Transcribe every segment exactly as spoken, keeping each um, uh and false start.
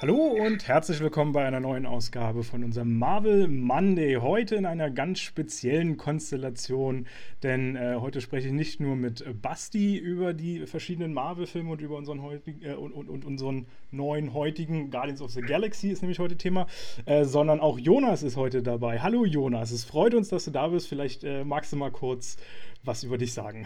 Hallo und herzlich willkommen bei einer neuen Ausgabe von unserem Marvel Monday. Heute in einer ganz speziellen Konstellation, denn äh, heute spreche ich nicht nur mit Basti über die verschiedenen Marvel-Filme und über unseren heutigen äh, und, und, und unseren neuen heutigen Guardians of the Galaxy ist nämlich heute Thema, äh, sondern auch Jonas ist heute dabei. Hallo Jonas, es freut uns, dass du da bist. Vielleicht äh, magst du mal kurz was über dich sagen.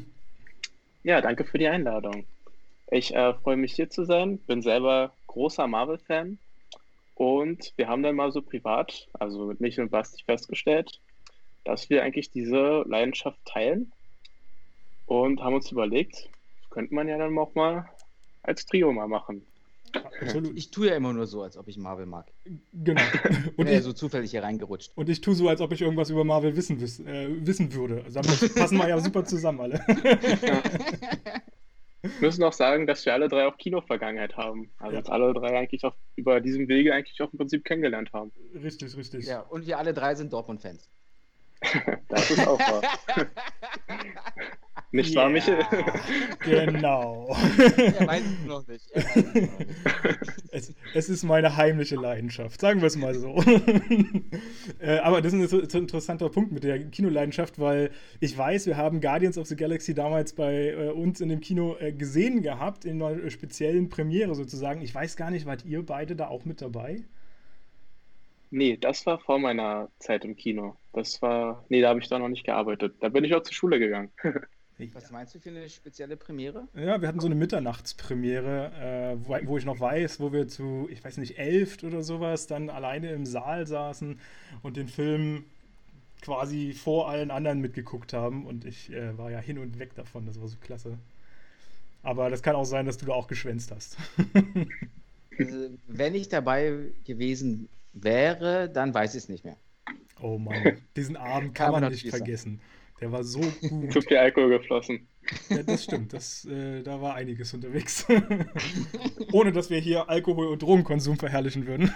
Ja, danke für die Einladung. Ich äh, freue mich hier zu sein, bin selber großer Marvel-Fan und wir haben dann mal so privat, also mit mich und Basti festgestellt, dass wir eigentlich diese Leidenschaft teilen und haben uns überlegt, das könnte man ja dann auch mal als Trio mal machen. Absolut. Ich tue ja immer nur so, als ob ich Marvel mag. Genau. Bin Und ja ich, so zufällig hier reingerutscht. Und ich tue so, als ob ich irgendwas über Marvel wissen, wiss, äh, wissen würde. Also, das passen wir ja super zusammen alle. Ja. Wir müssen auch sagen, dass wir alle drei auch Kino-Vergangenheit haben. Also Ja. uns alle drei eigentlich auch über diesem Wege eigentlich auch im Prinzip kennengelernt haben. Richtig, richtig. Ja, und wir alle drei sind Dortmund-Fans. Das ist auch wahr. Nicht wahr, Michael? Genau. Er weiß es noch nicht. Er weiß es noch nicht. Es, es ist meine heimliche Leidenschaft, sagen wir es mal so. äh, aber das ist ein, ein interessanter Punkt mit der Kinoleidenschaft, weil ich weiß, wir haben Guardians of the Galaxy damals bei äh, uns in dem Kino äh, gesehen gehabt, in einer speziellen Premiere sozusagen. Ich weiß gar nicht, wart ihr beide da auch mit dabei? Nee, das war vor meiner Zeit im Kino. Das war, nee, da habe ich da noch nicht gearbeitet. Da bin ich auch zur Schule gegangen. Was meinst du für eine spezielle Premiere? Ja, wir hatten so eine Mitternachtspremiere, äh, wo, wo ich noch weiß, wo wir zu, ich weiß nicht, elft oder sowas, dann alleine im Saal saßen und den Film quasi vor allen anderen mitgeguckt haben. Und ich äh, war ja hin und weg davon, das war so klasse. Aber das kann auch sein, dass du da auch geschwänzt hast. Also, wenn ich dabei gewesen wäre, dann weiß ich es nicht mehr. Oh Mann, diesen Abend kann Kann man man nicht natürlich sagen. vergessen. Der war so Zu gut. viel Alkohol geflossen. Ja, das stimmt, das, äh, da war einiges unterwegs. Ohne dass wir hier Alkohol- und Drogenkonsum verherrlichen würden.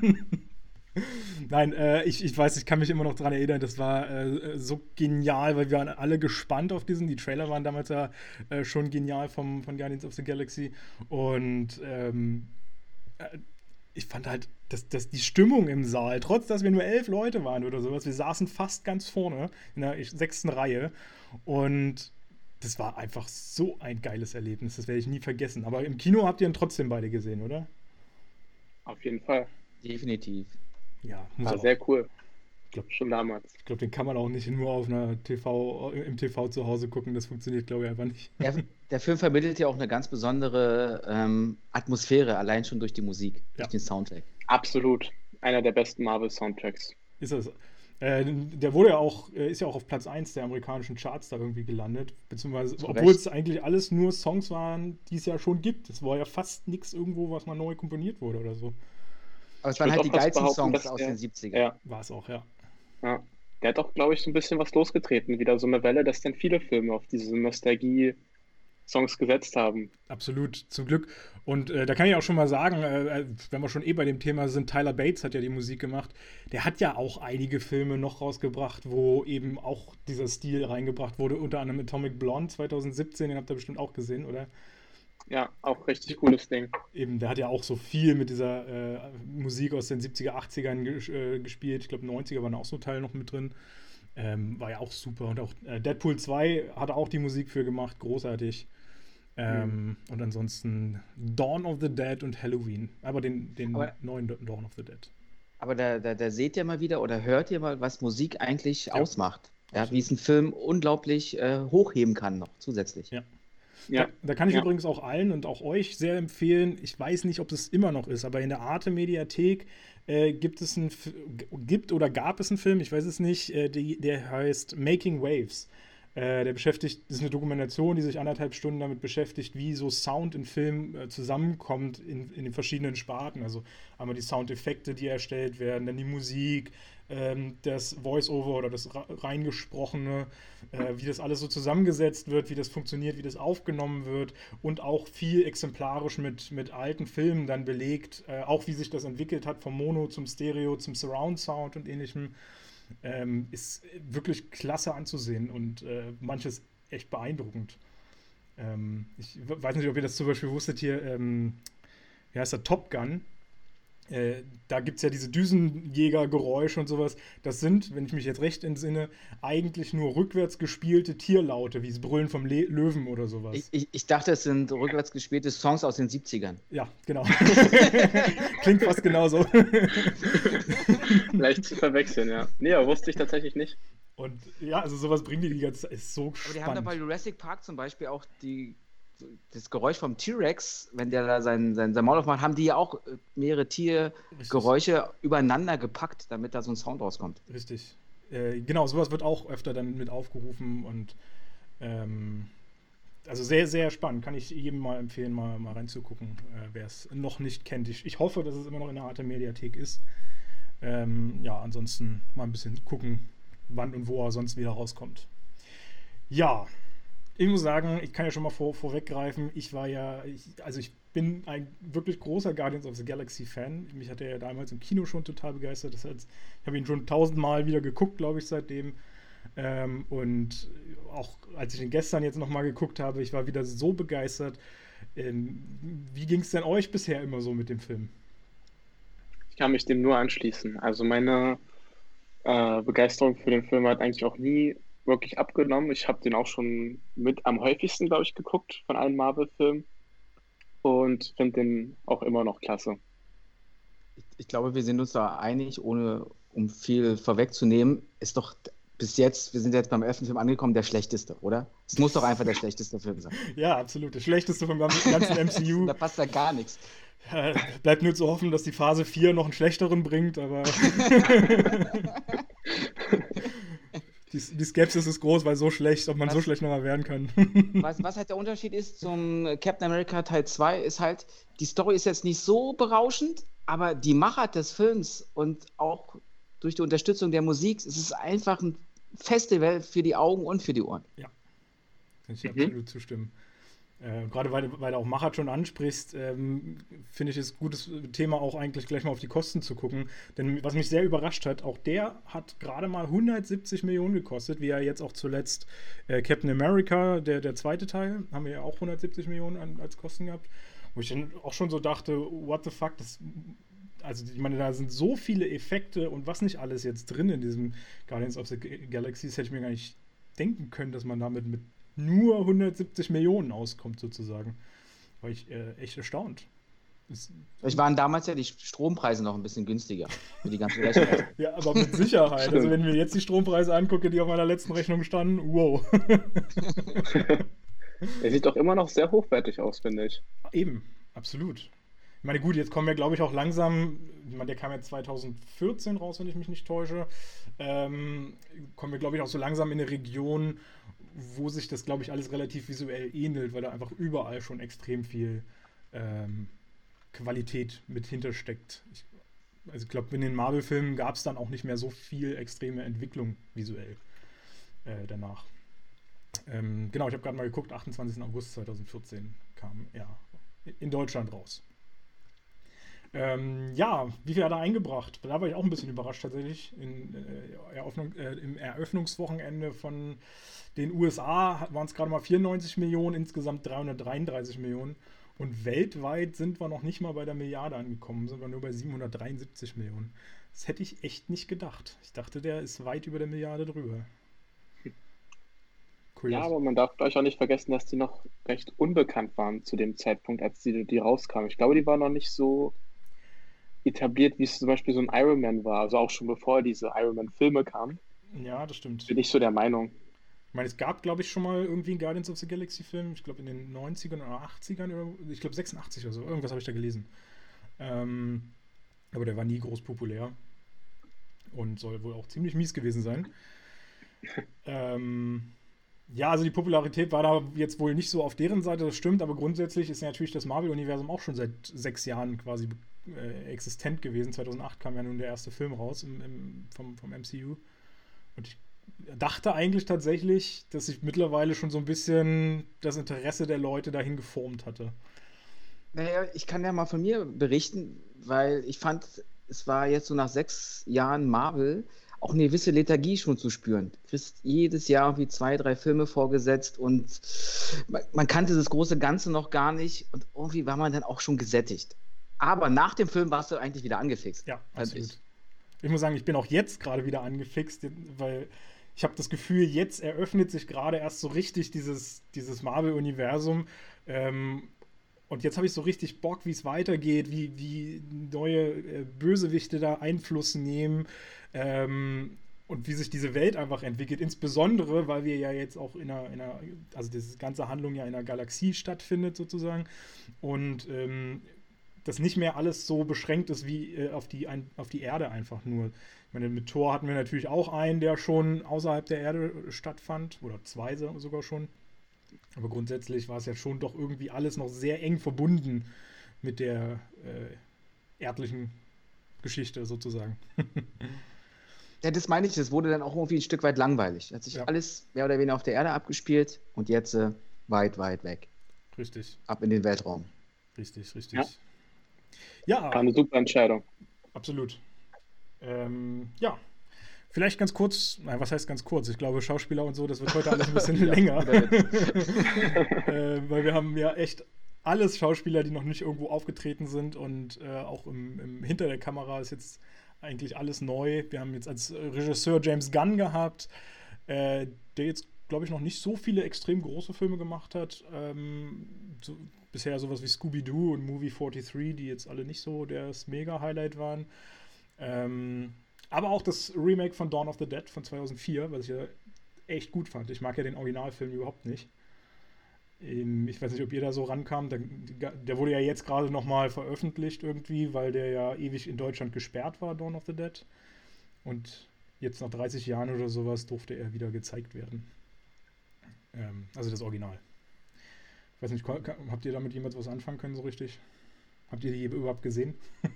Nein, äh, ich, ich weiß, ich kann mich immer noch daran erinnern, das war äh, so genial, weil wir waren alle gespannt auf diesen. Die Trailer waren damals ja äh, schon genial vom, von Guardians of the Galaxy. Und ähm, äh, ich fand halt, dass, dass die Stimmung im Saal, trotz dass wir nur elf Leute waren oder sowas, wir saßen fast ganz vorne in der sechsten Reihe. Und das war einfach so ein geiles Erlebnis, das werde ich nie vergessen. Aber im Kino habt ihr ihn trotzdem beide gesehen, oder? Auf jeden Fall. Definitiv. Ja, muss War auch. sehr cool. Glaub- Schon damals. Ich glaube, den kann man auch nicht nur auf einer T V, im T V zu Hause gucken. Das funktioniert, glaube ich, einfach nicht. Der, der Film vermittelt ja auch eine ganz besondere ähm, Atmosphäre, allein schon durch die Musik, Ja. durch den Soundtrack. Absolut. Einer der besten Marvel-Soundtracks. Ist das. Äh, der wurde ja auch, äh, ist ja auch auf Platz eins der amerikanischen Charts da irgendwie gelandet. Beziehungsweise, Zu obwohl Recht. es eigentlich alles nur Songs waren, die es ja schon gibt. Es war ja fast nichts irgendwo, was mal neu komponiert wurde oder so. Aber es Ich waren würd halt auch die fast geilsten behaupten, Songs dass aus der- den siebzigern. Ja, War es auch, ja. ja. Der hat auch, glaube ich, so ein bisschen was losgetreten. Wieder so eine Welle, dass dann viele Filme auf diese Nostalgie-Songs gesetzt haben. Absolut, zum Glück. Und äh, da kann ich auch schon mal sagen, äh, wenn wir schon eh bei dem Thema sind, Tyler Bates hat ja die Musik gemacht. Der hat ja auch einige Filme noch rausgebracht, wo eben auch dieser Stil reingebracht wurde. Unter anderem Atomic Blonde zweitausendsiebzehn, den habt ihr bestimmt auch gesehen, oder? Ja, auch richtig cooles Ding. Eben, der hat ja auch so viel mit dieser äh, Musik aus den siebziger, achtzigern ges äh, gespielt. Ich glaube, neunziger waren auch so Teil noch mit drin. Ähm, war ja auch super. Und auch äh, Deadpool zwei hat er auch die Musik für gemacht. Großartig. Ähm, Und ansonsten Dawn of the Dead und Halloween. Aber den, den Aber- neuen Dawn of the Dead. Aber da, da, da seht ihr mal wieder oder hört ihr mal, was Musik eigentlich ausmacht. Ja, absolut. wie es einen Film unglaublich äh, hochheben kann noch zusätzlich. Ja. Ja, Da, da kann ich ja. übrigens auch allen und auch euch sehr empfehlen. Ich weiß nicht, ob es immer noch ist, aber in der Arte-Mediathek äh, gibt es einen, F- gibt oder gab es einen Film, ich weiß es nicht, äh, die, der heißt Making Waves. Äh, der beschäftigt, das ist eine Dokumentation, die sich anderthalb Stunden damit beschäftigt, wie so Sound in Film äh, zusammenkommt in, in den verschiedenen Sparten. Also einmal die Soundeffekte, die erstellt werden, dann die Musik, ähm, das Voice-Over oder das ra- reingesprochene, äh, wie das alles so zusammengesetzt wird, wie das funktioniert, wie das aufgenommen wird und auch viel exemplarisch mit, mit alten Filmen dann belegt, äh, auch wie sich das entwickelt hat vom Mono zum Stereo, zum Surround-Sound und ähnlichem. Ähm, ist wirklich klasse anzusehen und äh, manches echt beeindruckend. Ähm, ich w- weiß nicht, ob ihr das zum Beispiel wusstet hier, ähm, wie heißt der, Top Gun, Äh, da gibt es ja diese Düsenjägergeräusche und sowas. Das sind, wenn ich mich jetzt recht entsinne, eigentlich nur rückwärts gespielte Tierlaute, wie das Brüllen vom Le Löwen oder sowas. Ich, ich, ich dachte, es sind rückwärts gespielte Songs aus den siebzigern. Ja, genau. Klingt fast genauso. Leicht zu verwechseln, ja. Nee, aber wusste ich tatsächlich nicht. Und ja, also sowas bringen die die ganze Zeit. Ist so Aber spannend. die haben da bei Jurassic Park zum Beispiel auch die, das Geräusch vom T-Rex, wenn der da sein, sein, sein Maul aufmacht, haben die ja auch äh, mehrere Tiergeräusche übereinander gepackt, damit da so ein Sound rauskommt. Richtig. Äh, genau, sowas wird auch öfter dann mit aufgerufen und ähm, also sehr, sehr spannend. Kann ich jedem mal empfehlen, mal, mal reinzugucken, äh, wer es noch nicht kennt. Ich, ich hoffe, dass es immer noch in der Arte Mediathek ist. Ähm, ja, ansonsten mal ein bisschen gucken, wann und wo er sonst wieder rauskommt. Ja, ich muss sagen, ich kann ja schon mal vor, vorweggreifen, ich war ja, ich, also ich bin ein wirklich großer Guardians of the Galaxy Fan. Mich hat er ja damals im Kino schon total begeistert. Das heißt, ich habe ihn schon tausendmal wieder geguckt, glaube ich, seitdem. Ähm, und auch als ich ihn gestern jetzt nochmal geguckt habe, ich war wieder so begeistert. Ähm, wie ging es denn euch bisher immer so mit dem Film? Ich kann mich dem nur anschließen. Also meine äh, Begeisterung für den Film hat eigentlich auch nie wirklich abgenommen. Ich habe den auch schon mit am häufigsten, glaube ich, geguckt von allen Marvel-Filmen und finde den auch immer noch klasse. Ich, ich glaube, wir sind uns da einig, ohne um viel vorwegzunehmen, ist doch bis jetzt, wir sind jetzt beim elften Film angekommen, der schlechteste, oder? Es muss doch einfach der schlechteste Film sein. Ja, absolut. Der schlechteste vom ganzen M C U. Da passt ja gar nichts. Ja, bleibt nur zu hoffen, dass die Phase vier noch einen schlechteren bringt, aber die, die Skepsis ist groß, weil so schlecht, ob man was, so schlecht nochmal werden kann. was, was halt der Unterschied ist zum Captain America Teil zwei, ist halt, die Story ist jetzt nicht so berauschend, aber die Machart des Films und auch durch die Unterstützung der Musik, es ist einfach ein Festival für die Augen und für die Ohren. Ja, kann ich Mhm. absolut zustimmen. Äh, gerade weil, weil du auch Machart schon ansprichst, ähm, finde ich es ein gutes Thema auch eigentlich gleich mal auf die Kosten zu gucken. Denn was mich sehr überrascht hat, auch der hat gerade mal hundertsiebzig Millionen gekostet, wie ja jetzt auch zuletzt äh, Captain America, der, der zweite Teil, haben wir ja auch hundertsiebzig Millionen an, als Kosten gehabt. Wo ich dann auch schon so dachte, what the fuck, das, also ich meine, da sind so viele Effekte und was nicht alles jetzt drin in diesem Guardians of the Galaxy, das hätte ich mir gar nicht denken können, dass man damit mit nur hundertsiebzig Millionen auskommt, sozusagen. War ich äh, echt erstaunt. Es, Vielleicht waren damals ja die Strompreise noch ein bisschen günstiger für die ganzen Rechnungen. ja, aber mit Sicherheit. Also Stimmt. wenn ich mir jetzt die Strompreise angucke, die auf meiner letzten Rechnung standen, wow. Er sieht doch immer noch sehr hochwertig aus, finde ich. Eben, absolut. Ich meine, gut, jetzt kommen wir, glaube ich, auch langsam, ich meine, der kam ja zwanzig vierzehn raus, wenn ich mich nicht täusche, ähm, kommen wir, glaube ich, auch so langsam in eine Region, wo sich das, glaube ich, alles relativ visuell ähnelt, weil da einfach überall schon extrem viel ähm, Qualität mit hintersteckt. Ich, also ich glaube, in den Marvel-Filmen gab es dann auch nicht mehr so viel extreme Entwicklung visuell äh, danach. Ähm, genau, ich habe gerade mal geguckt, achtundzwanzigsten August zweitausendvierzehn kam er in Deutschland raus. Ähm, ja, wie viel hat er eingebracht? Da war ich auch ein bisschen überrascht tatsächlich. In, äh, Eröffnung, äh, Im Eröffnungswochenende von den U S A waren es gerade mal vierundneunzig Millionen, insgesamt dreihundertdreiunddreißig Millionen. Und weltweit sind wir noch nicht mal bei der Milliarde angekommen, sind wir nur bei siebenhundertdreiundsiebzig Millionen. Das hätte ich echt nicht gedacht. Ich dachte, der ist weit über der Milliarde drüber. Cool. Ja, aber man darf gleich auch nicht vergessen, dass die noch recht unbekannt waren zu dem Zeitpunkt, als die, die rauskamen. Ich glaube, die waren noch nicht so etabliert, wie es zum Beispiel so ein Iron Man war. Also auch schon bevor diese Iron Man-Filme kamen. Ja, das stimmt. Bin ich so der Meinung. Ich meine, es gab, glaube ich, schon mal irgendwie einen Guardians of the Galaxy-Film. Ich glaube, in den neunzigern oder achtzigern. Oder, ich glaube, sechsundachtzig oder so. Irgendwas habe ich da gelesen. Ähm, aber der war nie groß populär. Und soll wohl auch ziemlich mies gewesen sein. ähm, ja, also die Popularität war da jetzt wohl nicht so auf deren Seite, das stimmt. Aber grundsätzlich ist ja natürlich das Marvel-Universum auch schon seit sechs Jahren quasi äh, existent gewesen. zweitausendacht kam ja nun der erste Film raus im, im, vom, vom M C U. Und ich dachte eigentlich tatsächlich, dass sich mittlerweile schon so ein bisschen das Interesse der Leute dahin geformt hatte. Naja, ich kann ja mal von mir berichten, weil ich fand, es war jetzt so nach sechs Jahren Marvel auch eine gewisse Lethargie schon zu spüren. Du kriegst jedes Jahr irgendwie zwei, drei Filme vorgesetzt und man, man kannte das große Ganze noch gar nicht und irgendwie war man dann auch schon gesättigt. Aber nach dem Film warst du eigentlich wieder angefixt. Ja, absolut. Ich. ich muss sagen, ich bin auch jetzt gerade wieder angefixt, weil ich habe das Gefühl, jetzt eröffnet sich gerade erst so richtig dieses, dieses Marvel-Universum. Ähm, und jetzt habe ich so richtig Bock, wie es weitergeht, wie, wie neue äh, Bösewichte da Einfluss nehmen. Ähm, Und wie sich diese Welt einfach entwickelt, insbesondere, weil wir ja jetzt auch in einer, in einer also diese ganze Handlung ja in einer Galaxie stattfindet sozusagen und ähm, das nicht mehr alles so beschränkt ist wie äh, auf, die, ein, auf die Erde einfach nur. Ich meine, mit Thor hatten wir natürlich auch einen, der schon außerhalb der Erde stattfand, oder zwei sogar schon. Aber grundsätzlich war es ja schon doch irgendwie alles noch sehr eng verbunden mit der äh, erdlichen Geschichte sozusagen. Ja, das meine ich, das wurde dann auch irgendwie ein Stück weit langweilig. Hat sich ja. alles mehr oder weniger auf der Erde abgespielt und jetzt äh, weit, weit weg. Richtig. Ab in den Weltraum. Richtig, richtig. Ja. ja War eine super Entscheidung. Absolut. Ähm, ja. Vielleicht ganz kurz, nein, was heißt ganz kurz? Ich glaube, Schauspieler und so, das wird heute alles ein bisschen ja, länger. äh, weil wir haben ja echt alles Schauspieler, die noch nicht irgendwo aufgetreten sind und äh, auch im, im, hinter der Kamera ist jetzt eigentlich alles neu. Wir haben jetzt als Regisseur James Gunn gehabt, äh, der jetzt, glaube ich, noch nicht so viele extrem große Filme gemacht hat. Ähm, so, bisher sowas wie Scooby-Doo und Movie dreiundvierzig, die jetzt alle nicht so das Mega-Highlight waren. Ähm, aber auch das Remake von Dawn of the Dead von zweitausendvier, was ich ja echt gut fand. Ich mag ja den Originalfilm überhaupt nicht. Ich weiß nicht, ob ihr da so rankamt. Der, der wurde ja jetzt gerade nochmal veröffentlicht irgendwie, weil der ja ewig in Deutschland gesperrt war, Dawn of the Dead. Und jetzt nach dreißig Jahren oder sowas durfte er wieder gezeigt werden. Ähm, also das Original. Ich weiß nicht, habt ihr damit jemals was anfangen können so richtig? Habt ihr die überhaupt gesehen?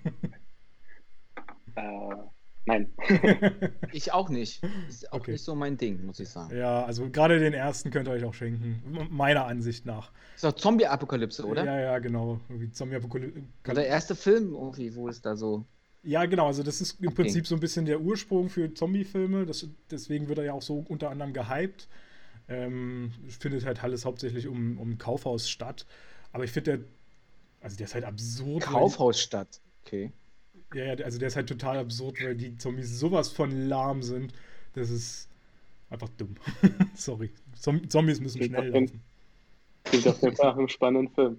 äh, nein. Ich auch nicht. Ist auch okay. nicht so mein Ding, muss ich sagen. Ja, also gerade den ersten könnt ihr euch auch schenken. Meiner Ansicht nach. Ist doch Zombie-Apokalypse, oder? Ja, ja, genau. Zombie-Apokalypse. Der erste Film irgendwie, wo es da so... Ja, genau. Also das ist im okay. Prinzip so ein bisschen der Ursprung für Zombie-Filme. Das, deswegen wird er ja auch so unter anderem gehypt. Ähm, findet halt alles hauptsächlich um, um Kaufhaus statt. Aber ich finde, der, also der ist halt absurd. Kaufhaus statt, okay. Ja, ja, also der ist halt total absurd, weil die Zombies sowas von lahm sind. Das ist einfach dumm. Sorry. Zom- Zombies müssen Klingt schnell auf jeden- laufen. Klingt auf jeden Fall nach einem spannenden Film.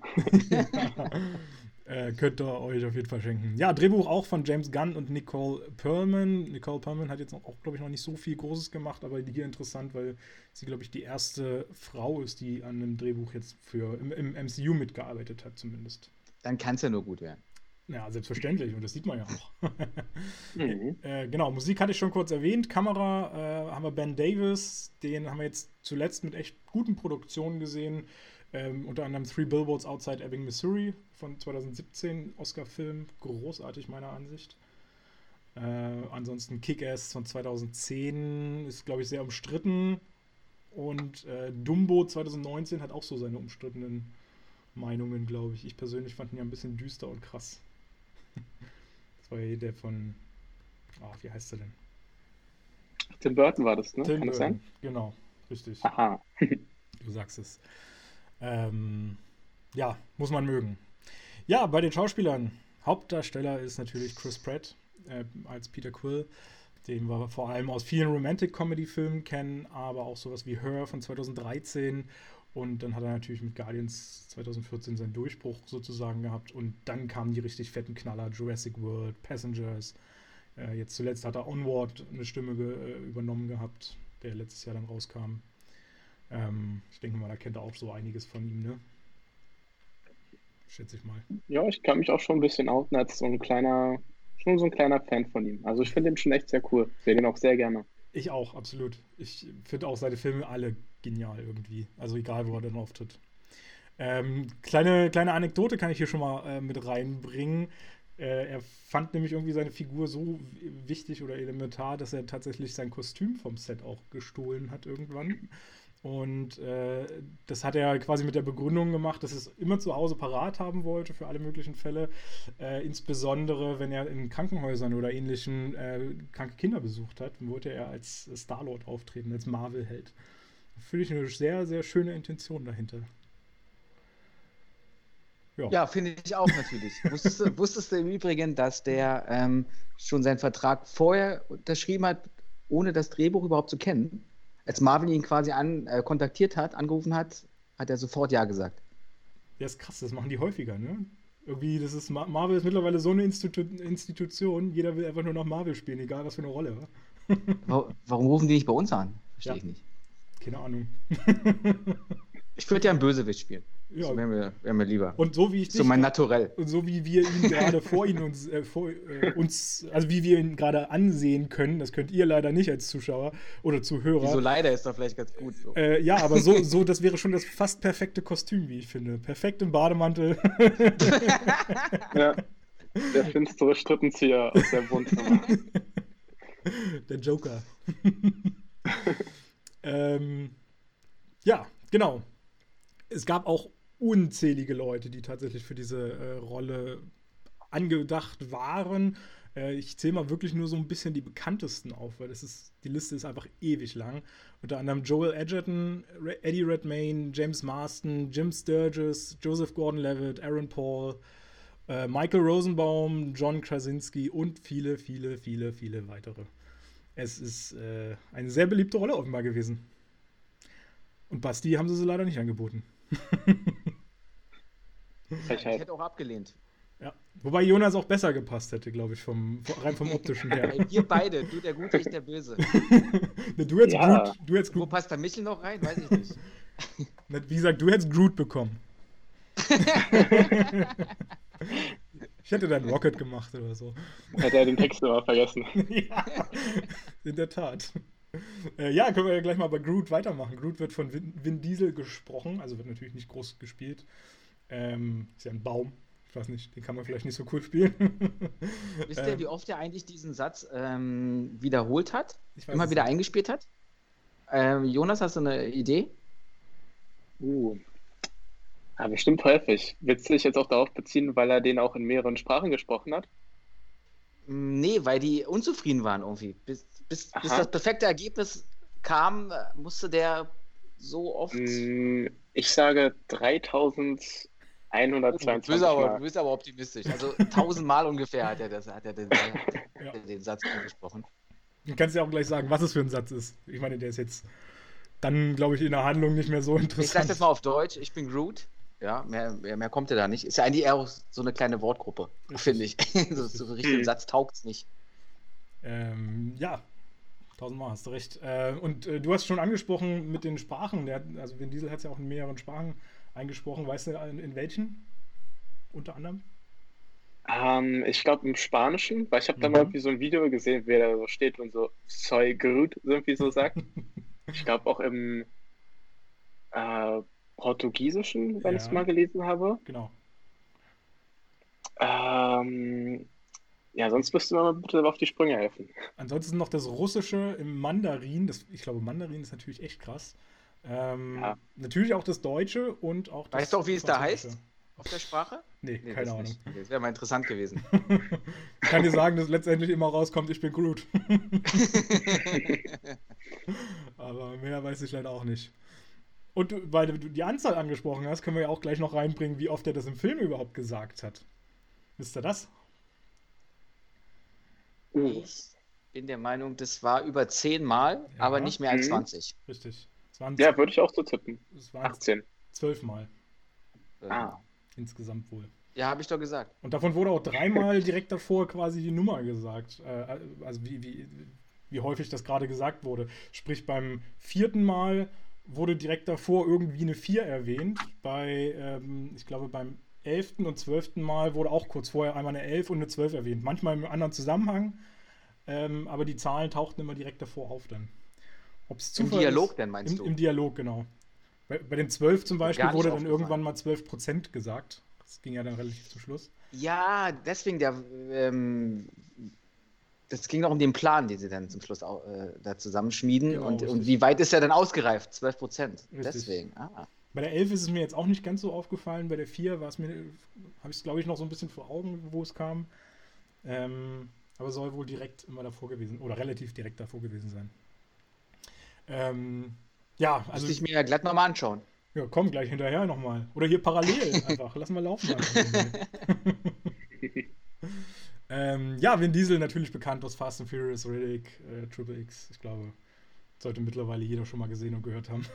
äh, könnt ihr euch auf jeden Fall schenken. Ja, Drehbuch auch von James Gunn und Nicole Perlman. Nicole Perlman hat jetzt auch, glaube ich, noch nicht so viel Großes gemacht, aber hier interessant, weil sie, glaube ich, die erste Frau ist, die an einem Drehbuch jetzt für im, im M C U mitgearbeitet hat, zumindest. Dann kann es ja nur gut werden. Ja, selbstverständlich. Und das sieht man ja auch. Mhm. äh, genau, Musik hatte ich schon kurz erwähnt. Kamera äh, haben wir Ben Davis. Den haben wir jetzt zuletzt mit echt guten Produktionen gesehen. Ähm, unter anderem Three Billboards Outside Ebbing, Missouri von zweitausendsiebzehn. Oscar-Film. Großartig, meiner Ansicht. Äh, ansonsten Kick-Ass von zweitausendzehn ist, glaube ich, sehr umstritten. Und äh, Dumbo zweitausendneunzehn hat auch so seine umstrittenen Meinungen, glaube ich. Ich persönlich fand ihn ja ein bisschen düster und krass. Das war ja der von, ach, wie heißt er denn? Tim Burton war das, ne? Tim Kann das Burton, sein? genau, richtig. Aha. Du sagst es. Ähm, ja, muss man mögen. Ja, bei den Schauspielern. Hauptdarsteller ist natürlich Chris Pratt äh, als Peter Quill, den wir vor allem aus vielen Romantic-Comedy-Filmen kennen, aber auch sowas wie Her von zweitausenddreizehn. Und dann hat er natürlich mit Guardians zweitausendvierzehn seinen Durchbruch sozusagen gehabt. Und dann kamen die richtig fetten Knaller. Jurassic World, Passengers. Äh, jetzt zuletzt hat er Onward eine Stimme ge- äh, übernommen gehabt, der letztes Jahr dann rauskam. Ähm, ich denke mal, da kennt er auch so einiges von ihm, ne? Schätze ich mal. Ja, ich kann mich auch schon ein bisschen outen als so ein kleiner, schon so ein kleiner Fan von ihm. Also ich finde ihn schon echt sehr cool. Ich sehe den auch sehr gerne. Ich auch, absolut. Ich finde auch seine Filme alle genial irgendwie. Also egal, wo er dann auftritt. Ähm, kleine, kleine Anekdote kann ich hier schon mal äh, mit reinbringen. Äh, er fand nämlich irgendwie seine Figur so wichtig oder elementar, dass er tatsächlich sein Kostüm vom Set auch gestohlen hat irgendwann. Und äh, das hat er quasi mit der Begründung gemacht, dass er es immer zu Hause parat haben wollte für alle möglichen Fälle. Äh, insbesondere, wenn er in Krankenhäusern oder ähnlichen äh, kranke Kinder besucht hat, wollte er als Star-Lord auftreten, als Marvel-Held. Finde ich eine sehr, sehr schöne Intention dahinter. Ja. Ja, finde ich auch natürlich. Wusstest du, wusstest du im Übrigen, dass der ähm, schon seinen Vertrag vorher unterschrieben hat, ohne das Drehbuch überhaupt zu kennen? Als Marvel ihn quasi an, äh, kontaktiert hat, angerufen hat, hat er sofort Ja gesagt. Ja, ist krass, das machen die häufiger, ne? Irgendwie, das ist, Marvel ist mittlerweile so eine Institu Institution, jeder will einfach nur noch Marvel spielen, egal was für eine Rolle. Warum rufen die nicht bei uns an? Verstehe ja. ich nicht. Keine Ahnung. Ich würde ja einen Bösewicht spielen. Ja. Das wäre mir, wär mir lieber. Und so wie ich so mein Naturell. Und so wie wir ihn gerade vor ihn uns, äh, vor, äh, uns, also wie wir ihn gerade ansehen können, das könnt ihr leider nicht als Zuschauer oder Zuhörer. Wieso leider ist doch vielleicht ganz gut so. Äh, ja, aber so, so, das wäre schon das fast perfekte Kostüm, wie ich finde. Perfekt im Bademantel. Ja, der finstere Strippenzieher aus der Wohnzimmer. Der Joker. ähm, ja, genau. Es gab auch unzählige Leute, die tatsächlich für diese äh, Rolle angedacht waren. Äh, ich zähle mal wirklich nur so ein bisschen die bekanntesten auf, weil das ist, die Liste ist einfach ewig lang. Unter anderem Joel Edgerton, Re- Eddie Redmayne, James Marsden, Jim Sturgis, Joseph Gordon-Levitt, Aaron Paul, äh, Michael Rosenbaum, John Krasinski und viele, viele, viele, viele weitere. Es ist äh, eine sehr beliebte Rolle offenbar gewesen. Und Basti haben sie sie leider nicht angeboten. Ich hätte auch abgelehnt. Ja. Wobei Jonas auch besser gepasst hätte, glaube ich, vom, rein vom optischen her. Wir beide, du der Gute, ich der Böse. Du hättest Ja. Groot, du hättest Wo Groot, passt der Michel noch rein? Weiß ich nicht. wie gesagt, du hättest Groot bekommen. Ich hätte dann Rocket gemacht oder so. Hätte er den Text immer vergessen. Ja, in der Tat. Äh, ja, können wir ja gleich mal bei Groot weitermachen. Groot wird von Vin, Vin Diesel gesprochen, also wird natürlich nicht groß gespielt. Ähm, ist ja ein Baum. Ich weiß nicht, den kann man vielleicht nicht so cool spielen. Wisst ihr, wie oft er eigentlich diesen Satz ähm, wiederholt hat? Ich weiß Immer es wieder nicht. eingespielt hat? Ähm, Jonas, hast du eine Idee? Uh. Ja, bestimmt häufig. Willst du dich jetzt auch darauf beziehen, weil er den auch in mehreren Sprachen gesprochen hat? Mm, Nee, weil die unzufrieden waren irgendwie. Bis, bis, bis Aha. das perfekte Ergebnis kam, äh, musste der so oft. Mm, Ich sage Du dreitausendeinhundertzweiundzwanzig bist aber, du Mal. bist aber optimistisch. Also tausendmal ungefähr hat er, das, hat er den, Ja. hat er den Satz angesprochen. Du kannst ja auch gleich sagen, was es für ein Satz ist. Ich meine, der ist jetzt dann, glaube ich, in der Handlung nicht mehr so Ich sag interessant. das mal auf Deutsch, ich bin Groot. Ja, mehr, mehr, mehr kommt er da nicht. Ist ja eigentlich eher auch so eine kleine Wortgruppe, Richtig. finde ich. so, so einen richtigen Hm. Satz taugt es nicht. Ähm, ja, tausendmal hast du recht. Äh, und äh, du hast schon angesprochen mit den Sprachen. Der, hat- also Vin Diesel hat es ja auch in mehreren Sprachen eingesprochen. Weißt du, in, in welchen? Unter anderem? Ähm, ich glaube im Spanischen, weil ich habe da Mhm. mal irgendwie so ein Video gesehen, wie er da so steht und so Soy Groot irgendwie so sagt. Ich glaube auch im äh, Portugiesischen, wenn ich es Ja. mal gelesen habe. Genau. Ähm, ja, sonst müsst ihr mir mal bitte auf die Sprünge helfen. Ansonsten noch das Russische im Mandarin. Das, ich glaube, Mandarin ist natürlich echt krass. Ähm, Ja. Natürlich auch das Deutsche und auch das Weißt du auch, wie es da Französische. heißt? Auf der Sprache? Nee, Nee, keine das Ahnung. nicht. Okay, das wäre mal interessant gewesen. Ich kann dir sagen, dass letztendlich immer rauskommt, ich bin Groot. Aber mehr weiß ich leider auch nicht. Und du, weil du die Anzahl angesprochen hast, können wir ja auch gleich noch reinbringen, wie oft er das im Film überhaupt gesagt hat. Wisst ihr das? Uh, Ich bin der Meinung, das war über zehn Mal, aber Ja. nicht mehr als Mhm. zwanzig. Richtig. Es waren, ja, würde ich auch so tippen. es waren achtzehn. zwölf Mal Ah. insgesamt wohl. Ja, habe ich doch gesagt. Und davon wurde auch dreimal direkt davor quasi die Nummer gesagt. Äh, also wie, wie, wie häufig das gerade gesagt wurde. Sprich, beim vierten Mal wurde direkt davor irgendwie eine vier erwähnt. Bei, ähm, ich glaube, beim elften und zwölften Mal wurde auch kurz vorher einmal eine elf und eine zwölf erwähnt. Manchmal im anderen Zusammenhang, ähm, aber die Zahlen tauchten immer direkt davor auf dann. Ob's Im Zufall Dialog ist, denn, meinst im, du? Im Dialog, genau. Bei, bei den zwölf zum Beispiel gar nicht wurde dann aufgefallen. irgendwann mal zwölf Prozent gesagt. Das ging ja dann relativ zum Schluss. Ja, deswegen der. Ähm, das ging doch um den Plan, den sie dann zum Schluss auch, äh, da zusammenschmieden. Genau, und, und richtig. wie weit ist er dann ausgereift? zwölf Prozent. Richtig. Deswegen. Ah. Bei der elf ist es mir jetzt auch nicht ganz so aufgefallen. Bei der vier war es mir, habe ich es glaube ich noch so ein bisschen vor Augen, wo es kam. Ähm, aber soll wohl direkt immer davor gewesen oder relativ direkt davor gewesen sein. Ähm, ja, also Müsste ich mir ja glatt nochmal anschauen. Ja, komm, gleich hinterher nochmal. Oder hier parallel einfach. Lass mal laufen. ähm, ja, Vin Diesel natürlich bekannt aus Fast and Furious, Riddick, äh, Triple X. Ich glaube, sollte mittlerweile jeder schon mal gesehen und gehört haben.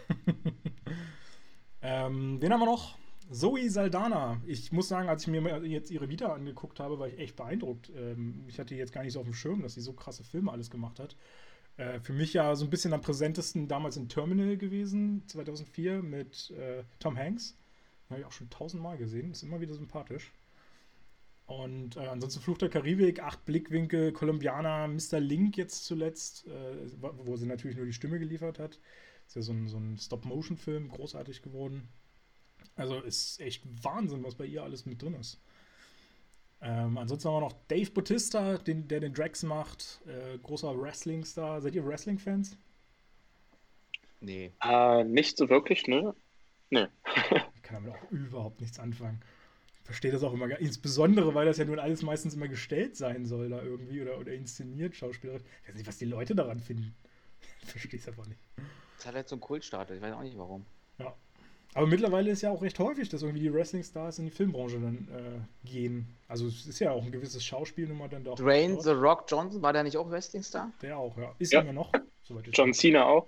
ähm, wen haben wir noch? Zoe Saldana. Ich muss sagen, als ich mir jetzt ihre Vita angeguckt habe, war ich echt beeindruckt. Ähm, ich hatte jetzt gar nicht so auf dem Schirm, dass sie so krasse Filme alles gemacht hat. Äh, für mich ja so ein bisschen am präsentesten damals in Terminal gewesen, zweitausendvier mit äh, Tom Hanks. Den habe ich auch schon tausendmal gesehen. Ist immer wieder sympathisch. Und äh, ansonsten Fluch der Karibik, Acht Blickwinkel, Colombianer, Mister Link jetzt zuletzt, äh, wo sie natürlich nur die Stimme geliefert hat. Ist ja so ein, so ein Stop-Motion-Film, großartig geworden. Also ist echt Wahnsinn, was bei ihr alles mit drin ist. Ähm, ansonsten haben wir noch Dave Bautista, den, der den Drax macht. Äh, großer Wrestling-Star. Seid ihr Wrestling-Fans? Nee. Äh, nicht so wirklich, ne? Ne. Ich kann damit auch überhaupt nichts anfangen. Ich verstehe das auch immer gar insbesondere, weil das ja nun alles meistens immer gestellt sein soll da irgendwie oder, oder inszeniert, schauspielerisch. Ich weiß nicht, was die Leute daran finden. Ich verstehe es einfach nicht. Das hat halt so einen Kultstatus, ich weiß auch nicht warum. Ja. Aber mittlerweile ist ja auch recht häufig, dass irgendwie die Wrestling-Stars in die Filmbranche dann äh, gehen. Also es ist ja auch ein gewisses Schauspiel nun mal dann doch. Dwayne dort. The Rock Johnson, war der nicht auch Wrestling-Star? Der auch, ja. Ist Ja. immer noch. Soweit ich John weiß. Cena auch.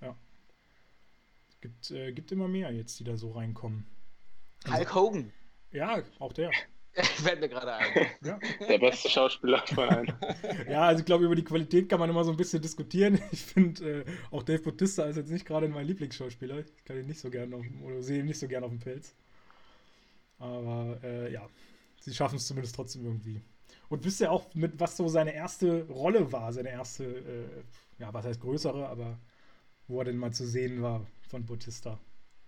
Es gibt, äh, gibt immer mehr jetzt, die da so reinkommen. Hulk Hogan. Ja, auch der. Fällt mir gerade ein. Ja, Der beste Schauspieler von allen. ja also ich glaube, über die Qualität kann man immer so ein bisschen diskutieren. Ich finde, äh, auch Dave Bautista ist jetzt nicht gerade mein Lieblingsschauspieler. Ich kann ihn nicht so gerne auf dem, oder sehe ihn nicht so gerne auf dem Pelz. Aber äh, ja, sie schaffen es zumindest trotzdem irgendwie. Und wisst ihr auch, mit was so seine erste Rolle war, seine erste, äh, ja, was heißt größere, aber wo er denn mal zu sehen war von Bautista?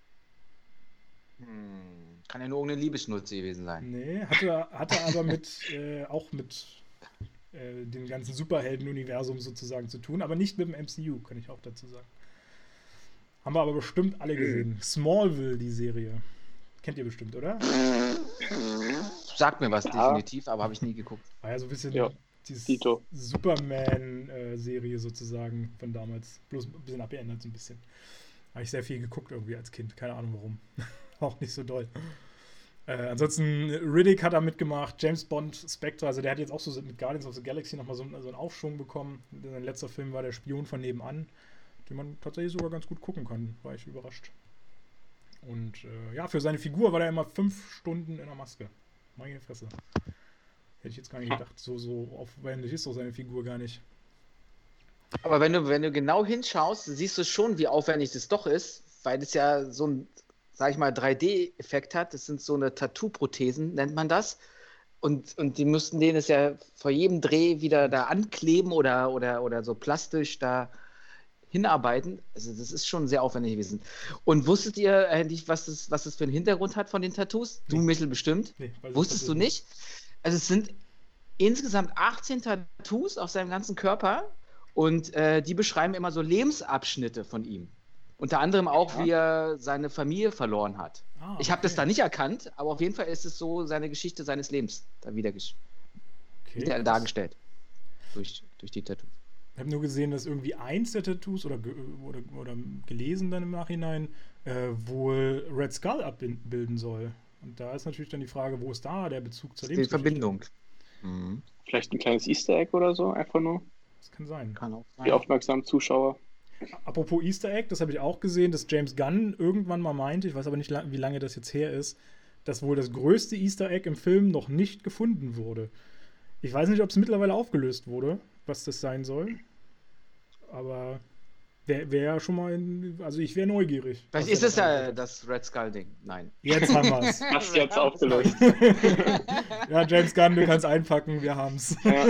Hm, kann ja nur irgendeine Liebesschnulze gewesen sein. Nee, hatte, hatte aber mit, äh, auch mit äh, dem ganzen Superhelden-Universum sozusagen zu tun, aber nicht mit dem M C U, kann ich auch dazu sagen. Haben wir aber bestimmt alle gesehen. Smallville, die Serie. Kennt ihr bestimmt, oder? Sagt mir was Ja. definitiv, aber habe ich nie geguckt. War ja so ein bisschen Ja, dieses Dito. Superman-Serie sozusagen von damals. Bloß ein bisschen abgeändert, so ein bisschen. Habe ich sehr viel geguckt irgendwie als Kind. Keine Ahnung warum. Auch nicht so doll. Äh, ansonsten, Riddick hat da mitgemacht, James Bond, Spectre, also der hat jetzt auch so mit Guardians of the Galaxy nochmal so, so einen Aufschwung bekommen. Sein letzter Film war der Spion von nebenan, den man tatsächlich sogar ganz gut gucken kann. War ich überrascht. Und äh, ja, für seine Figur war der immer fünf Stunden in der Maske. Meine Fresse. Hätte ich jetzt gar nicht gedacht. So, so aufwendig ist doch seine Figur gar nicht. Aber wenn du, wenn du genau hinschaust, siehst du schon, wie aufwendig das doch ist, weil es ja so ein, sag ich mal, drei D-Effekt hat. Das sind so eine Tattoo-Prothesen, nennt man das. Und, und die müssten denen es ja vor jedem Dreh wieder da ankleben oder, oder, oder so plastisch da hinarbeiten. Also das ist schon sehr aufwendig gewesen. Und wusstet ihr eigentlich, was das, was das für einen Hintergrund hat von den Tattoos? Du, Nee. Michel, bestimmt. Nee, weiß ich Wusstest du tatsächlich nicht? Also es sind insgesamt achtzehn Tattoos auf seinem ganzen Körper und äh, die beschreiben immer so Lebensabschnitte von ihm. Unter anderem auch, Ja. wie er seine Familie verloren hat. Ah, Ich habe das okay. da nicht erkannt, aber auf jeden Fall ist es so seine Geschichte seines Lebens da wieder, gesch- Okay, wieder krass. dargestellt. Durch, durch die Tattoos. Ich habe nur gesehen, dass irgendwie eins der Tattoos oder, ge oder, oder gelesen dann im Nachhinein äh, wohl Red Skull abbilden soll. Und da ist natürlich dann die Frage, wo ist da der Bezug zur Die Lebensgeschichte? Verbindung. Mhm. Vielleicht ein kleines Easter Egg oder so, einfach nur. Das kann sein. Kann auch Die sein. aufmerksamen Zuschauer. Apropos Easter Egg, das habe ich auch gesehen, dass James Gunn irgendwann mal meinte, ich weiß aber nicht, la- wie lange das jetzt her ist, dass wohl das größte Easter Egg im Film noch nicht gefunden wurde. Ich weiß nicht, ob es mittlerweile aufgelöst wurde, was das sein soll. Aber wäre wär ja schon mal, in, also ich wäre neugierig. was Vielleicht ist da es noch ja sein das Red Skull-Ding. Nein. wird. Jetzt haben wir es. Hast du jetzt aufgelöst. Ja, James Gunn, du kannst einpacken, wir haben's. Ja.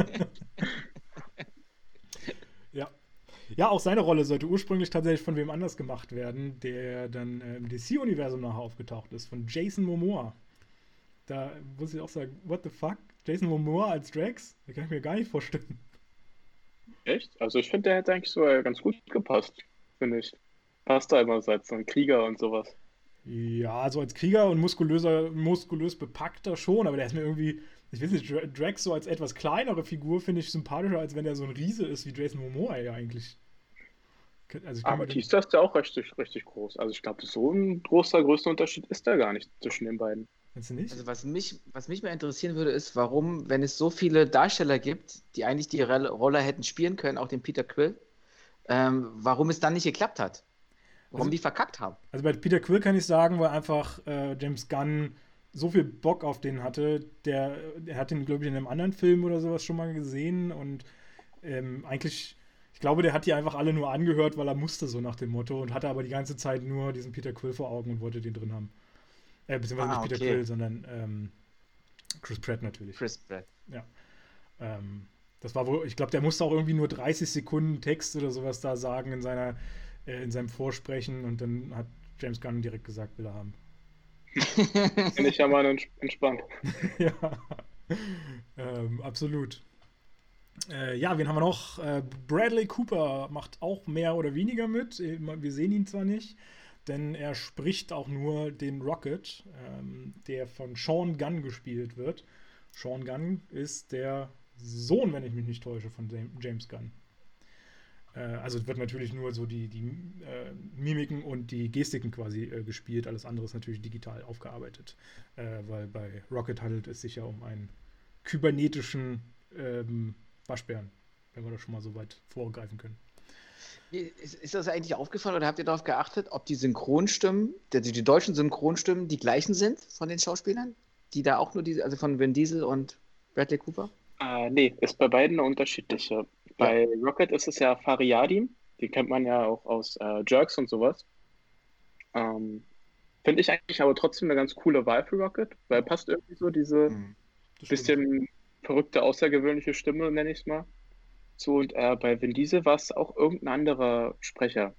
Ja. Ja, auch seine Rolle sollte ursprünglich tatsächlich von wem anders gemacht werden, der dann äh, im D C-Universum nachher aufgetaucht ist, von Jason Momoa. Da muss ich auch sagen, what the fuck? Jason Momoa als Drax? Das kann ich mir gar nicht vorstellen. Echt? Also ich finde, der hätte eigentlich sogar ganz gut gepasst, finde ich. Passt da immer als so ein Krieger und sowas. Ja, so als Krieger und muskulöser, muskulös bepackter schon, aber der ist mir irgendwie, ich weiß nicht, Dra- Drax so als etwas kleinere Figur finde ich sympathischer, als wenn der so ein Riese ist wie Jason Momoa ja eigentlich. Also ich kann Aber mir den, Batista ist ja auch richtig, richtig groß. Also ich glaube, so ein großer Größenunterschied ist da gar nicht zwischen den beiden. Kennst du nicht? Also was mich, was mich mal interessieren würde, ist, warum, wenn es so viele Darsteller gibt, die eigentlich die Rel- Rolle hätten spielen können, auch den Peter Quill, ähm, warum es dann nicht geklappt hat. Warum Also- die verkackt haben. Also bei Peter Quill kann ich sagen, weil einfach äh, James Gunn so viel Bock auf den hatte. Der, der hat den, glaube ich, in einem anderen Film oder sowas schon mal gesehen und ähm, eigentlich, ich glaube, der hat die einfach alle nur angehört, weil er musste, so nach dem Motto, und hatte aber die ganze Zeit nur diesen Peter Quill vor Augen und wollte den drin haben. Äh, beziehungsweise Ah, nicht Peter okay. Quill, sondern ähm, Chris Pratt natürlich. Chris Pratt. Ähm, das war wohl, ich glaube, der musste auch irgendwie nur dreißig Sekunden Text oder sowas da sagen in seiner, äh, in seinem Vorsprechen und dann hat James Gunn direkt gesagt, will er haben. Finde ich ja mal ents- entspannt. Ja, ähm, absolut. Äh, ja, wen haben wir noch? Äh, Bradley Cooper macht auch mehr oder weniger mit. Äh, Wir sehen ihn zwar nicht, denn er spricht auch nur den Rocket, ähm, der von Sean Gunn gespielt wird. Sean Gunn ist der Sohn, wenn ich mich nicht täusche, von Jam- James Gunn. Äh, also es wird natürlich nur so die, die äh, Mimiken und die Gestiken quasi äh, gespielt. Alles andere ist natürlich digital aufgearbeitet, äh, weil bei Rocket handelt es sich ja um einen kybernetischen ähm, Waschbären, wenn wir da schon mal so weit vorgreifen können. Ist, ist das eigentlich aufgefallen oder habt ihr darauf geachtet, ob die Synchronstimmen, die, die deutschen Synchronstimmen die gleichen sind von den Schauspielern? Die da auch nur diese, also von Vin Diesel und Bradley Cooper? Äh, nee, ist bei beiden eine unterschiedliche. Bei Rocket ist es ja Fariyadim, den kennt man ja auch aus äh, Jerks und sowas. Ähm, Finde ich eigentlich aber trotzdem eine ganz coole Wahl für Rocket, weil passt irgendwie so diese Hm. Das stimmt. bisschen verrückte, außergewöhnliche Stimme, nenne ich es mal. So, und äh, bei Vin Diesel war es auch irgendein anderer Sprecher.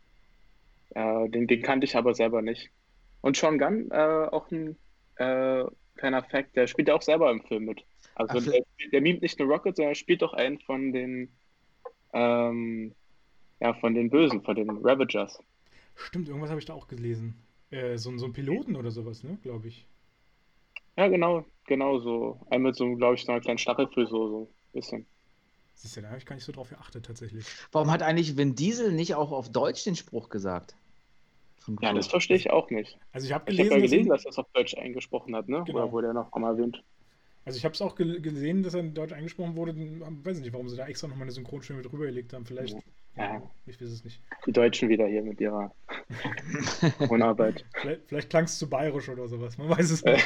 Äh, den, den kannte ich aber selber nicht. Und Sean Gunn, äh, auch ein äh, kleiner Fact, der spielt ja auch selber im Film mit. Also Ach, für- der, der mimt nicht nur Rocket, sondern er spielt auch einen von den, ähm, ja, von den Bösen, von den Ravagers. Stimmt, irgendwas habe ich da auch gelesen. Äh, so, so ein Piloten oder sowas, ne, glaube ich. Ja, genau, genau so. Ein mit so, glaube ich, so einer kleinen Stachelfrisur, so ein bisschen. Siehst du, da habe ich gar nicht so drauf geachtet, tatsächlich. Warum hat eigentlich Vin Diesel nicht auch auf Deutsch den Spruch gesagt? Von Ja, Crew? das verstehe ich auch nicht. Also ich habe Ich habe gelesen, ja gelesen, dass dass er es auf Deutsch eingesprochen hat, ne? Genau. Oder wurde er noch mal erwähnt? Also ich habe es auch gel- gesehen, dass er in Deutsch eingesprochen wurde. Dann weiß ich nicht, warum sie da extra nochmal eine Synchronstimme mit rübergelegt haben. Vielleicht. Ja. Ja, ich weiß es nicht. Die Deutschen wieder hier mit ihrer Unarbeit. Vielleicht, vielleicht klang es zu bayerisch oder sowas. Man weiß es nicht.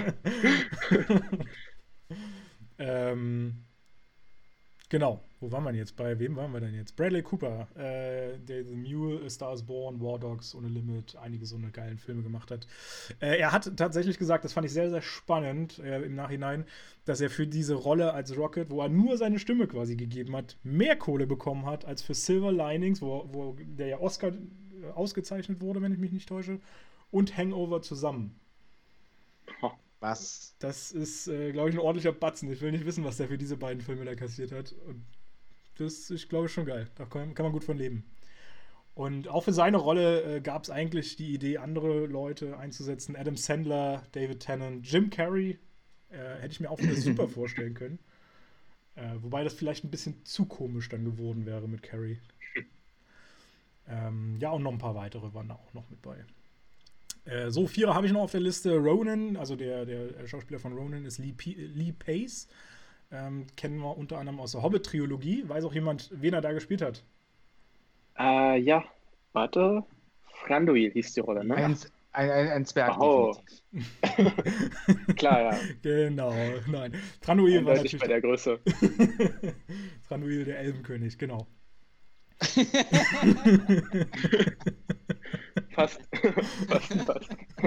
ähm, genau. Wo waren wir denn jetzt? Bei wem waren wir denn jetzt? Bradley Cooper, äh, der The Mule, A Star is Born, War Dogs, Ohne Limit, einige so eine geilen Filme gemacht hat. Äh, er hat tatsächlich gesagt, das fand ich sehr, sehr spannend äh, im Nachhinein, dass er für diese Rolle als Rocket, wo er nur seine Stimme quasi gegeben hat, mehr Kohle bekommen hat als für Silver Linings, wo, wo der ja Oscar äh, ausgezeichnet wurde, wenn ich mich nicht täusche, und Hangover zusammen. Was? Das ist, äh, glaube ich, ein ordentlicher Batzen. Ich will nicht wissen, was der für diese beiden Filme da kassiert hat. Und das ist, glaube ich, schon geil. Da kann, kann man gut von leben. Und auch für seine Rolle äh, gab es eigentlich die Idee, andere Leute einzusetzen. Adam Sandler, David Tennant, Jim Carrey. Äh, hätte ich mir auch wieder super vorstellen können. Äh, wobei das vielleicht ein bisschen zu komisch dann geworden wäre mit Carrey. Ähm, ja, und noch ein paar weitere waren da auch noch mit bei. Äh, so, Vierer habe ich noch auf der Liste. Ronan, also der, der Schauspieler von Ronan ist Lee, P Lee Pace. Ähm, kennen wir unter anderem aus der Hobbit-Trilogie. Weiß auch jemand, wen er da gespielt hat? Äh, ja, warte. Franduil hieß die Rolle, ne? Ein, ein, ein, ein Zwerg, Oh. definitiv. Klar, ja. Genau, nein. Thranduil war Eindeutig natürlich bei der Größe. Thranduil, der Elbenkönig, genau. Fast. fast, fast.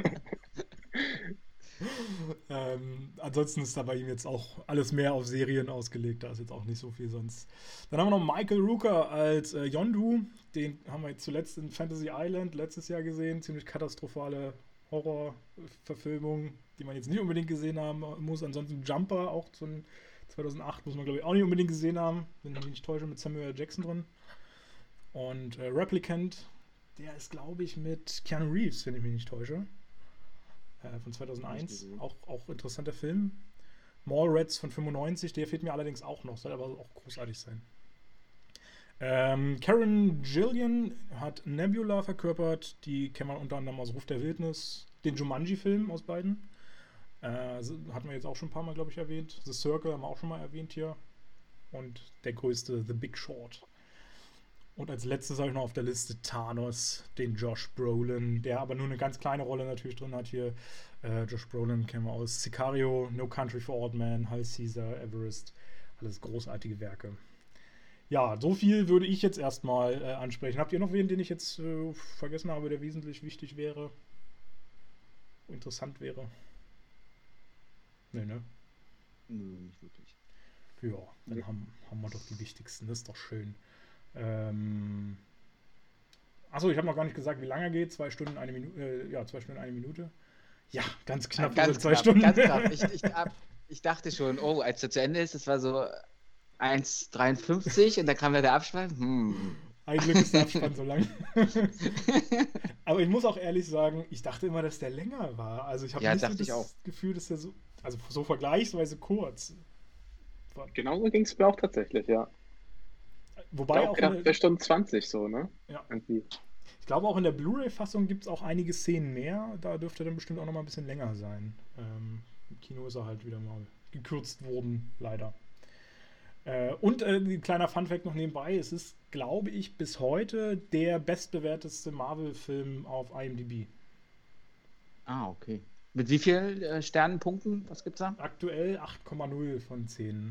ähm, ansonsten ist da bei ihm jetzt auch alles mehr auf Serien ausgelegt, da ist jetzt auch nicht so viel sonst. Dann haben wir noch Michael Rooker als äh, Yondu, den haben wir jetzt zuletzt in Fantasy Island letztes Jahr gesehen, ziemlich katastrophale Horrorverfilmung, die man jetzt nicht unbedingt gesehen haben muss. Ansonsten Jumper, auch von zweitausendacht, muss man glaube ich auch nicht unbedingt gesehen haben, wenn ich mich nicht täusche, mit Samuel Jackson drin. Und äh, Replicant, der ist glaube ich mit Keanu Reeves, wenn ich mich nicht täusche. Von zweitausendeins, auch, auch interessanter Film. Mallrats von fünfundneunzig, der fehlt mir allerdings auch noch, soll aber auch großartig sein. Ähm, Karen Gillian hat Nebula verkörpert, die kennen wir unter anderem aus Ruf der Wildnis, den Jumanji-Film aus beiden. Äh, hatten wir jetzt auch schon ein paar Mal, glaube ich, erwähnt. The Circle haben wir auch schon mal erwähnt hier. Und der größte, The Big Short. Und als letztes habe ich noch auf der Liste Thanos, den Josh Brolin, der aber nur eine ganz kleine Rolle natürlich drin hat hier. Äh, Josh Brolin kennen wir aus Sicario, No Country for Old Men, High Caesar, Everest. Alles großartige Werke. Ja, so viel würde ich jetzt erstmal äh, ansprechen. Habt ihr noch wen, den ich jetzt äh, vergessen habe, der wesentlich wichtig wäre? Interessant wäre? Nee, ne? Nö, nicht wirklich. Ja, dann ja. Haben, haben wir doch die wichtigsten. Das ist doch schön. Ähm. Achso, ich habe noch gar nicht gesagt, wie lange er geht. Zwei Stunden, eine Minute. Äh, ja, zwei Stunden, eine Minute. Ja, ganz knapp. Ganz zwei knapp, Stunden. Ganz knapp. Ich, ich, ich dachte schon, oh, als er zu Ende ist, das war so eins dreiundfünfzig und dann kam da der Abspann. Hm. Ein Glück ist der Abspann so lang. Aber ich muss auch ehrlich sagen, ich dachte immer, dass der länger war. Also ich habe ja, nicht so das das auch. Gefühl, dass der so, also so vergleichsweise kurz. Genau so ging es mir auch tatsächlich, ja. Wobei ich auch gedacht, in der, zwei Stunden zwanzig so, ne? Ja. Irgendwie. Ich glaube, auch in der Blu-ray-Fassung gibt es auch einige Szenen mehr. Da dürfte dann bestimmt auch noch mal ein bisschen länger sein. Ähm, Im Kino ist er halt wieder mal gekürzt worden, leider. Äh, und äh, ein kleiner Funfact noch nebenbei. Es ist, glaube ich, bis heute der bestbewerteste Marvel-Film auf IMDb. Ah, okay. Mit wie vielen äh, Sternenpunkten? Was gibt's da? Aktuell acht Komma null von zehn.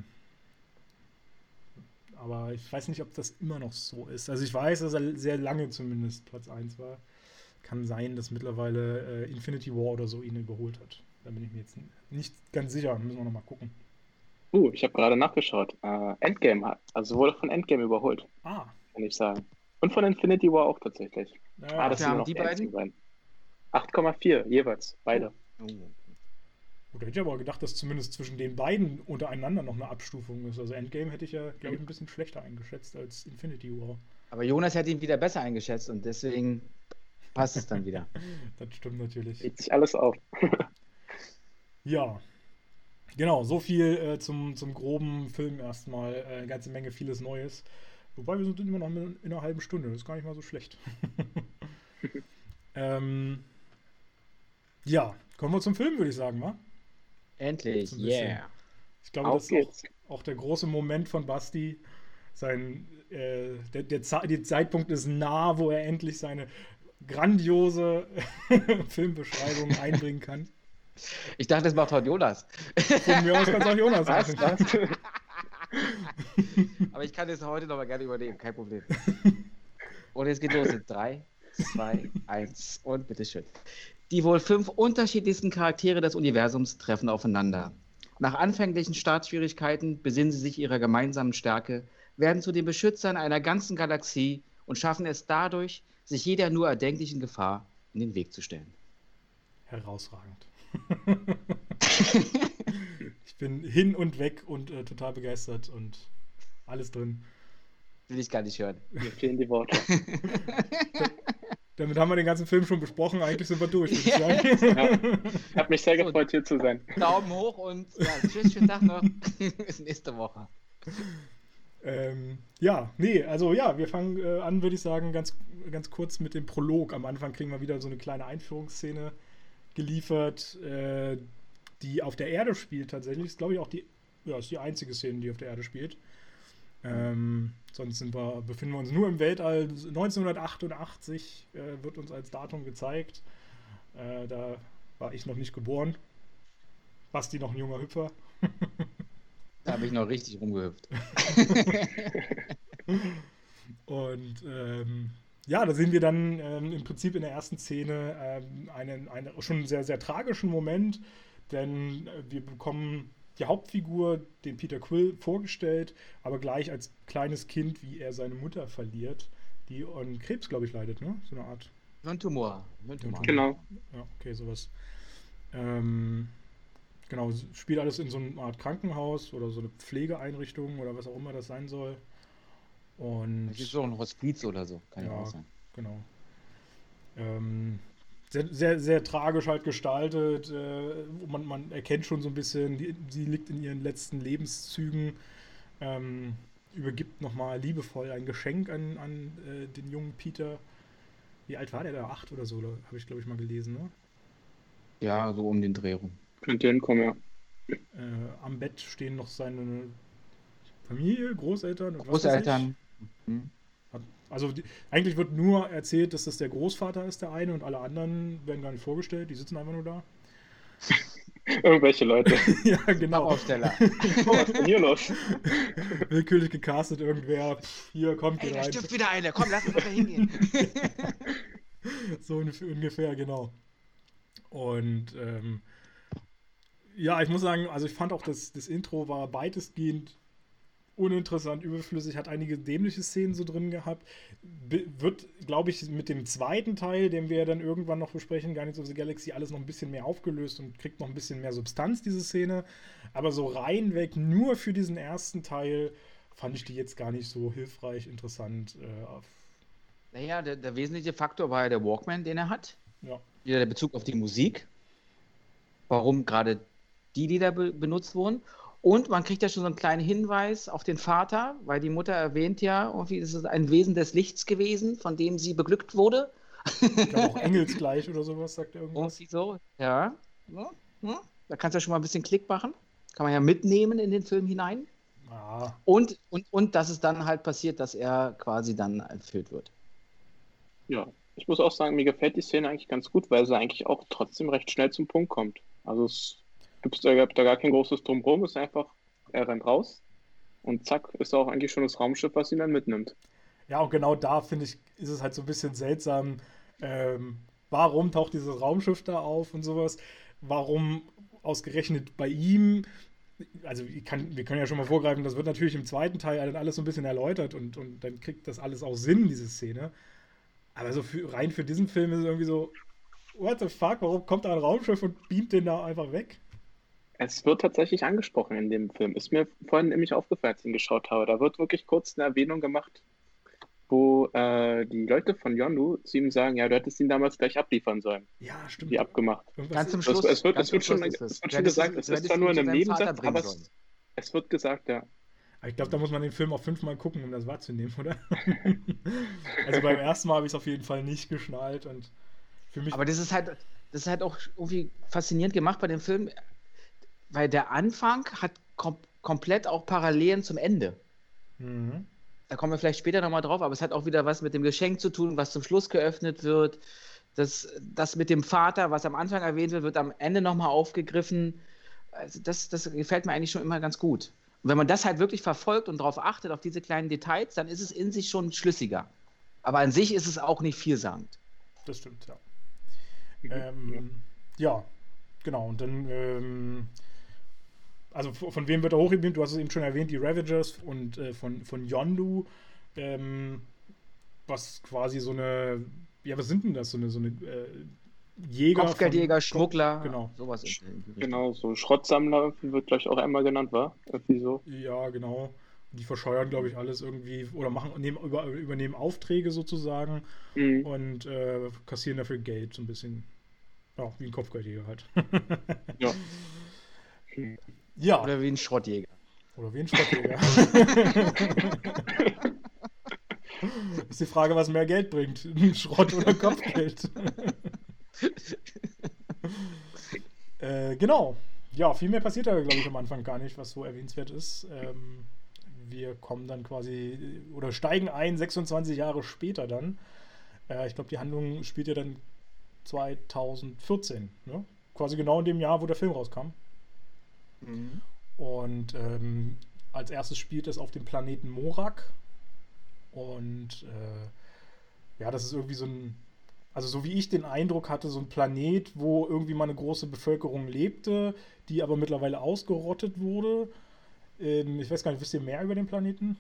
Aber ich weiß nicht, ob das immer noch so ist. Also ich weiß, dass er sehr lange zumindest Platz eins war. Kann sein, dass mittlerweile äh, Infinity War oder so ihn überholt hat. Da bin ich mir jetzt nicht ganz sicher. Müssen wir noch mal gucken. Uh, ich habe gerade nachgeschaut. Uh, Endgame hat, also wurde von Endgame überholt. Ah. Kann ich sagen. Und von Infinity War auch tatsächlich. Ja, ah, das sind haben noch die beiden? beiden? acht Komma vier jeweils, beide. Oh. Oder hätte ich aber gedacht, dass zumindest zwischen den beiden untereinander noch eine Abstufung ist. Also Endgame hätte ich ja, glaube ich, ein bisschen schlechter eingeschätzt als Infinity War. Aber Jonas hätte ihn wieder besser eingeschätzt und deswegen passt es dann wieder. Das stimmt natürlich. Legt sich alles auf. Ja, genau, so viel äh, zum, zum groben Film erstmal. Äh, eine ganze Menge, vieles Neues. Wobei wir sind immer noch in einer halben Stunde, das ist gar nicht mal so schlecht. ähm, ja, kommen wir zum Film, würde ich sagen, wa? Endlich, So ein bisschen. yeah. Ich glaube, Auf das ist geht's. auch, auch der große Moment von Basti. Sein, äh, der, der, Ze- der Zeitpunkt ist nah, wo er endlich seine grandiose Filmbeschreibung einbringen kann. Ich dachte, das macht heute Jonas. Von mir aus kann es auch Jonas Was? machen. Was? Aber ich kann das heute noch mal gerne übernehmen, kein Problem. Und jetzt geht los in drei, zwei, eins und bitteschön. Die wohl fünf unterschiedlichsten Charaktere des Universums treffen aufeinander. Nach anfänglichen Startschwierigkeiten besinnen sie sich ihrer gemeinsamen Stärke, werden zu den Beschützern einer ganzen Galaxie und schaffen es dadurch, sich jeder nur erdenklichen Gefahr in den Weg zu stellen. Herausragend. Ich bin hin und weg und äh, total begeistert und alles drin. Will ich gar nicht hören. Mir fehlen die Worte. Damit haben wir den ganzen Film schon besprochen. Eigentlich sind wir durch, würde ich sagen. Ja. Ich habe mich sehr gefreut, hier zu sein. Daumen hoch und ja, tschüss, schönen Tag noch. Bis nächste Woche. Ähm, ja, nee, also ja, wir fangen äh, an, würde ich sagen, ganz, ganz kurz mit dem Prolog. Am Anfang kriegen wir wieder so eine kleine Einführungsszene geliefert, äh, die auf der Erde spielt tatsächlich. Ist, glaube ich, auch die, ja, ist die einzige Szene, die auf der Erde spielt. Ähm, sonst sind wir, befinden wir uns nur im Weltall. neunzehnhundertachtundachtzig äh, wird uns als Datum gezeigt. Äh, da war ich noch nicht geboren. Basti noch ein junger Hüpfer. Da habe ich noch richtig rumgehüpft. Und ähm, ja, da sehen wir dann ähm, im Prinzip in der ersten Szene ähm, einen, einen schon sehr, sehr tragischen Moment, denn äh, wir bekommen die Hauptfigur, den Peter Quill, vorgestellt, aber gleich als kleines Kind, wie er seine Mutter verliert, die an Krebs, glaube ich, leidet, ne? So eine Art. Hirntumor. Hirntumor. Genau. Ja, okay, sowas. Ähm, genau, s- spielt alles in so einer Art Krankenhaus oder so eine Pflegeeinrichtung oder was auch immer das sein soll. Und Das ist so ein Hospiz oder so. Kann ja Ja. auch sein. genau. Ähm, sehr, sehr, sehr tragisch halt gestaltet. Äh, man, man erkennt schon so ein bisschen, die, sie liegt in ihren letzten Lebenszügen. Ähm, übergibt nochmal liebevoll ein Geschenk an, an äh, den jungen Peter. Wie alt war der da? Acht oder so, habe ich glaube ich mal gelesen, ne? Ja, so um den Dreh rum. Könnte hinkommen, ja. Äh, am Bett stehen noch seine Familie, Großeltern und was weiß Großeltern. Hm. ich. Hat, also die, eigentlich wird nur erzählt, dass das der Großvater ist, der eine, und alle anderen werden gar nicht vorgestellt, die sitzen einfach nur da. Irgendwelche Leute. Ja, genau. Aufsteller. Oh, was ist denn hier los? Willkürlich gecastet, irgendwer. Pff, hier, kommt Ey, ihr da rein. stirbt wieder einer. Komm, lass uns da hingehen. So ungef- ungefähr, genau. Und ähm, ja, ich muss sagen, also ich fand auch, das, das Intro war weitestgehend uninteressant, überflüssig, hat einige dämliche Szenen so drin gehabt. Be- wird, glaube ich, mit dem zweiten Teil, den wir dann irgendwann noch besprechen, Guardians of the Galaxy, alles noch ein bisschen mehr aufgelöst und kriegt noch ein bisschen mehr Substanz, diese Szene. Aber so reinweg, nur für diesen ersten Teil, fand ich die jetzt gar nicht so hilfreich, interessant. Äh, auf, Naja, der, der wesentliche Faktor war ja der Walkman, den er hat. ja. Wieder der Bezug auf die Musik. Warum gerade die Lieder be benutzt wurden. Und man kriegt ja schon so einen kleinen Hinweis auf den Vater, weil die Mutter erwähnt ja, irgendwie, es ist ein Wesen des Lichts gewesen, von dem sie beglückt wurde. Ich glaube auch engelsgleich oder sowas, sagt er irgendwas. Irgendwie so, ja. Ja, ja. Da kannst du ja schon mal ein bisschen Klick machen. Kann man ja mitnehmen in den Film hinein. Ah, Und, und, und dass es dann halt passiert, dass er quasi dann entführt wird. Ja, ich muss auch sagen, mir gefällt die Szene eigentlich ganz gut, weil sie eigentlich auch trotzdem recht schnell zum Punkt kommt. Also es gibt da, da gar kein großes Drumherum, es ist einfach, er rennt raus und zack, ist auch eigentlich schon das Raumschiff, was ihn dann mitnimmt. ja, und genau da, finde ich, ist es halt so ein bisschen seltsam. Ähm, warum taucht dieses Raumschiff da auf und sowas? Warum ausgerechnet bei ihm? Also ich kann, wir können ja schon mal vorgreifen, das wird natürlich im zweiten Teil dann alles so ein bisschen erläutert und, und dann kriegt das alles auch Sinn, diese Szene. Aber so für, rein für diesen Film ist es irgendwie so, what the fuck, warum kommt da ein Raumschiff und beamt den da einfach weg? Es wird tatsächlich angesprochen in dem Film. Ist mir vorhin nämlich aufgefallen, als ich ihn geschaut habe. Da wird wirklich kurz eine Erwähnung gemacht, wo äh, die Leute von Yondu zu ihm sagen, ja, du hättest ihn damals gleich abliefern sollen, Ja, stimmt. wie abgemacht. Irgendwas Ganz zum ist- Das, Schluss. es wird, ganz es wird zum schon, Schluss ist es es. wird Du schon hättest gesagt, ihn- es du ist hättest zwar ihn nur in zu einem deinem Vater Nebensatz, bringen aber sollen. es, es wird gesagt, ja. Aber ich glaube, da muss man den Film auch fünfmal gucken, um das wahrzunehmen, oder? Also beim ersten Mal habe ich es auf jeden Fall nicht geschnallt und für mich. Aber das ist halt, das ist halt auch irgendwie faszinierend gemacht bei dem Film, weil der Anfang hat kom komplett auch Parallelen zum Ende. Mhm. Da kommen wir vielleicht später nochmal drauf, aber es hat auch wieder was mit dem Geschenk zu tun, was zum Schluss geöffnet wird. Das, das mit dem Vater, was am Anfang erwähnt wird, wird am Ende nochmal aufgegriffen. Also das, das gefällt mir eigentlich schon immer ganz gut. Und wenn man das halt wirklich verfolgt und darauf achtet, auf diese kleinen Details, dann ist es in sich schon schlüssiger. Aber an sich ist es auch nicht vielsagend. Das stimmt, ja. Ähm, ja, genau. Und dann, ähm, also von von wem wird er hochgebeamt? Du hast es eben schon erwähnt, die Ravagers und äh, von, von Yondu, ähm, was quasi so eine, ja, was sind denn das? So eine, so eine äh, Jäger. Kopfgeldjäger, von, Schmuggler, genau. sowas. in- in die Richtung. Genau, so Schrottsammler wird gleich auch einmal genannt, war? Irgendwie so. Ja, genau. Die verscheuern, glaube ich, alles irgendwie oder machen, nehmen, über, übernehmen Aufträge sozusagen Mhm. und äh, kassieren dafür Geld, so ein bisschen. Ja, wie ein Kopfgeldjäger halt. Ja. Ja, Oder wie ein Schrottjäger. oder wie ein Schrottjäger. Ist die Frage, was mehr Geld bringt. Schrott oder Kopfgeld. äh, genau. Ja, viel mehr passiert da, glaube ich, am Anfang gar nicht, was so erwähnenswert ist. Ähm, wir kommen dann quasi oder steigen ein sechsundzwanzig Jahre später dann. Äh, ich glaube, die Handlung spielt ja dann zweitausendvierzehn, ne? Quasi genau in dem Jahr, wo der Film rauskam. Mhm. Und ähm, als erstes spielt es auf dem Planeten Morak. Und äh, ja, das ist irgendwie so ein, also so wie ich den Eindruck hatte, so ein Planet, wo irgendwie mal eine große Bevölkerung lebte, die aber mittlerweile ausgerottet wurde. Ähm, ich weiß gar nicht, wisst ihr mehr über den Planeten?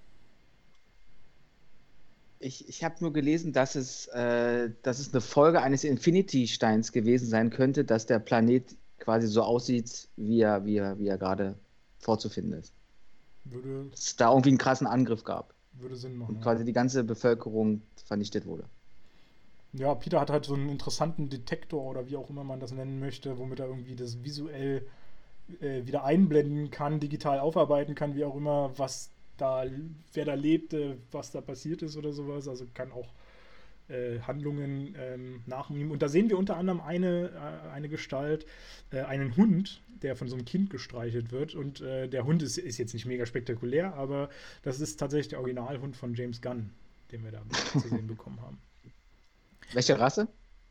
Ich, ich habe nur gelesen, dass es, äh, dass es eine Folge eines Infinity-Steins gewesen sein könnte, dass der Planet quasi so aussieht, wie er, wie er, wie er gerade vorzufinden ist. Würde, Dass es da irgendwie einen krassen Angriff gab würde Sinn machen. und Ja. quasi die ganze Bevölkerung vernichtet wurde. Ja, Peter hat halt so einen interessanten Detektor oder wie auch immer man das nennen möchte, womit er irgendwie das visuell äh, wieder einblenden kann, digital aufarbeiten kann, wie auch immer, was da, wer da lebte, was da passiert ist oder sowas. Also kann auch äh, Handlungen ähm, nachmimen. Und da sehen wir unter anderem eine, äh, eine Gestalt, äh, einen Hund, der von so einem Kind gestreichelt wird. Und äh, der Hund ist, ist jetzt nicht mega spektakulär, aber das ist tatsächlich der Originalhund von James Gunn, den wir da zu sehen bekommen haben. Welche Rasse?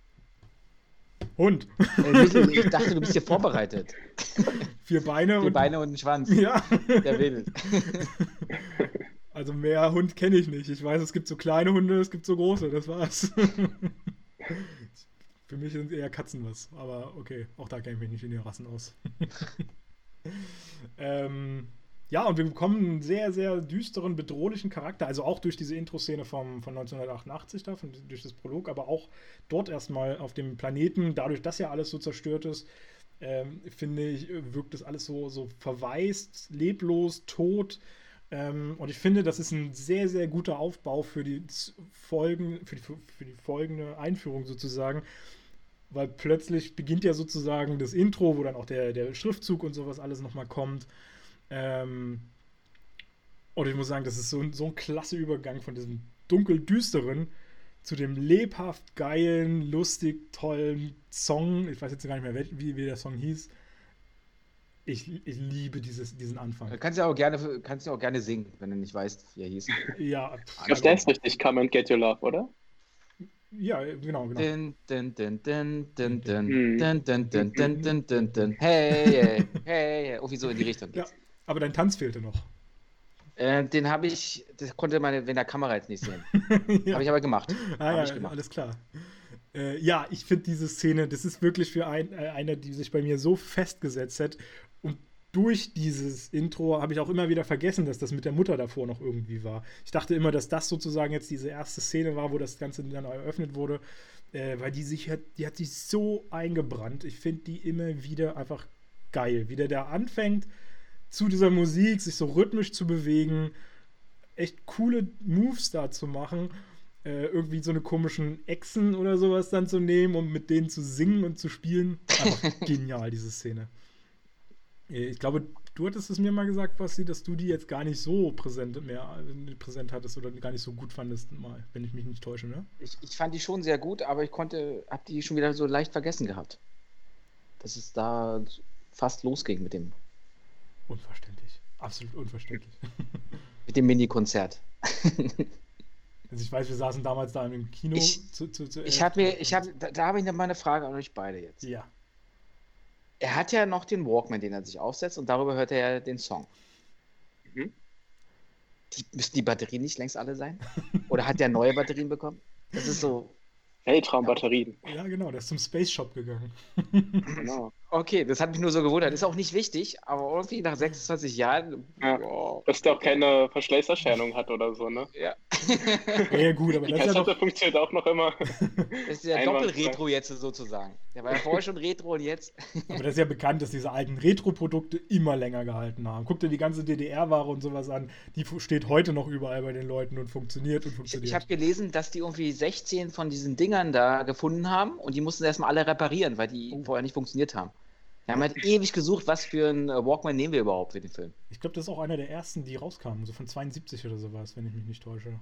Hund. Äh, ich dachte, du bist hier vorbereitet. Vier Beine. Vier und, Beine und einen Schwanz. Ja. Der will. Also mehr Hund kenne ich nicht. Ich weiß, es gibt so kleine Hunde, es gibt so große, das war's. Für mich sind eher Katzen was, aber okay, auch da kenne ich mich nicht in den Rassen aus. ähm, ja, und wir bekommen einen sehr, sehr düsteren, bedrohlichen Charakter, also auch durch diese Intro-Szene vom, von neunzehnhundertachtundachtzig da, von, durch das Prolog, aber auch dort erstmal auf dem Planeten, dadurch, dass ja alles so zerstört ist, ähm, finde ich, wirkt das alles so, so verwaist, leblos, tot. Ähm, und ich finde, das ist ein sehr, sehr guter Aufbau für die Folgen, für die, für die folgende Einführung sozusagen, weil plötzlich beginnt ja sozusagen das Intro, wo dann auch der, der Schriftzug und sowas alles nochmal kommt. Ähm, und ich muss sagen, das ist so ein, so ein klasse Übergang von diesem dunkel-düsteren zu dem lebhaft geilen, lustig, tollen Song. Ich weiß jetzt gar nicht mehr, wie, wie der Song hieß. Ich, ich liebe dieses, diesen Anfang. Du kannst ja auch gerne, kannst ja auch gerne singen, wenn du nicht weißt, wie er hieß. Ja. Das ist richtig, Come and Get Your Love, oder? Ja, genau, genau. Dun, dun, dun, dun, dun, dun, Hm. dun, dun, dun, dun, dun, dun, dun. Hey, hey, hey, hey. Irgendwie so in die Richtung Ja, geht's. aber dein Tanz fehlte noch. Äh, den habe ich, das konnte man in der Kamera jetzt nicht sehen. Ja. Habe ich aber gemacht. Ah Hab ja, ich gemacht. alles klar. Äh, ja, ich finde diese Szene, das ist wirklich für ein, äh, einer, die sich bei mir so festgesetzt hat. Und durch dieses Intro habe ich auch immer wieder vergessen, dass das mit der Mutter davor noch irgendwie war. Ich dachte immer, dass das sozusagen jetzt diese erste Szene war, wo das Ganze dann eröffnet wurde, äh, weil die sich hat, die hat sich so eingebrannt. Ich finde die immer wieder einfach geil. Wie der da anfängt, zu dieser Musik sich so rhythmisch zu bewegen, echt coole Moves da zu machen, äh, irgendwie so eine komischen Echsen oder sowas dann zu nehmen, um mit denen zu singen und zu spielen. Einfach genial, diese Szene. Ich glaube, du hattest es mir mal gesagt, Basti, dass du die jetzt gar nicht so präsent mehr präsent hattest oder gar nicht so gut fandest, mal, wenn ich mich nicht täusche, ne? Ich, ich fand die schon sehr gut, aber ich konnte, hab die schon wieder so leicht vergessen gehabt. Dass es da fast losging mit dem, Unverständlich. Absolut unverständlich. mit dem Mini-Konzert. Also ich weiß, wir saßen damals da im Kino. Ich- zu, zu, zu Ich habe mir, ich habe, da, da habe ich noch mal eine Frage an euch beide jetzt. Ja. Er hat ja noch den Walkman, den er sich aufsetzt und darüber hört er ja den Song. Mhm. Die, müssen die Batterien nicht längst alle sein? Oder hat der neue Batterien bekommen? Das ist so. Weltraumbatterien. Ja, genau, der ist zum Space Shop gegangen. Genau. Okay, das hat mich nur so gewundert. Ist auch nicht wichtig, aber irgendwie nach sechsundzwanzig Jahren. Ja. Wow. Dass der auch keine Verschleißerscheinung hat oder so, ne? Ja. Ja, gut, aber Die das ist ja Kassette doch. funktioniert auch noch immer. Das ist der Einwandfrei. Doppel-Retro jetzt sozusagen. Der war ja vorher schon Retro und jetzt. Aber das ist ja bekannt, dass diese alten Retro-Produkte immer länger gehalten haben. Guck dir die ganze D D R-Ware und sowas an. Die fu- steht heute noch überall bei den Leuten und funktioniert und Ich, funktioniert. ich habe gelesen, dass die irgendwie sechzehn von diesen Dingern da gefunden haben und die mussten erstmal alle reparieren, weil die Oh. vorher nicht funktioniert haben. Wir haben halt ewig gesucht, was für einen äh, Walkman nehmen wir überhaupt für den Film. Ich glaube, das ist auch einer der ersten, die rauskamen, so von zweiundsiebzig oder sowas, wenn ich mich nicht täusche.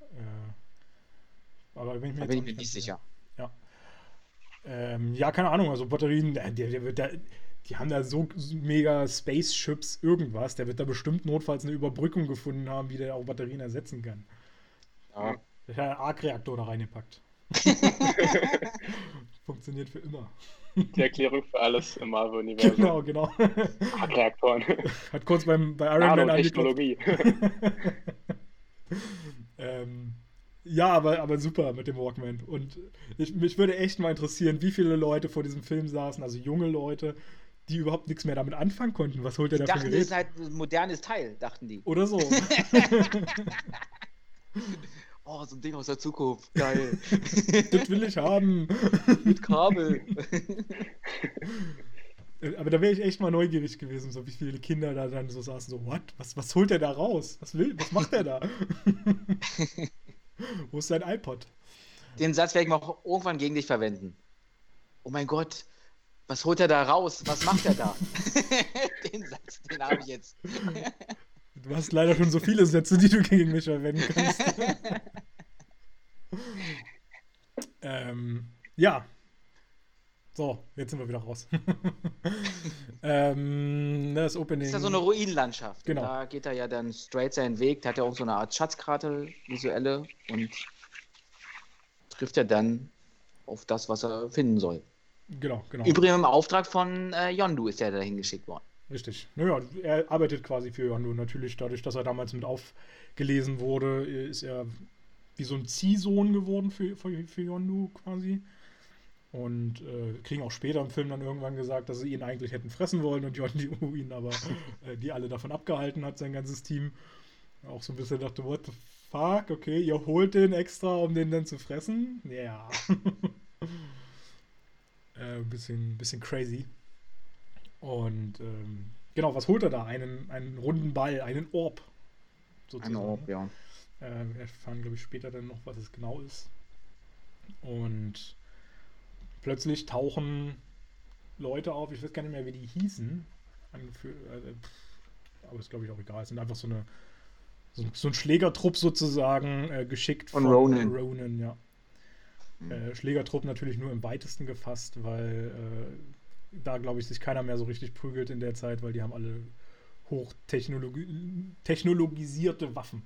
Äh, aber bin ich mir Da jetzt bin auch ich mir ganz nicht sicher. Ja. Ähm, ja, keine Ahnung, also Batterien, der, der, der wird da, die haben da so mega Spaceships irgendwas, der wird da bestimmt notfalls eine Überbrückung gefunden haben, wie der auch Batterien ersetzen kann. Ja. Der hat einen Arc-Reaktor da reingepackt. Funktioniert für immer. Die Erklärung für alles im Marvel-Universum. Genau, genau. Reaktoren. Hat kurz beim, bei Iron Man angeklopft. Nanotechnologie. Ähm, ja, aber, aber super mit dem Walkman. Und ich, mich würde echt mal interessieren, wie viele Leute vor diesem Film saßen, also junge Leute, die überhaupt nichts mehr damit anfangen konnten. Was holt der Die da für ein dachten, das Gerät? ist halt ein modernes Teil, dachten die. Oder so. Oh, so ein Ding aus der Zukunft. Geil. Das will ich haben. Mit Kabel. Aber da wäre ich echt mal neugierig gewesen, so wie viele Kinder da dann so saßen, so, what? Was, was holt der da raus? Was will, was macht der da? Wo ist sein iPod? Den Satz werde ich mal auch irgendwann gegen dich verwenden. Oh mein Gott, was holt er da raus? Was macht er da? Den Satz, den habe ich jetzt. Du hast leider schon so viele Sätze, die du gegen mich verwenden kannst. ähm, ja. So, jetzt sind wir wieder raus. ähm, das Opening. Ist ja so eine Ruinenlandschaft. Genau. Und da geht er ja dann straight seinen Weg. Da hat er auch so eine Art Schatzkarte, visuelle, und trifft er dann auf das, was er finden soll. Genau, genau. Übrigens im Auftrag von äh, Yondu ist er dahin geschickt worden. Richtig. Naja, er arbeitet quasi für Yondu. Natürlich, dadurch, dass er damals mit aufgelesen wurde, ist er wie so ein Ziehsohn geworden für, für, für Yondu quasi. Und äh, kriegen auch später im Film dann irgendwann gesagt, dass sie ihn eigentlich hätten fressen wollen und Yondu ihn aber äh, die alle davon abgehalten hat, sein ganzes Team. Auch so ein bisschen dachte, what the fuck, okay, ihr holt den extra, um den dann zu fressen? Ja. Ein äh, bisschen, bisschen crazy. Und ähm, genau, was holt er da? Einen, einen runden Ball, einen Orb. Ein Orb, ja. Äh, wir erfahren, glaube ich, später dann noch, was es genau ist. Und plötzlich tauchen Leute auf, ich weiß gar nicht mehr, wie die hießen. Angefü- äh, aber ist, glaube ich, auch egal. Es sind einfach so eine so, so ein Schlägertrupp sozusagen, äh, geschickt von, von Ronin. Ronin, ja. Mhm. Äh, Schlägertrupp natürlich nur im weitesten gefasst, weil äh, da, glaube ich, sich keiner mehr so richtig prügelt in der Zeit, weil die haben alle hochtechnologisierte Waffen.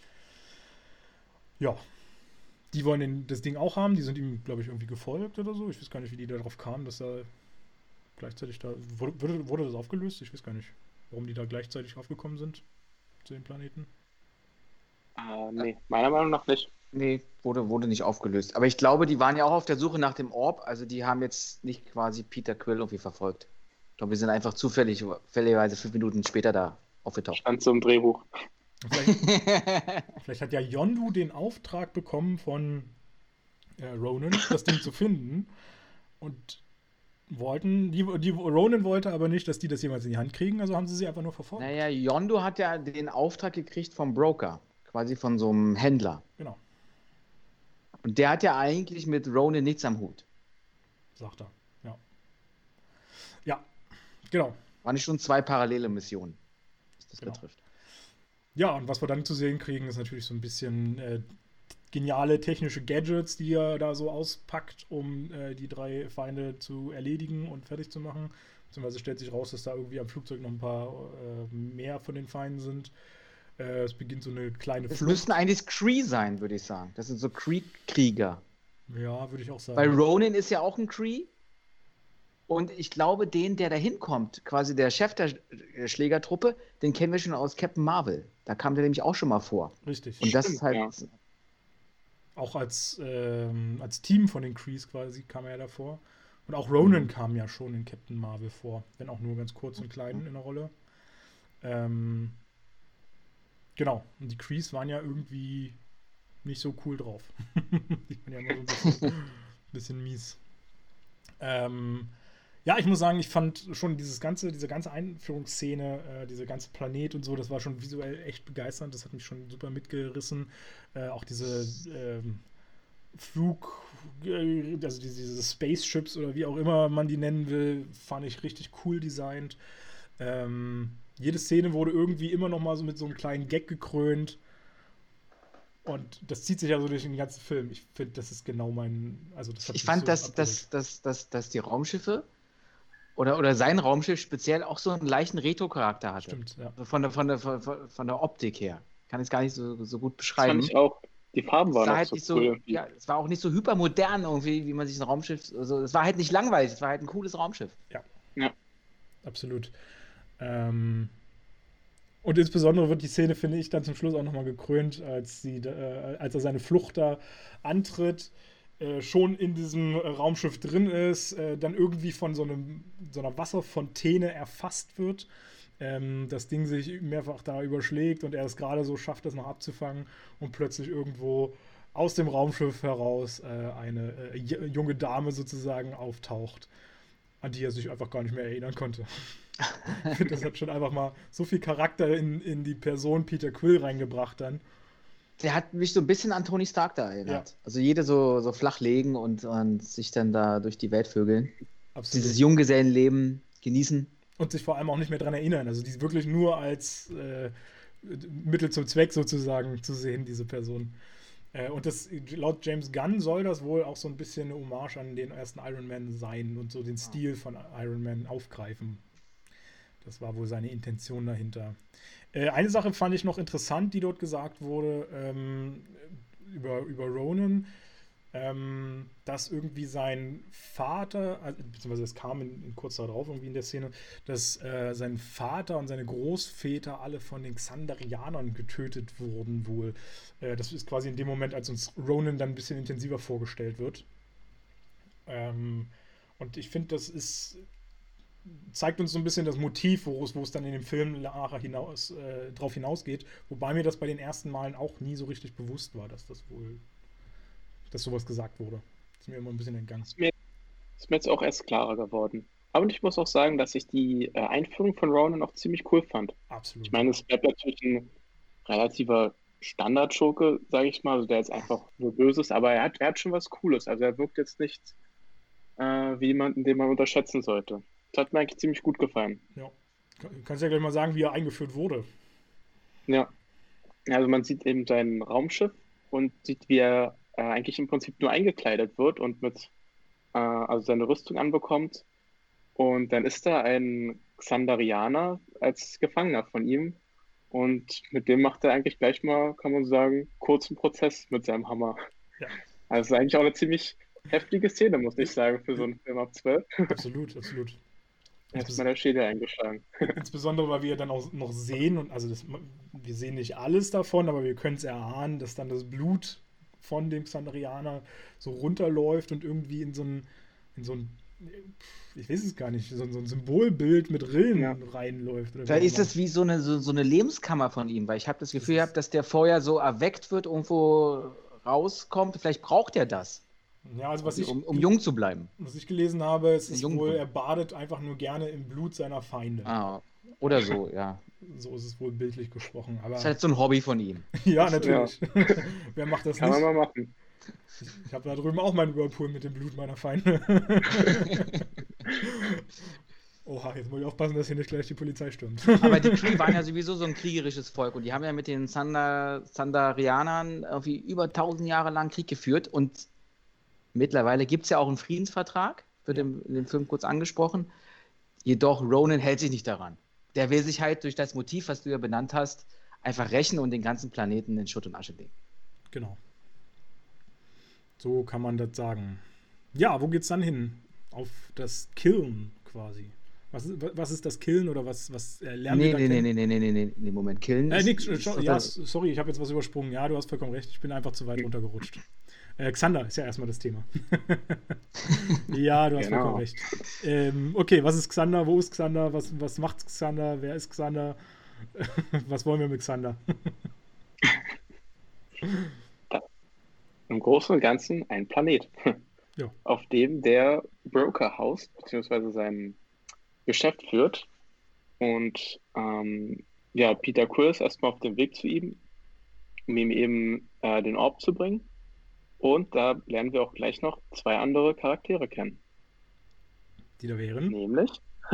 Ja. Die wollen den, das Ding auch haben, die sind ihm, glaube ich, irgendwie gefolgt oder so. Ich weiß gar nicht, wie die darauf kamen, dass er gleichzeitig da. Wurde, wurde das aufgelöst? Ich weiß gar nicht, warum die da gleichzeitig aufgekommen sind zu den Planeten. Äh, nee, meiner Meinung nach nicht. Nee, wurde, wurde nicht aufgelöst. Aber ich glaube, die waren ja auch auf der Suche nach dem Orb, also die haben jetzt nicht quasi Peter Quill irgendwie verfolgt. Ich glaube, wir sind einfach zufällig, fälligerweise fünf Minuten später da aufgetaucht. Stand so im Drehbuch. Vielleicht, vielleicht hat ja Yondu den Auftrag bekommen von äh, Ronin, das Ding zu finden. Und wollten, die, die Ronin wollte aber nicht, dass die das jemals in die Hand kriegen, also haben sie sie einfach nur verfolgt. Naja, Yondu hat ja den Auftrag gekriegt vom Broker, quasi von so einem Händler. Genau. Und der hat ja eigentlich mit Ronin nichts am Hut. Sagt er, ja. Ja, genau. Waren nicht schon zwei parallele Missionen, was das Genau. betrifft. Ja, und was wir dann zu sehen kriegen, ist natürlich so ein bisschen äh, geniale technische Gadgets, die er da so auspackt, um äh, die drei Feinde zu erledigen und fertig zu machen. Beziehungsweise stellt sich raus, dass da irgendwie am Flugzeug noch ein paar äh, mehr von den Feinden sind. Äh, es beginnt so eine kleine Es Flucht. müssten eigentlich Kree sein, würde ich sagen. Das sind so Kree-Krieger. Ja, würde ich auch sagen. Weil Ronin ist ja auch ein Kree. Und ich glaube, den, der da hinkommt, quasi der Chef der Schlägertruppe, den kennen wir schon aus Captain Marvel. Da kam der nämlich auch schon mal vor. Richtig. Und das Stimmt, ist halt. ja. Auch als, ähm, als Team von den Krees quasi kam er ja davor. Und auch Ronin Mhm. kam ja schon in Captain Marvel vor, wenn auch nur ganz kurz und klein in der Rolle. Ähm, genau, und die Krees waren ja irgendwie nicht so cool drauf. Die waren ja immer so ein bisschen, bisschen mies. Ähm, ja, ich muss sagen, ich fand schon dieses ganze, diese ganze Einführungsszene, äh, diese ganze Planet und so, das war schon visuell echt begeisternd. Das hat mich schon super mitgerissen. Äh, auch diese ähm, Flug, äh, also diese, diese Spaceships oder wie auch immer man die nennen will, fand ich richtig cool designt. Ähm, jede Szene wurde irgendwie immer noch mal so mit so einem kleinen Gag gekrönt. Und das zieht sich ja so durch den ganzen Film. Ich finde, das ist genau mein. Also das hat Ich mich fand, so dass, abgeholt. dass, dass, dass, dass die Raumschiffe oder, oder sein Raumschiff speziell auch so einen leichten Retro-Charakter hatte. Stimmt, ja. Also Von der, von, der, von, von der Optik her. Kann ich es gar nicht so, so gut Das beschreiben. fand ich auch. Die Farben Es waren war auch halt so nicht cool. so, irgendwie. ja, es war auch nicht so hypermodern irgendwie, wie man sich ein Raumschiff, also es war halt nicht langweilig, es war halt ein cooles Raumschiff. Absolut. Ähm, und insbesondere wird die Szene, finde ich, dann zum Schluss auch nochmal gekrönt, als, sie, äh, als er seine Flucht da antritt, äh, schon in diesem Raumschiff drin ist, äh, dann irgendwie von so, einem, so einer Wasserfontäne erfasst wird. Ähm, das Ding sich mehrfach da überschlägt und er es gerade so schafft, das noch abzufangen und plötzlich irgendwo aus dem Raumschiff heraus äh, eine äh, j- junge Dame sozusagen auftaucht, an die er sich einfach gar nicht mehr erinnern konnte. Ich finde, das hat schon einfach mal so viel Charakter in, in die Person Peter Quill reingebracht dann. Der hat mich so ein bisschen an Tony Stark da erinnert. Ja. Also jede so, so flach legen und, und sich dann da durch die Welt vögeln. Absolut. Dieses Junggesellenleben genießen. Und sich vor allem auch nicht mehr dran erinnern. Also die wirklich nur als äh, Mittel zum Zweck sozusagen zu sehen, diese Person. Äh, und das, laut James Gunn soll das wohl auch so ein bisschen eine Hommage an den ersten Iron Man sein und so den Stil von Iron Man aufgreifen. Das war wohl seine Intention dahinter. Äh, eine Sache fand ich noch interessant, die dort gesagt wurde, ähm, über, über Ronan, ähm, dass irgendwie sein Vater, also, beziehungsweise es kam in, in kurz darauf irgendwie in der Szene, dass äh, sein Vater und seine Großväter alle von den Xandarianern getötet wurden wohl. Äh, das ist quasi in dem Moment, als uns Ronan dann ein bisschen intensiver vorgestellt wird. Ähm, und ich finde, das ist zeigt uns so ein bisschen das Motiv, wo es, wo es dann in dem Film nachher hinaus, äh, drauf hinausgeht, wobei mir das bei den ersten Malen auch nie so richtig bewusst war, dass das wohl, dass sowas gesagt wurde. Das ist mir immer ein bisschen entgangen. Ist mir, ist mir jetzt auch erst klarer geworden. Aber ich muss auch sagen, dass ich die äh, Einführung von Ronan auch ziemlich cool fand. Absolut. Ich meine, es bleibt natürlich ein relativer Standard-Schurke, sage ich mal, also der jetzt einfach nur böse ist, aber er hat, er hat schon was Cooles. Also er wirkt jetzt nicht äh, wie jemanden, den man unterschätzen sollte. Das hat mir eigentlich ziemlich gut gefallen. Ja. Kannst ja gleich mal sagen, wie er eingeführt wurde. Ja. Also man sieht eben sein Raumschiff und sieht, wie er äh, eigentlich im Prinzip nur eingekleidet wird und mit äh, also seine Rüstung anbekommt. Und dann ist da ein Xandarianer als Gefangener von ihm. Und mit dem macht er eigentlich gleich mal, kann man sagen, kurzen Prozess mit seinem Hammer. Ja. Also es ist eigentlich auch eine ziemlich heftige Szene, muss ich sagen, für so einen Film ab zwölf. Absolut, absolut. Erst mal der Schädel eingeschlagen. Insbesondere, weil wir dann auch noch sehen, und also das, wir sehen nicht alles davon, aber wir können es erahnen, dass dann das Blut von dem Xandarianer so runterläuft und irgendwie in so ein, in so ein, ich weiß es gar nicht, so, so ein Symbolbild mit Rillen ja. reinläuft. Oder Vielleicht ist das wie so eine, so, so eine Lebenskammer von ihm, weil ich habe das Gefühl gehabt, dass der vorher so erweckt wird, irgendwo rauskommt. Vielleicht braucht er das. Ja, also was ich, um, um jung zu bleiben. Was ich gelesen habe, es ist Jung wohl, er badet einfach nur gerne im Blut seiner Feinde. Ah, oder so, ja. So ist es wohl bildlich gesprochen. Aber das ist halt so ein Hobby von ihm. Ja, natürlich. Ja. Wer macht das Kann nicht? Kann man mal machen. Ich, ich habe da drüben auch meinen Whirlpool mit dem Blut meiner Feinde. Oha, jetzt muss ich aufpassen, dass hier nicht gleich die Polizei stürmt. Aber die Kree waren ja sowieso so ein kriegerisches Volk und die haben ja mit den Xandarianern irgendwie über tausend Jahre lang Krieg geführt und mittlerweile gibt es ja auch einen Friedensvertrag, wird im, in dem Film kurz angesprochen. Jedoch Ronan hält sich nicht daran. Der will sich halt durch das Motiv, was du ja benannt hast, einfach rächen und den ganzen Planeten in Schutt und Asche legen. Genau. So kann man das sagen. Ja, wo geht's dann hin? Auf das Killen quasi. Was ist, was ist das Killen oder was, was äh, lernen nee, wir da nee, kennen? nee, nee, nee, nee, nee, nee, Moment, Killen äh, ist, nix, ist ist ja, sorry, ich habe jetzt was übersprungen. Ja, du hast vollkommen recht. Ich bin einfach zu weit runtergerutscht. Äh, Xander ist ja erstmal das Thema. Ja, du hast genau. vollkommen recht. Ähm, okay, was ist Xander? Wo ist Xander? Was, was macht Xander? Wer ist Xander? Was wollen wir mit Xander? Im Großen und Ganzen ein Planet, ja. auf dem der Broker House beziehungsweise sein Geschäft führt. Und ähm, ja, Peter Quill ist erstmal auf dem Weg zu ihm, um ihm eben äh, den Orb zu bringen. Und da lernen wir auch gleich noch zwei andere Charaktere kennen. Die da wären? Nämlich?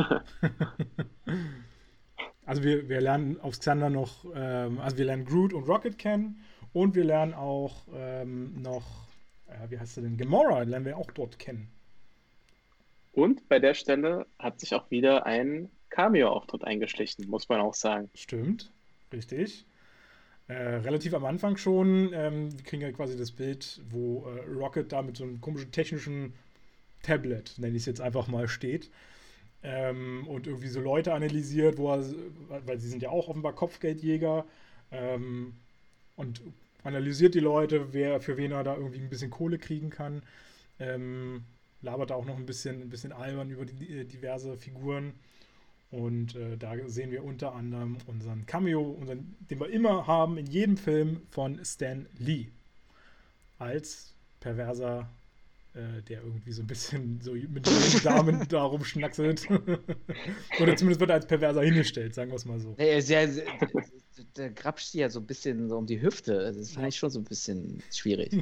Also wir, wir lernen auf Xander noch, ähm, also wir lernen Groot und Rocket kennen und wir lernen auch ähm, noch, äh, wie heißt er denn, Gamora lernen wir auch dort kennen. Und bei der Stelle hat sich auch wieder ein Cameo-Auftritt eingeschlichen, muss man auch sagen. Stimmt, richtig. Äh, relativ am Anfang schon, ähm, wir kriegen ja quasi das Bild, wo äh, Rocket da mit so einem komischen technischen Tablet, nenne ich es jetzt einfach mal, steht. Ähm, und irgendwie so Leute analysiert, wo er, weil sie sind ja auch offenbar Kopfgeldjäger, ähm, und analysiert die Leute, wer für wen er da irgendwie ein bisschen Kohle kriegen kann. Ähm, labert da auch noch ein bisschen, ein bisschen albern über die äh, diverse Figuren. Und äh, da sehen wir unter anderem unseren Cameo, unseren, den wir immer haben in jedem Film von Stan Lee. Als perverser, äh, der irgendwie so ein bisschen so mit den Damen da rumschnackselt. Oder zumindest wird er als perverser hingestellt, sagen wir es mal so. Der, der, der, der grapscht ja so ein bisschen so um die Hüfte. Das fand ich schon so ein bisschen schwierig.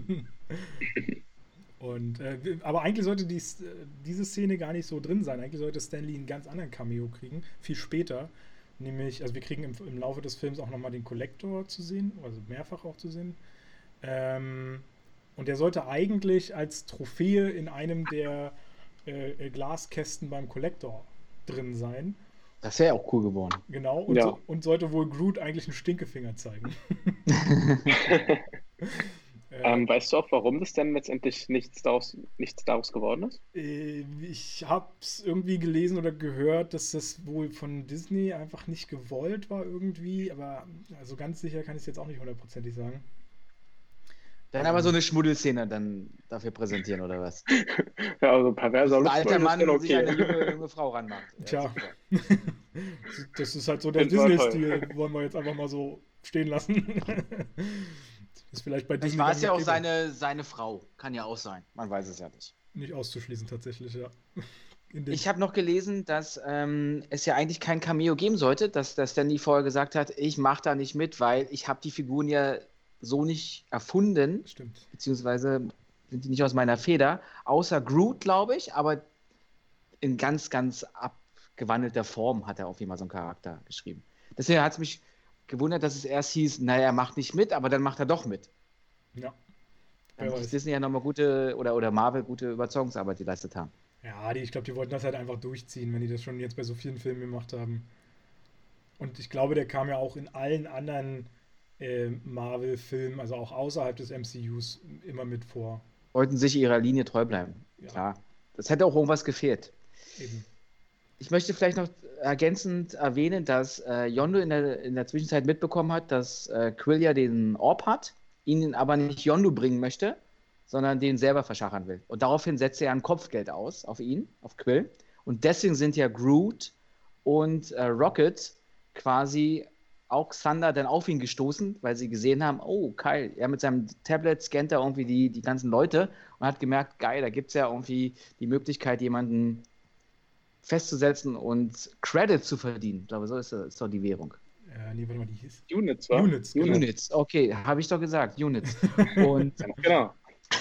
Und, äh, aber eigentlich sollte dies, äh, diese Szene gar nicht so drin sein. Eigentlich sollte Stan Lee einen ganz anderen Cameo kriegen, viel später, Nämlich, also wir kriegen im, im Laufe des Films auch nochmal den Collector zu sehen, also mehrfach auch zu sehen. Ähm, und der sollte eigentlich als Trophäe in einem der äh, Glaskästen beim Collector drin sein. Das wäre auch cool geworden. Genau, und, Ja. so, und sollte wohl Groot eigentlich einen Stinkefinger zeigen. äh, Ähm, weißt du auch, warum das dann letztendlich nichts daraus, nichts daraus geworden ist? äh, ich habe es irgendwie gelesen oder gehört, dass das wohl von Disney einfach nicht gewollt war irgendwie, aber also ganz sicher kann ich es jetzt auch nicht hundertprozentig sagen. Dann aber so eine Schmuddelszene dann dafür präsentieren, oder was? Ja, also perverser Ein alter Lustvoll ist Mann dann sich eine okay. junge, junge Frau ranmacht. Ja, Tja. super. Das ist halt so der Find's voll toll. Disney-Stil, wollen wir jetzt einfach mal so stehen lassen. Ist vielleicht bei Vielleicht Disney war dann es ja auch okay, seine, seine Frau. Kann ja auch sein. Man weiß es ja nicht. nicht auszuschließen tatsächlich, ja. In dem- Ich habe noch gelesen, dass ähm, es ja eigentlich kein Cameo geben sollte, dass der Stan Lee vorher gesagt hat, ich mache da nicht mit, weil ich habe die Figuren ja so nicht erfunden, Stimmt. beziehungsweise sind die nicht aus meiner Feder, außer Groot, glaube ich, aber in ganz, ganz abgewandelter Form hat er auf jeden Fall so einen Charakter geschrieben. Deswegen hat es mich gewundert, dass es erst hieß, naja, er macht nicht mit, aber dann macht er doch mit. Ja. Dann Wer muss weiß. Disney ja nochmal gute, oder, oder Marvel gute Überzeugungsarbeit geleistet haben. Ja, die, ich glaube, die wollten das halt einfach durchziehen, wenn die das schon jetzt bei so vielen Filmen gemacht haben. Und ich glaube, der kam ja auch in allen anderen äh, Marvel-Filmen, also auch außerhalb des M C Us, immer mit vor. Wollten sich ihrer Linie treu bleiben. Ja. Klar. Das hätte auch irgendwas gefehlt. Eben. Ich möchte vielleicht noch ergänzend erwähnen, dass äh, Yondu in der, in der Zwischenzeit mitbekommen hat, dass äh, Quill ja den Orb hat, ihn aber nicht Yondu bringen möchte, sondern den selber verschachern will. Und daraufhin setzt er ein Kopfgeld aus auf ihn, auf Quill. Und deswegen sind ja Groot und äh, Rocket quasi auch Thunder dann auf ihn gestoßen, weil sie gesehen haben, oh, Kyle, er mit seinem Tablet scannt da irgendwie die, die ganzen Leute und hat gemerkt, geil, da gibt es ja irgendwie die Möglichkeit, jemanden festzusetzen und Credit zu verdienen. Ich glaube, so ist, das, ist doch die Währung. Äh, nee, warte mal, die hieß. Units, wa? Units, genau. Units, okay, habe ich doch gesagt, Units. Und, Genau.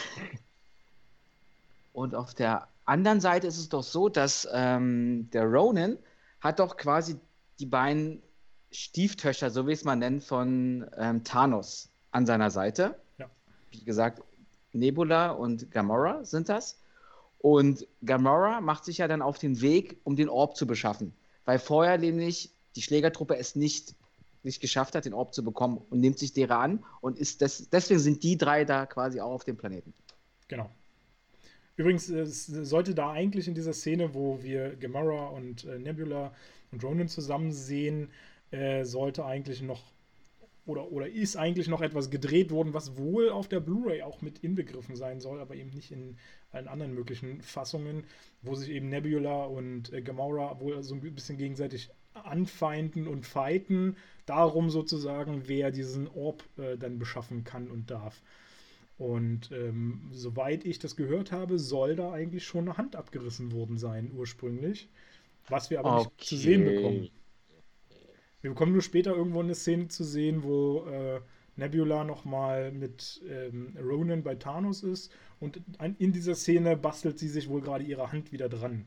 und auf der anderen Seite ist es doch so, dass ähm, der Ronin hat doch quasi die beiden Stieftöchter, so wie es man nennt, von ähm, Thanos an seiner Seite. Ja. Wie gesagt, Nebula und Gamora sind das. Und Gamora macht sich ja dann auf den Weg, um den Orb zu beschaffen. Weil vorher nämlich die Schlägertruppe es nicht, nicht geschafft hat, den Orb zu bekommen und nimmt sich derer an. Und ist des, deswegen sind die drei da quasi auch auf dem Planeten. Genau. Übrigens, es sollte da eigentlich in dieser Szene, wo wir Gamora und äh, Nebula und Ronan zusammen sehen, äh, sollte eigentlich noch oder, oder ist eigentlich noch etwas gedreht worden, was wohl auf der Blu-ray auch mit inbegriffen sein soll, aber eben nicht in allen anderen möglichen Fassungen, wo sich eben Nebula und äh, Gamora wohl so ein bisschen gegenseitig anfeinden und fighten, darum sozusagen, wer diesen Orb äh, dann beschaffen kann und darf. Und ähm, soweit ich das gehört habe, soll da eigentlich schon eine Hand abgerissen worden sein, ursprünglich. Was wir aber nicht zu sehen bekommen. Wir bekommen nur später irgendwo eine Szene zu sehen, wo äh, Nebula nochmal mit ähm, Ronan bei Thanos ist. Und in dieser Szene bastelt sie sich wohl gerade ihre Hand wieder dran.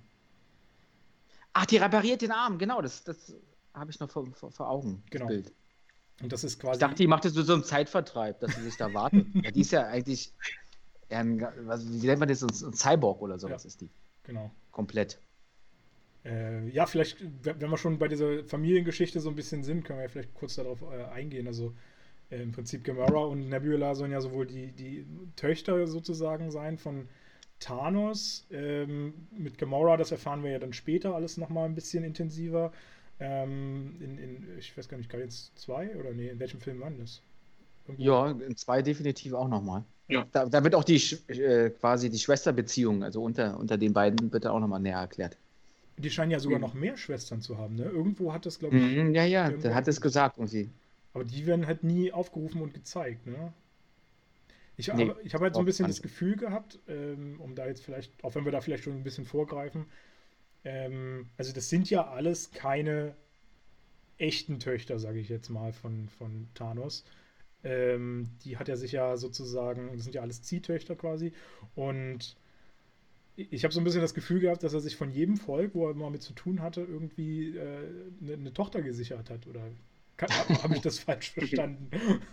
Ach, die repariert den Arm, genau, das, das habe ich noch vor, vor, vor Augen, Genau. das Bild. Und das ist quasi. Ich dachte, die macht das so einen Zeitvertreib, dass sie sich da wartet. Ja, die ist ja eigentlich eher ein, was, wie nennt man das, ein Cyborg oder sowas Ja. ist die. Genau. Komplett. Äh, ja, vielleicht, wenn wir schon bei dieser Familiengeschichte so ein bisschen sind, können wir ja vielleicht kurz darauf äh, eingehen. Also äh, im Prinzip Gamora und Nebula sollen ja sowohl die, die Töchter sozusagen sein von Thanos. Ähm, mit Gamora, das erfahren wir ja dann später alles nochmal ein bisschen intensiver. Ähm, in, in, ich weiß gar nicht, Guardians zwei oder nee, in welchem Film war das? Irgendwo- Ja, in zwei definitiv auch nochmal. Ja. Da, da wird auch die Sch- äh, quasi die Schwesterbeziehung, also unter, unter den beiden, wird da auch nochmal näher erklärt. Die scheinen ja sogar Mhm. noch mehr Schwestern zu haben, ne? Irgendwo hat das, glaube ich. Mhm, ja, ja, irgendwo der hat es aufgelistet. gesagt irgendwie. Aber die werden halt nie aufgerufen und gezeigt, ne? Ich, Nee, aber, ich habe halt so ein auch bisschen gar das Gefühl gehabt, ähm, um da jetzt vielleicht, auch wenn wir da vielleicht schon ein bisschen vorgreifen, ähm, also das sind ja alles keine echten Töchter, sage ich jetzt mal, von, von Thanos. Ähm, die hat er sich ja sozusagen, das sind ja alles Ziehtöchter quasi. Und Ich habe so ein bisschen das Gefühl gehabt, dass er sich von jedem Volk, wo er mal mit zu tun hatte, irgendwie äh, eine, eine Tochter gesichert hat. Oder habe ich das falsch verstanden?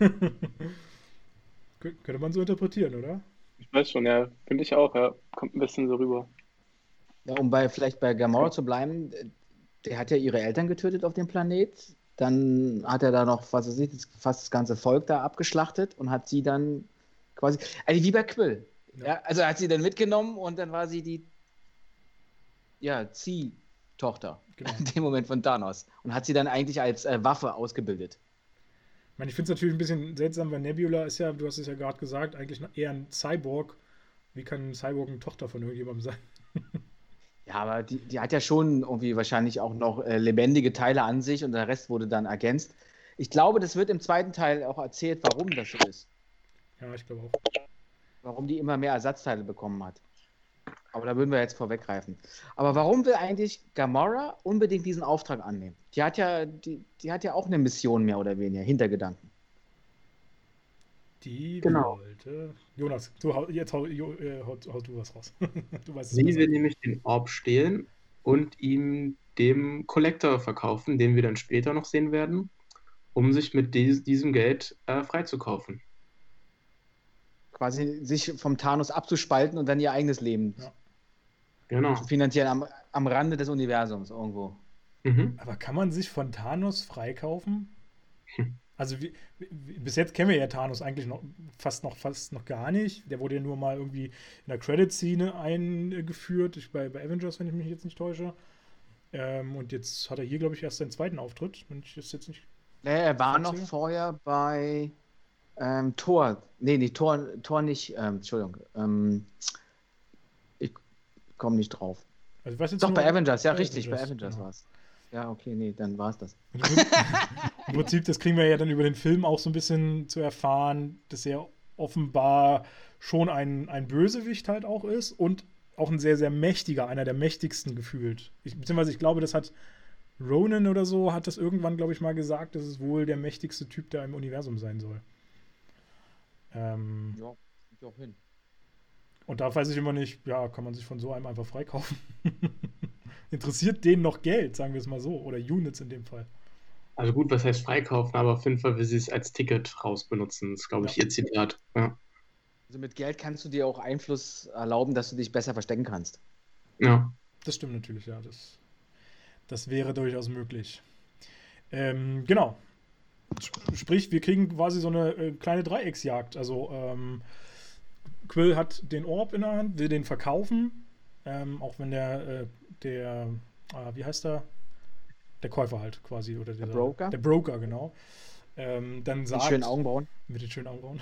Kön- Könnte man so interpretieren, oder? Ich weiß schon, ja, finde ich auch, ja. Kommt ein bisschen so rüber. Ja, um bei, vielleicht bei Gamora zu bleiben, der hat ja ihre Eltern getötet auf dem Planet. Dann hat er da noch, was weiß ich, das- fast das ganze Volk da abgeschlachtet und hat sie dann quasi, also wie bei Quill. Ja. Ja, also er hat sie dann mitgenommen und dann war sie die, ja, Ziehtochter Genau. in dem Moment von Thanos und hat sie dann eigentlich als äh, Waffe ausgebildet. Ich meine, ich finde es natürlich ein bisschen seltsam, weil Nebula ist ja, du hast es ja gerade gesagt, eigentlich eher ein Cyborg. Wie kann ein Cyborg eine Tochter von irgendjemandem sein? Ja, aber die, die hat ja schon irgendwie wahrscheinlich auch noch äh, lebendige Teile an sich und der Rest wurde dann ergänzt. Ich glaube, das wird im zweiten Teil auch erzählt, warum das so ist. Ja, ich glaube auch. Warum die immer mehr Ersatzteile bekommen hat. Aber da würden wir jetzt vorweggreifen. Aber warum will eigentlich Gamora unbedingt diesen Auftrag annehmen? Die hat ja, die, die hat ja auch eine Mission mehr oder weniger, Hintergedanken. Die Genau. wollte. Jonas, du, hau- jetzt hau, jo, äh, haut, haut du was raus. Du weißt es Sie besser. will nämlich den Orb stehlen und ihm dem Collector verkaufen, den wir dann später noch sehen werden, um sich mit dies, diesem Geld äh, freizukaufen. Quasi sich vom Thanos abzuspalten und dann ihr eigenes Leben Ja. Genau. zu finanzieren am, am Rande des Universums irgendwo. Mhm. Aber kann man sich von Thanos freikaufen? Hm. Also wie, wie, bis jetzt kennen wir ja Thanos eigentlich noch fast noch fast noch gar nicht. Der wurde ja nur mal irgendwie in der Credit-Szene eingeführt, ich, bei, bei Avengers, wenn ich mich jetzt nicht täusche. Ähm, und jetzt hat er hier, glaube ich, erst seinen zweiten Auftritt, wenn ich das jetzt nicht. Nee, er war noch Erzähl. vorher bei ähm, Thor. Nee, nee, Thor, Thor nicht. Ähm, Entschuldigung. Ähm, ich komme nicht drauf. Also ich weiß jetzt Doch, nur, bei Avengers, ja, bei richtig, bei Avengers, Avengers genau. war es. Ja, okay, nee, dann war es das. Und Im Im Prinzip, das kriegen wir ja dann über den Film auch so ein bisschen zu erfahren, dass er offenbar schon ein, ein Bösewicht halt auch ist und auch ein sehr, sehr mächtiger, einer der mächtigsten gefühlt. Ich, beziehungsweise ich glaube, das hat Ronan oder so, hat das irgendwann, glaube ich, mal gesagt, dass es wohl der mächtigste Typ da im Universum sein soll. Ähm, Ja, kommt ja auch hin. und da weiß ich immer nicht, ja, kann man sich von so einem einfach freikaufen? Interessiert denen noch Geld, sagen wir es mal so, oder Units in dem Fall. Also gut, was heißt freikaufen, aber auf jeden Fall will sie es als Ticket rausbenutzen. Das ist, glaube ich, Ja. ihr Zitat. Ja. Also mit Geld kannst du dir auch Einfluss erlauben, dass du dich besser verstecken kannst. Ja. Das stimmt natürlich, ja. Das, das wäre durchaus möglich. Ähm, genau. Sp- Sprich, wir kriegen quasi so eine äh, kleine Dreiecksjagd. Also ähm, Quill hat den Orb in der Hand, will den verkaufen. Ähm, auch wenn der, äh, der, ah, wie heißt der? Der Käufer halt quasi. Oder dieser, Broker? Der Broker, genau. Ähm, dann Mit sagt, schönen Augenbrauen. mit den schönen Augenbrauen.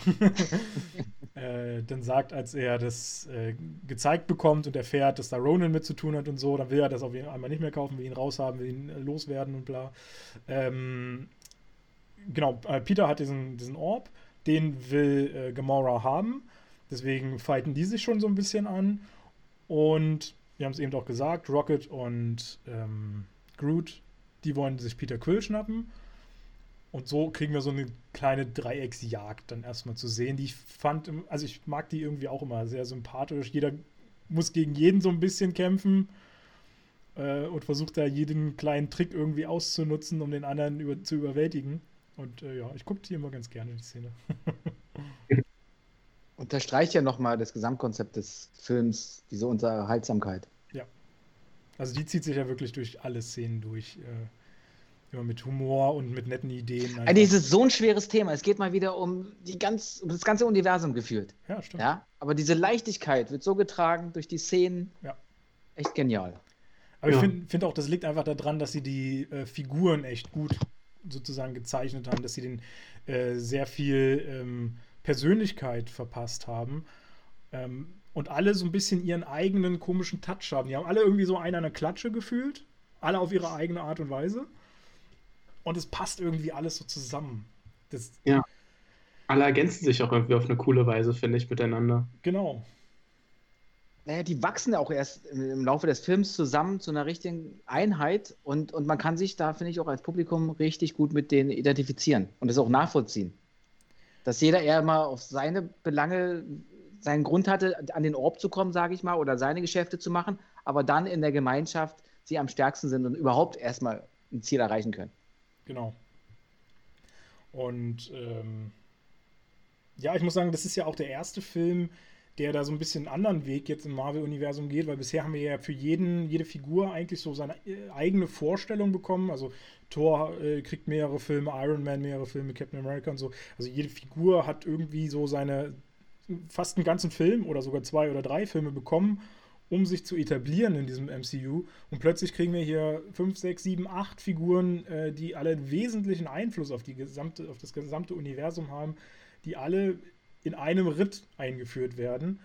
äh, dann sagt, als er das äh, gezeigt bekommt und erfährt, dass da Ronan mit zu tun hat und so, dann will er das auf jeden Fall einmal nicht mehr kaufen, will ihn raushaben, will ihn äh, loswerden und bla. Ähm, genau, äh, Peter hat diesen, diesen Orb, den will äh, Gamora haben, deswegen fighten die sich schon so ein bisschen an und wir haben es eben auch gesagt, Rocket und ähm, Groot, die wollen sich Peter Quill schnappen. Und so kriegen wir so eine kleine Dreiecksjagd dann erstmal zu sehen, die ich fand, im- also ich mag die irgendwie auch immer sehr sympathisch. Jeder muss gegen jeden so ein bisschen kämpfen äh, und versucht da jeden kleinen Trick irgendwie auszunutzen, um den anderen über, zu überwältigen. Und äh, ja, ich gucke die immer ganz gerne, die Szene. Unterstreicht ja nochmal das Gesamtkonzept des Films, diese Unterhaltsamkeit. Also die zieht sich ja wirklich durch alle Szenen durch. Äh, immer mit Humor und mit netten Ideen. Also es ist so ein schweres Thema. Es geht mal wieder um, die ganz, um das ganze Universum gefühlt. Ja, stimmt. Ja? Aber diese Leichtigkeit wird so getragen durch die Szenen. Ja. Echt genial. Aber ich Ja. finde find auch, das liegt einfach daran, dass sie die äh, Figuren echt gut sozusagen gezeichnet haben, dass sie den äh, sehr viel ähm, Persönlichkeit verpasst haben ähm, und alle so ein bisschen ihren eigenen komischen Touch haben. Die haben alle irgendwie so einen an der Klatsche gefühlt, alle auf ihre eigene Art und Weise und es passt irgendwie alles so zusammen. Das, Alle ergänzen sich auch irgendwie auf eine coole Weise, finde ich, miteinander. genau. Naja, die wachsen ja auch erst im im Laufe des Films zusammen zu einer richtigen Einheit und, und man kann sich da, finde ich, auch als Publikum richtig gut mit denen identifizieren und das auch nachvollziehen. Dass jeder eher mal auf seine Belange seinen Grund hatte, an den Orb zu kommen, sage ich mal, oder seine Geschäfte zu machen, aber dann in der Gemeinschaft sie am stärksten sind und überhaupt erstmal ein Ziel erreichen können. Genau. Und ähm, ja, ich muss sagen, das ist ja auch der erste Film, der da so ein bisschen einen anderen Weg jetzt im Marvel-Universum geht, weil bisher haben wir ja für jeden, jede Figur eigentlich so seine äh, eigene Vorstellung bekommen. Also Thor äh, kriegt mehrere Filme, Iron Man mehrere Filme, Captain America und so. Also jede Figur hat irgendwie so seine, fast einen ganzen Film oder sogar zwei oder drei Filme bekommen, um sich zu etablieren in diesem M C U. Und plötzlich kriegen wir hier fünf, sechs, sieben, acht Figuren, äh, die alle einen wesentlichen Einfluss auf, die gesamte, auf das gesamte Universum haben, die alle in einem Ritt eingeführt werden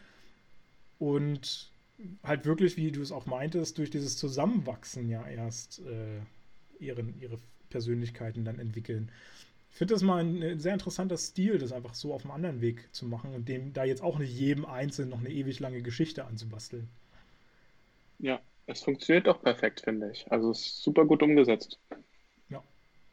und halt wirklich, wie du es auch meintest, durch dieses Zusammenwachsen ja erst äh, ihren, ihre Persönlichkeiten dann entwickeln. Ich finde das mal ein, ein sehr interessanter Stil, das einfach so auf einem anderen Weg zu machen und dem da jetzt auch nicht jedem Einzelnen noch eine ewig lange Geschichte anzubasteln. Ja, es funktioniert doch perfekt, finde ich. Also es ist super gut umgesetzt. Ja.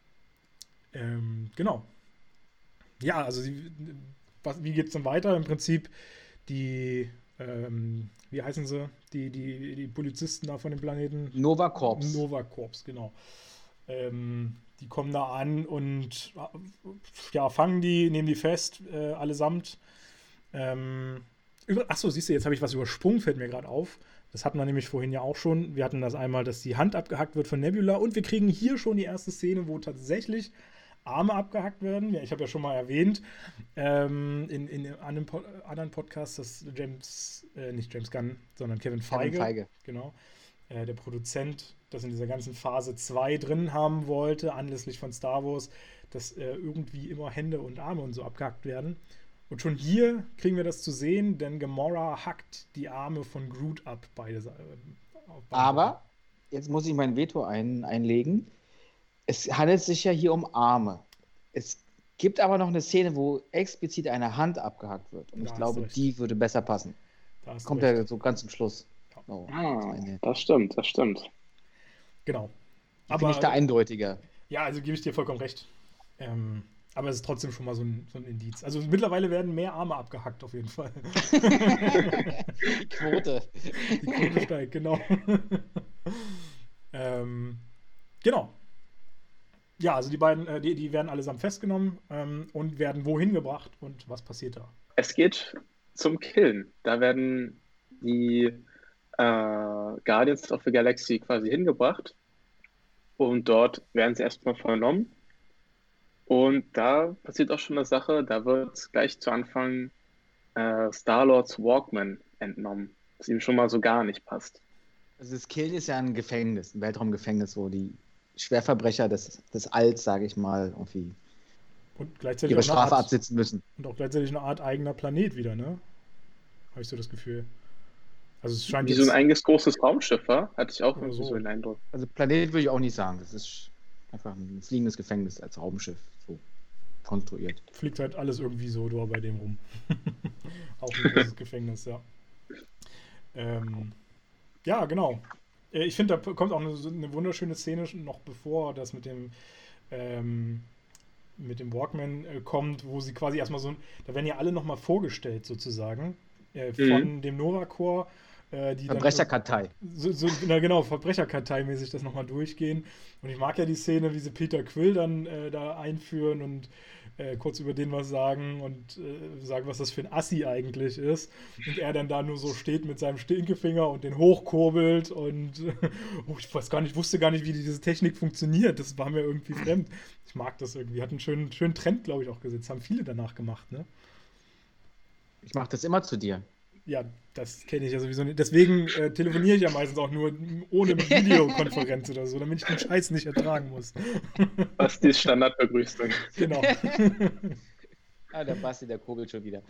Ähm, genau. Ja, also die, was, wie geht es dann weiter? Im Prinzip die, ähm, wie heißen sie? Die, die, die Polizisten da von dem Planeten? Nova Corps. Nova Corps, genau. Ähm, die kommen da an und ja, fangen die, nehmen die fest, äh, allesamt. Ähm, über, achso, siehst du, jetzt habe ich was übersprungen, fällt mir gerade auf. Das hatten wir nämlich vorhin ja auch schon. Wir hatten das einmal, dass die Hand abgehackt wird von Nebula und wir kriegen hier schon die erste Szene, wo tatsächlich Arme abgehackt werden. Ja, ich habe ja schon mal erwähnt ähm, in, in einem po- anderen Podcast, dass James, äh, nicht James Gunn, sondern Kevin Feige, Kevin Feige. genau, äh, der Produzent, das in dieser ganzen Phase zwei drin haben wollte, anlässlich von Star Wars, dass äh, irgendwie immer Hände und Arme und so abgehackt werden. Und schon hier kriegen wir das zu sehen, denn Gamora hackt die Arme von Groot ab, beide. Äh, auf beide Aber, jetzt muss ich mein Veto ein, einlegen. Es handelt sich ja hier um Arme. Es gibt aber noch eine Szene, wo explizit eine Hand abgehackt wird. Und Da ich hast glaube, du recht. die würde besser passen. Da hast du Kommt recht. ja so ganz zum Schluss. Oh, Ah, das das stimmt, das stimmt. Genau. finde ich da eindeutiger. Ja, also gebe ich dir vollkommen recht. Ähm, aber es ist trotzdem schon mal so ein, so ein Indiz. Also mittlerweile werden mehr Arme abgehackt, auf jeden Fall. Die Quote. Die Quote steigt, genau. ähm, genau. Ja, also die beiden, äh, die, die werden allesamt festgenommen ähm, und werden wohin gebracht und was passiert da? Es geht zum Killen. Da werden die äh, Guardians of the Galaxy quasi hingebracht und dort werden sie erstmal vernommen. Und da passiert auch schon eine Sache, da wird gleich zu Anfang äh, Star-Lords Walkman entnommen, was ihm schon mal so gar nicht passt. Also das Killen ist ja ein Gefängnis, ein Weltraumgefängnis, wo die Schwerverbrecher des, des Alls, sage ich mal, irgendwie Und gleichzeitig ihre auch eine Strafe Art, absitzen müssen. und auch gleichzeitig eine Art eigener Planet wieder, ne? Habe ich so das Gefühl. Also es scheint Wie jetzt, so ein eigenes großes Raumschiff war, hatte ich auch Oder irgendwie so. so den Eindruck. Also Planet würde ich auch nicht sagen. Das ist einfach ein fliegendes Gefängnis als Raumschiff so konstruiert. fliegt halt alles irgendwie so da bei dem rum. Auch ein großes Gefängnis, ja. Ähm, ja, genau. Äh, Ich finde, da kommt auch eine, so eine wunderschöne Szene noch bevor das mit dem ähm, mit dem Walkman äh, kommt, wo sie quasi erstmal so, ein- da werden ja alle nochmal vorgestellt sozusagen äh, von dem Nova Corps, äh, die dann Verbrecherkartei. so, so, na genau, Verbrecherkarteimäßig das nochmal durchgehen. Und ich mag ja die Szene, wie sie Peter Quill dann äh, da einführen und äh, kurz über den was sagen und äh, sagen, was das für ein Assi eigentlich ist. Und er dann da nur so steht mit seinem Stinkefinger und den hochkurbelt und oh, ich weiß gar nicht, wusste gar nicht, wie diese Technik funktioniert. Das war mir irgendwie fremd. Ich mag das irgendwie. Hat einen schönen, schönen Trend, glaube ich, auch gesetzt. Haben viele danach gemacht, ne? Ich mache das immer zu dir. Ja, das kenne ich ja sowieso nicht. Deswegen äh, telefoniere ich ja meistens auch nur ohne Videokonferenz oder so, damit ich den Scheiß nicht ertragen muss. Was die Standardbegrüßung. Genau. Ah, der Basti, der kurbelt schon wieder.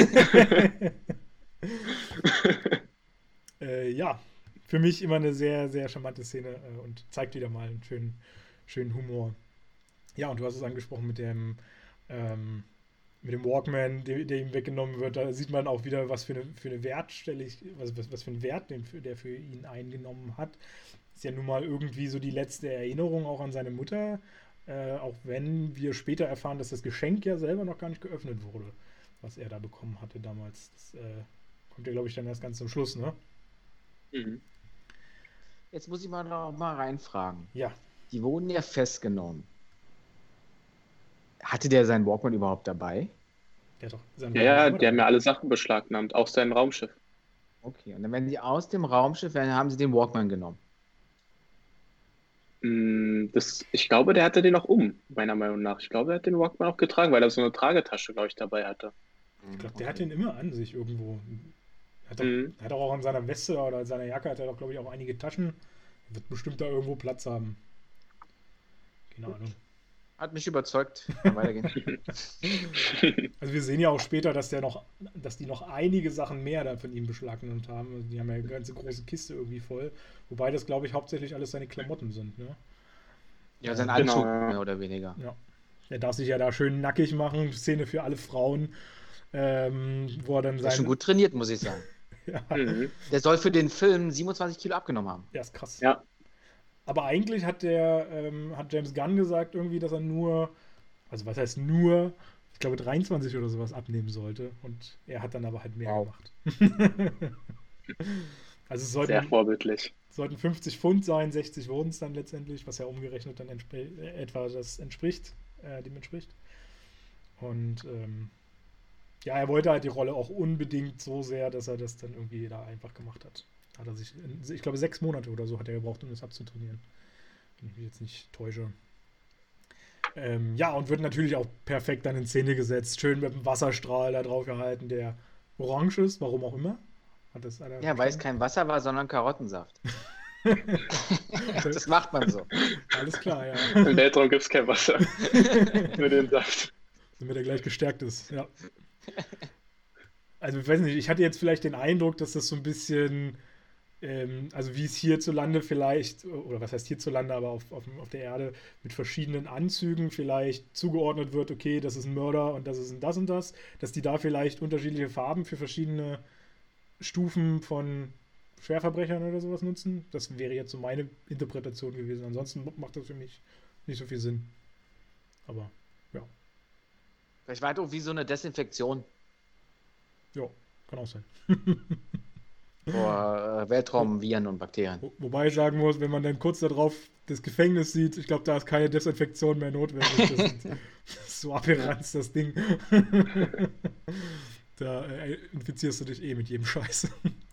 äh, ja, für mich immer eine sehr, sehr charmante Szene äh, und zeigt wieder mal einen schönen, schönen Humor. Ja, und du hast es angesprochen mit dem, ähm, mit dem Walkman, der, der ihm weggenommen wird. Da sieht man auch wieder, was für eine, für eine Wertstelle, was, was, was für einen Wert den, für, der für ihn eingenommen hat. Ist ja nun mal irgendwie so die letzte Erinnerung auch an seine Mutter, äh, auch wenn wir später erfahren, dass das Geschenk ja selber noch gar nicht geöffnet wurde. was er da bekommen hatte damals. Das äh, kommt ja, glaube ich, dann erst ganz zum Schluss, ne? Mhm. Jetzt muss ich mal noch mal reinfragen. Ja. Die wurden ja festgenommen. Hatte der seinen Walkman überhaupt dabei? Der hat doch seinen Ja, ja, Walkman die haben ja dabei. alle Sachen beschlagnahmt, auch sein Raumschiff. Okay, und dann werden sie aus dem Raumschiff, dann haben sie den Walkman genommen. Mm, Das, ich glaube, der hatte den auch um, meiner Meinung nach. Ich glaube, er hat den Walkman auch getragen, weil er so eine Tragetasche, glaube ich, dabei hatte. Ich glaube, der hat den immer an sich irgendwo. Hat doch, Mhm. hat doch auch an seiner Weste oder an seiner Jacke hat er doch, glaube ich, auch einige Taschen. Er wird bestimmt da irgendwo Platz haben. Keine Ahnung. Hat mich überzeugt. Kann weitergehen. Also wir sehen ja auch später, dass der noch, dass die noch einige Sachen mehr da von ihm beschlagnahmt haben. Also die haben ja eine ganze große Kiste irgendwie voll. Wobei das, glaube ich, hauptsächlich alles seine Klamotten sind, ne? Ja, sein Genau, Anzug, ja. mehr oder weniger. Ja. Er darf sich ja da schön nackig machen. Szene für alle Frauen. Ähm, wo er dann Der ist schon sein. gut trainiert, muss ich sagen. Ja, Mhm. Der soll für den Film siebenundzwanzig Kilo abgenommen haben. ja, ist krass. Ja, Aber eigentlich hat der, ähm, hat James Gunn gesagt irgendwie, dass er nur, also was heißt nur, ich glaube dreiundzwanzig oder sowas abnehmen sollte. Und er hat dann aber halt mehr Wow. gemacht. Also es sehr sollten, vorbildlich. sollten fünfzig Pfund sein, sechzig wurden es dann letztendlich, was ja umgerechnet dann entspr- äh, etwa das entspricht, äh, dem entspricht. Und ähm, ja, er wollte halt die Rolle auch unbedingt so sehr, dass er das dann irgendwie da einfach gemacht hat. Hat er sich, in, ich glaube, sechs Monate oder so hat er gebraucht, um das abzutrainieren. Wenn ich mich jetzt nicht täusche. Ähm, ja, und wird natürlich auch perfekt dann in Szene gesetzt. Schön mit dem Wasserstrahl da drauf gehalten, der orange ist, warum auch immer. Hat das einer Ja, weil es verstanden? kein Wasser war, sondern Karottensaft. Das macht man so. Alles klar, ja. Im Weltraum gibt es kein Wasser, nur den Saft. Damit er gleich gestärkt ist, ja. Also ich weiß nicht, ich hatte jetzt vielleicht den Eindruck, dass das so ein bisschen, ähm, also wie es hierzulande vielleicht, oder was heißt hierzulande, aber auf, auf, auf der Erde mit verschiedenen Anzügen vielleicht zugeordnet wird, okay, das ist ein Mörder und das ist ein das und das, dass die da vielleicht unterschiedliche Farben für verschiedene Stufen von Schwerverbrechern oder sowas nutzen. Das wäre jetzt so meine Interpretation gewesen. Ansonsten macht das für mich nicht so viel Sinn. Aber ja, Vielleicht war es auch wie so eine Desinfektion ja, kann auch sein. vor äh, Weltraumviren und Bakterien. Wo, wobei ich sagen muss, wenn man dann kurz darauf das Gefängnis sieht, ich glaube, da ist keine Desinfektion mehr notwendig. Das, sind, das ist so abgeranzt, das Ding. Da äh, infizierst du dich eh mit jedem Scheiß.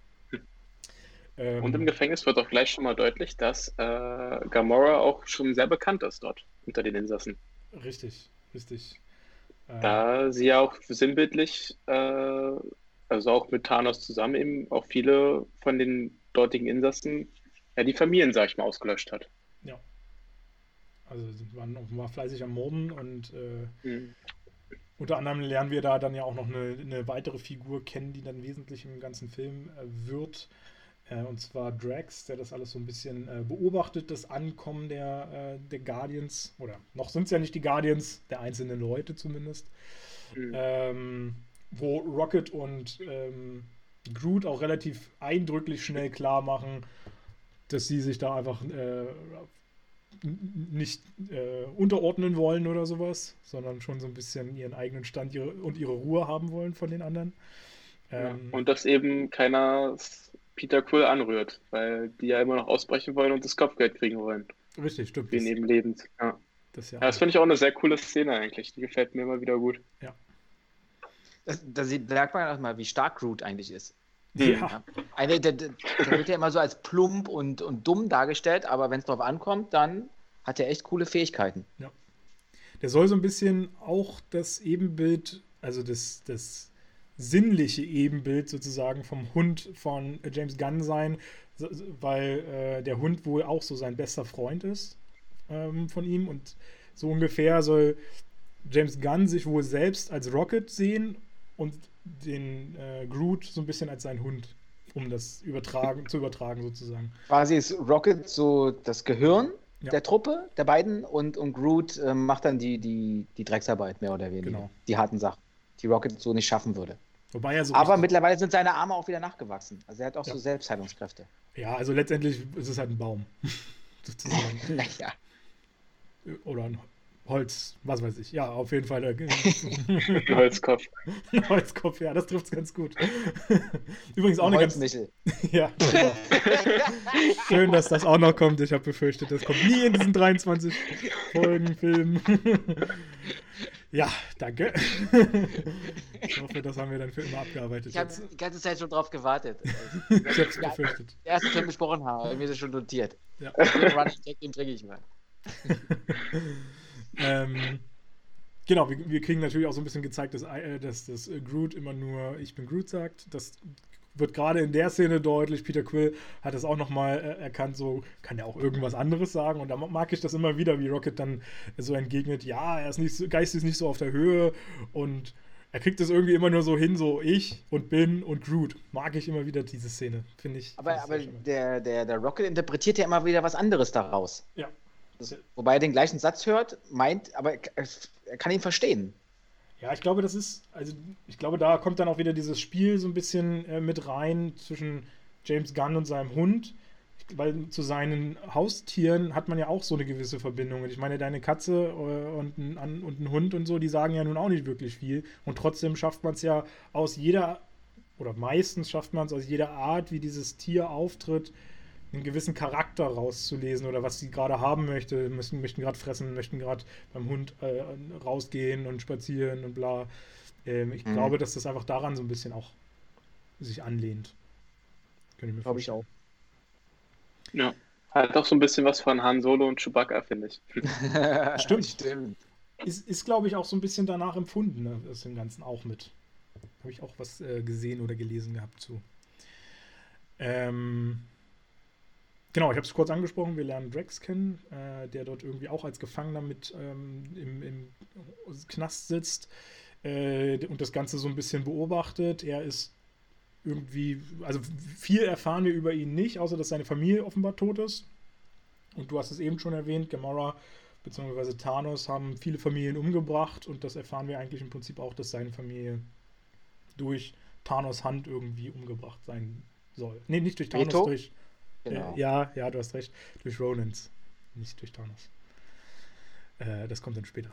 ähm, Und im Gefängnis wird auch gleich schon mal deutlich, dass äh, Gamora auch schon sehr bekannt ist dort unter den Insassen. Richtig, richtig. Äh, Da sie ja auch sinnbildlich, äh, also auch mit Thanos zusammen eben auch viele von den dortigen Insassen, ja, die Familien, sag ich mal, ausgelöscht hat. ja. Also sie waren offenbar fleißig am Morden und äh, Mhm. unter anderem lernen wir da dann ja auch noch eine, eine weitere Figur kennen, die dann wesentlich im ganzen Film äh, wird. Äh, und zwar Drax, der das alles so ein bisschen äh, beobachtet, das Ankommen der, äh, der Guardians. Oder noch sind es ja nicht die Guardians, der einzelnen Leute zumindest. Mhm. Ähm, wo Rocket und ähm, Groot auch relativ eindrücklich schnell klar machen, dass sie sich da einfach äh, n- nicht äh, unterordnen wollen oder sowas, sondern schon so ein bisschen ihren eigenen Stand ihre, und ihre Ruhe haben wollen von den anderen. Ja. Ähm, Und dass eben keiner Peter Quill anrührt, weil die ja immer noch ausbrechen wollen und das Kopfgeld kriegen wollen, richtig, stimmt. wie Das, neben lebend. Ja. das ja. Ja, das finde ich auch eine sehr coole Szene eigentlich. Die gefällt mir immer wieder gut. Das, da sieht- merkt man auch mal, wie stark Groot eigentlich ist. ja, Ja. Eine, der, der, der wird ja immer so als plump und, und dumm dargestellt, aber wenn es drauf ankommt, dann hat er echt coole Fähigkeiten. der soll so ein bisschen auch das Ebenbild, also das, das sinnliche Ebenbild sozusagen vom Hund von James Gunn sein, so- so- weil äh, der Hund wohl auch so sein bester Freund ist ähm, von ihm und so ungefähr soll James Gunn sich wohl selbst als Rocket sehen und den äh, Groot so ein bisschen als seinen Hund, um das übertragen, zu übertragen sozusagen. Quasi ist Rocket so das Gehirn Ja. der Truppe, der beiden, und, und Groot äh, macht dann die, die, die Drecksarbeit, mehr oder weniger. Genau. Die harten Sachen, die Rocket so nicht schaffen würde. Wobei er so Aber richtig- mittlerweile sind seine Arme auch wieder nachgewachsen. Also er hat auch Ja. so Selbstheilungskräfte. ja, also letztendlich ist es halt ein Baum sozusagen. Naja. Oder ein Holz, was weiß ich. Ja, auf jeden Fall. Äh, Holzkopf. Holzkopf, ja, das trifft es ganz gut. Übrigens auch eine ganz... Holzmichel. Ja, genau. Schön, dass das auch noch kommt. Ich habe befürchtet, das kommt nie in diesen dreiundzwanzig Folgen Film. Ja, danke. Ich hoffe, das haben wir dann für immer abgearbeitet. Ich habe jetzt. die ganze Zeit schon drauf gewartet. Ich habe es befürchtet. Der erste Film besprochen habe, habe ich mir das schon notiert. Ja. Den Running Gag, den bringe ich mal. ähm, genau, wir, wir kriegen natürlich auch so ein bisschen gezeigt, dass, äh, dass, dass äh, Groot immer nur ich bin Groot sagt. Das wird gerade in der Szene deutlich. Peter Quill hat das auch nochmal äh, erkannt, so kann er auch irgendwas anderes sagen. Und da mag ich das immer wieder, wie Rocket dann so entgegnet, ja, er ist nicht so, Geist ist nicht so auf der Höhe und er kriegt es irgendwie immer nur so hin, so ich und bin und Groot. Mag ich immer wieder diese Szene, finde ich. Aber, find ich aber sehr charmant. der, der, der Rocket interpretiert ja immer wieder was anderes daraus. Ja. Das, wobei er den gleichen Satz hört, meint, aber er, er kann ihn verstehen. Ja, ich glaube, das ist, also ich glaube, da kommt dann auch wieder dieses Spiel so ein bisschen äh, mit rein zwischen James Gunn und seinem Hund, ich, weil zu seinen Haustieren hat man ja auch so eine gewisse Verbindung. Und ich meine, deine Katze äh, und, ein, und ein Hund und so, die sagen ja nun auch nicht wirklich viel. Und trotzdem schafft man es ja aus jeder, oder meistens schafft man es aus jeder Art, wie dieses Tier auftritt, einen gewissen Charakter rauszulesen oder was sie gerade haben möchte. Müssen, möchten gerade fressen, möchten gerade beim Hund äh, rausgehen und spazieren und bla. Ähm, ich mhm. glaube, dass das einfach daran so ein bisschen auch sich anlehnt. Könnte ich mir Glaube ich auch. Ja, hat auch so ein bisschen was von Han Solo und Chewbacca, finde ich. Stimmt. Stimmt. Ist, ist glaube ich, auch so ein bisschen danach empfunden, ne, aus dem Ganzen auch mit. Habe ich auch was äh, gesehen oder gelesen gehabt zu. Ähm... Genau, ich habe es kurz angesprochen, wir lernen Drax kennen, äh, der dort irgendwie auch als Gefangener mit ähm, im, im Knast sitzt äh, und das Ganze so ein bisschen beobachtet. Er ist irgendwie, also viel erfahren wir über ihn nicht, außer dass seine Familie offenbar tot ist. Und du hast es eben schon erwähnt, Gamora bzw. Thanos haben viele Familien umgebracht und das erfahren wir eigentlich im Prinzip auch, dass seine Familie durch Thanos Hand irgendwie umgebracht sein soll. Nee, nicht durch Thanos, Veto? durch... Genau. Äh, ja, ja, du hast recht. Durch Ronins, nicht durch Thanos. Äh, das kommt dann später.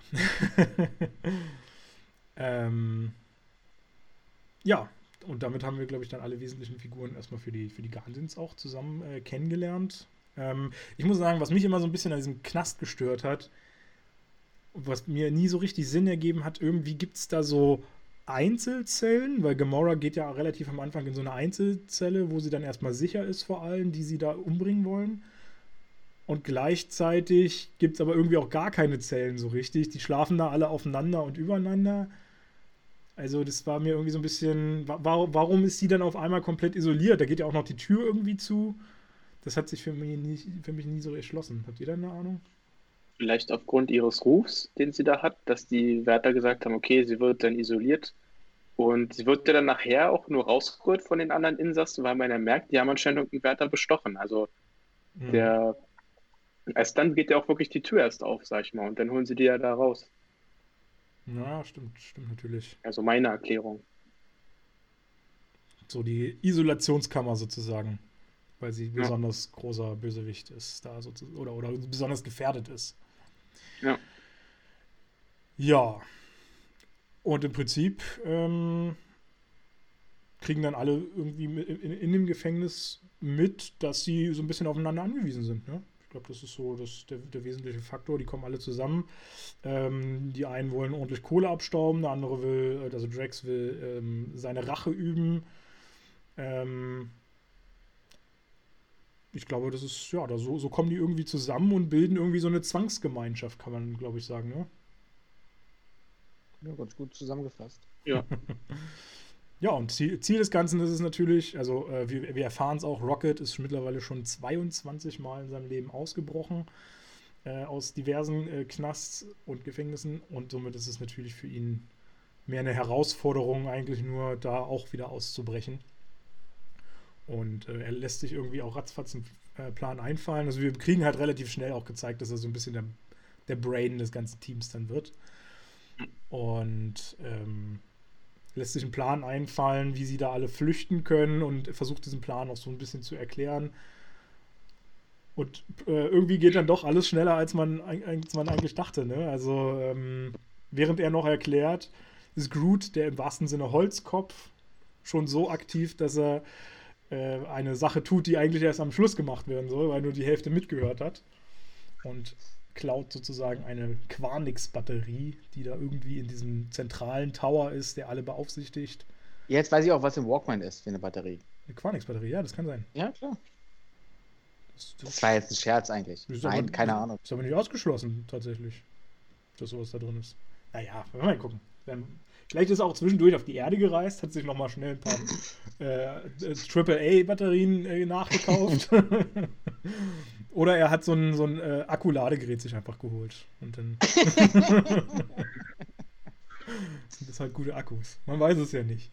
ähm, ja, und damit haben wir, glaube ich, dann alle wesentlichen Figuren erstmal für die, für die Guardians auch zusammen äh, kennengelernt. Ähm, ich muss sagen, was mich immer so ein bisschen an diesem Knast gestört hat, was mir nie so richtig Sinn ergeben hat, irgendwie gibt es da so Einzelzellen, weil Gamora geht ja relativ am Anfang in so eine Einzelzelle, wo sie dann erstmal sicher ist vor allen, die sie da umbringen wollen. Und gleichzeitig gibt es aber irgendwie auch gar keine Zellen so richtig. Die schlafen da alle aufeinander und übereinander. Also das war mir irgendwie so ein bisschen... Wa- warum ist sie dann auf einmal komplett isoliert? Da geht ja auch noch die Tür irgendwie zu. Das hat sich für mich nie, für mich nie so erschlossen. Habt ihr da eine Ahnung? Vielleicht aufgrund ihres Rufs, den sie da hat, dass die Wärter gesagt haben, okay, sie wird dann isoliert und sie wird ja dann nachher auch nur rausgeholt von den anderen Insassen, weil man ja merkt, die haben anscheinend irgendeinen Wärter bestochen. Also Hm. der, erst dann geht ja auch wirklich die Tür erst auf, sag ich mal, und dann holen sie die ja da raus. Ja, stimmt, stimmt natürlich. Also meine Erklärung. So die Isolationskammer sozusagen, weil sie Ja. besonders großer Bösewicht ist da sozusagen, oder, oder besonders gefährdet ist. Ja. Ja. Und im Prinzip ähm, kriegen dann alle irgendwie mit- in, in dem Gefängnis mit, dass sie so ein bisschen aufeinander angewiesen sind. Ne? Ich glaube, das ist so das, der, der wesentliche Faktor. Die kommen alle zusammen. Ähm, die einen wollen ordentlich Kohle abstauben, der andere will, also Drax will ähm, seine Rache üben. Ähm, ich glaube, das ist, ja, da so, so kommen die irgendwie zusammen und bilden irgendwie so eine Zwangsgemeinschaft, kann man, glaube ich, sagen. Ne? Ja, ganz gut zusammengefasst. Ja. Ja, und Ziel, Ziel des Ganzen ist es natürlich, also äh, wir, wir erfahren es auch, Rocket ist mittlerweile schon zweiundzwanzig Mal in seinem Leben ausgebrochen äh, aus diversen äh, Knasts und Gefängnissen und somit ist es natürlich für ihn mehr eine Herausforderung, eigentlich nur da auch wieder auszubrechen. Und äh, er lässt sich irgendwie auch ratzfatz einen äh, Plan einfallen. Also wir kriegen halt relativ schnell auch gezeigt, dass er so ein bisschen der, der Brain des ganzen Teams dann wird. Und ähm, lässt sich einen Plan einfallen, wie sie da alle flüchten können und versucht diesen Plan auch so ein bisschen zu erklären. Und äh, irgendwie geht dann doch alles schneller, als man, als man eigentlich dachte. Ne? Also, ähm, während er noch erklärt, ist Groot, der im wahrsten Sinne Holzkopf, schon so aktiv, dass er äh, eine Sache tut, die eigentlich erst am Schluss gemacht werden soll, weil nur die Hälfte mitgehört hat. Und klaut sozusagen eine Quanix-Batterie, die da irgendwie in diesem zentralen Tower ist, der alle beaufsichtigt. Jetzt weiß ich auch, was im Walkman ist für eine Batterie. Eine Quanix-Batterie, ja, das kann sein. Ja, klar. Das, Das war jetzt ein Scherz eigentlich. ist Nein, aber, keine Ahnung. Ist aber nicht ausgeschlossen, tatsächlich, dass sowas da drin ist. Naja, wir mal gucken. Vielleicht ist er auch zwischendurch auf die Erde gereist, hat sich nochmal schnell ein paar äh, Triple A-Batterien äh, nachgekauft. Oder er hat so ein, so ein äh, Akkuladegerät sich einfach geholt. Und dann sind das halt gute Akkus. Man weiß es ja nicht.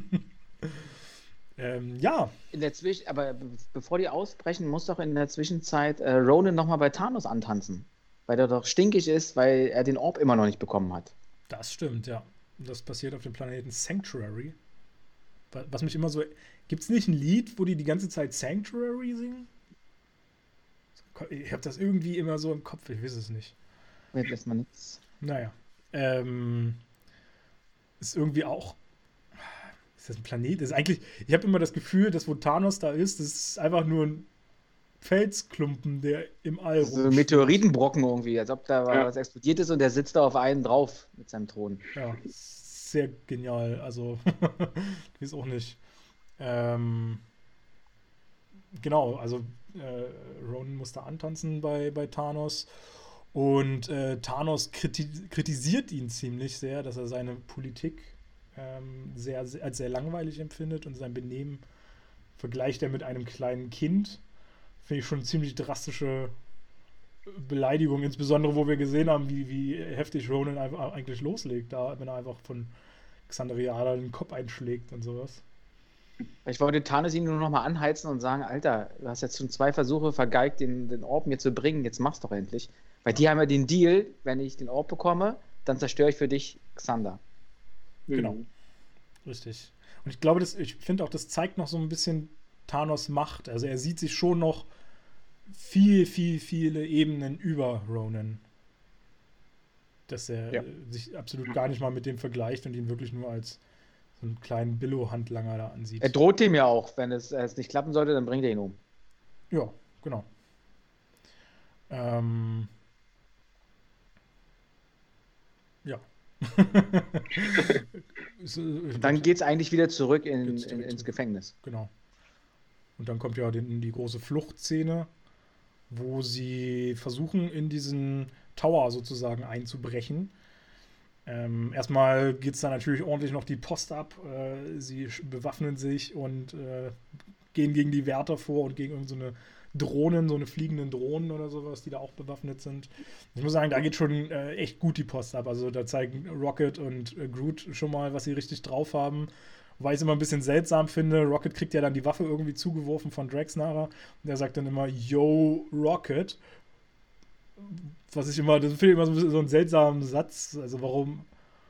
ähm, ja. In der Zwisch aber be bevor die ausbrechen, muss doch in der Zwischenzeit äh, Ronan nochmal bei Thanos antanzen. Weil er doch stinkig ist, weil er den Orb immer noch nicht bekommen hat. Das stimmt, ja. Das passiert auf dem Planeten Sanctuary. Was mich immer so... Gibt es nicht ein Lied, wo die die ganze Zeit Sanctuary singen? Ich habe das irgendwie immer so im Kopf, ich weiß es nicht. Jetzt lässt man nichts. Naja. Ähm, ist irgendwie auch... Ist das ein Planet? Das ist eigentlich... Ich habe immer das Gefühl, dass wo Thanos da ist, das ist einfach nur ein Felsklumpen, der im All so ein Meteoritenbrocken irgendwie, als ob da ja. was explodiert ist und der sitzt da auf einen drauf mit seinem Thron. Ja, sehr genial. Also, ich weiß auch nicht. Ähm, genau, also äh, Ronan muss da antanzen bei, bei Thanos und äh, Thanos kriti kritisiert ihn ziemlich sehr, dass er seine Politik ähm, sehr, sehr, als sehr langweilig empfindet und sein Benehmen vergleicht er mit einem kleinen Kind. Finde ich schon eine ziemlich drastische Beleidigung, insbesondere wo wir gesehen haben, wie, wie heftig Ronan einfach eigentlich loslegt, da, wenn er einfach von Xandriala den Kopf einschlägt und sowas. Ich wollte Thanos ihn nur noch mal anheizen und sagen, Alter, du hast jetzt schon zwei Versuche vergeigt, den, den Orb mir zu bringen, jetzt mach's doch endlich. Weil die haben ja den Deal, wenn ich den Orb bekomme, dann zerstöre ich für dich Xander. Genau. Mhm. Richtig. Und ich glaube, das, ich finde auch, das zeigt noch so ein bisschen Thanos Macht. Also er sieht sich schon noch viel, viel, viele Ebenen über Ronan. Dass er ja. sich absolut gar nicht mal mit dem vergleicht und ihn wirklich nur als so einen kleinen Billo-Handlanger da ansieht. Er droht ihm ja auch, wenn es, es nicht klappen sollte, dann bringt er ihn um. Ja, genau. Ähm ja. Dann geht es eigentlich wieder zurück, in, zurück in, ins Gefängnis. Genau. Und dann kommt ja die, die große Fluchtszene, wo sie versuchen, in diesen Tower sozusagen einzubrechen. Ähm, erstmal geht es da natürlich ordentlich noch die Post ab. Äh, sie bewaffnen sich und äh, gehen gegen die Wärter vor und gegen irgendeine so Drohnen, so eine fliegenden Drohnen oder sowas, die da auch bewaffnet sind. Ich muss sagen, da geht schon äh, echt gut die Post ab. Also da zeigen Rocket und äh, Groot schon mal, was sie richtig drauf haben. Wobei ich es immer ein bisschen seltsam finde. Rocket kriegt ja dann die Waffe irgendwie zugeworfen von Drax nachher. Und der sagt dann immer, Yo, Rocket. Was ich immer, das finde ich immer so ein, bisschen so einen seltsamen Satz. Also warum,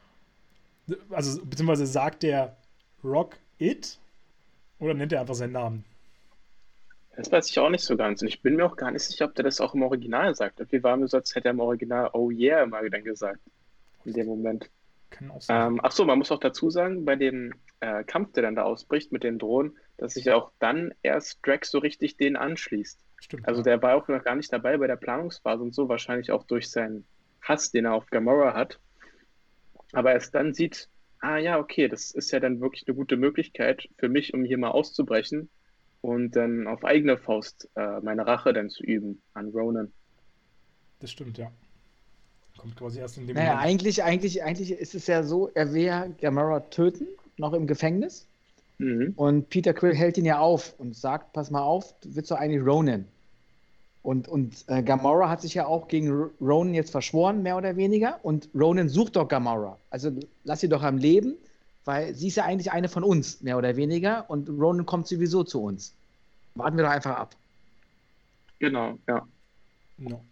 also beziehungsweise sagt der Rock It oder nennt er einfach seinen Namen? Das weiß ich auch nicht so ganz. Und ich bin mir auch gar nicht sicher, ob der das auch im Original sagt. Irgendwie war mir so, als hätte er im Original Oh yeah mal dann gesagt. In dem Moment. Kann auch sein. Ähm, ach so, man muss auch dazu sagen, bei dem äh, Kampf, der dann da ausbricht mit den Drohnen, dass sich ja auch dann erst Drax so richtig denen anschließt. Stimmt. Also ja. der war auch noch gar nicht dabei bei der Planungsphase und so, wahrscheinlich auch durch seinen Hass, den er auf Gamora hat. Aber erst dann sieht, ah ja, okay, das ist ja dann wirklich eine gute Möglichkeit für mich, um hier mal auszubrechen und dann auf eigene Faust äh, meine Rache dann zu üben an Ronan. Das stimmt, ja. Kommt quasi erst in dem Naja, Moment. eigentlich, eigentlich, eigentlich ist es ja so, er will ja Gamora töten, noch im Gefängnis. Mhm. Und Peter Quill hält ihn ja auf und sagt, pass mal auf, du willst doch eigentlich Ronan. Und, und äh, Gamora hat sich ja auch gegen Ronan jetzt verschworen, mehr oder weniger. Und Ronan sucht doch Gamora. Also lass sie doch am Leben, weil sie ist ja eigentlich eine von uns, mehr oder weniger. Und Ronan kommt sowieso zu uns. Warten wir doch einfach ab. Genau, ja. No.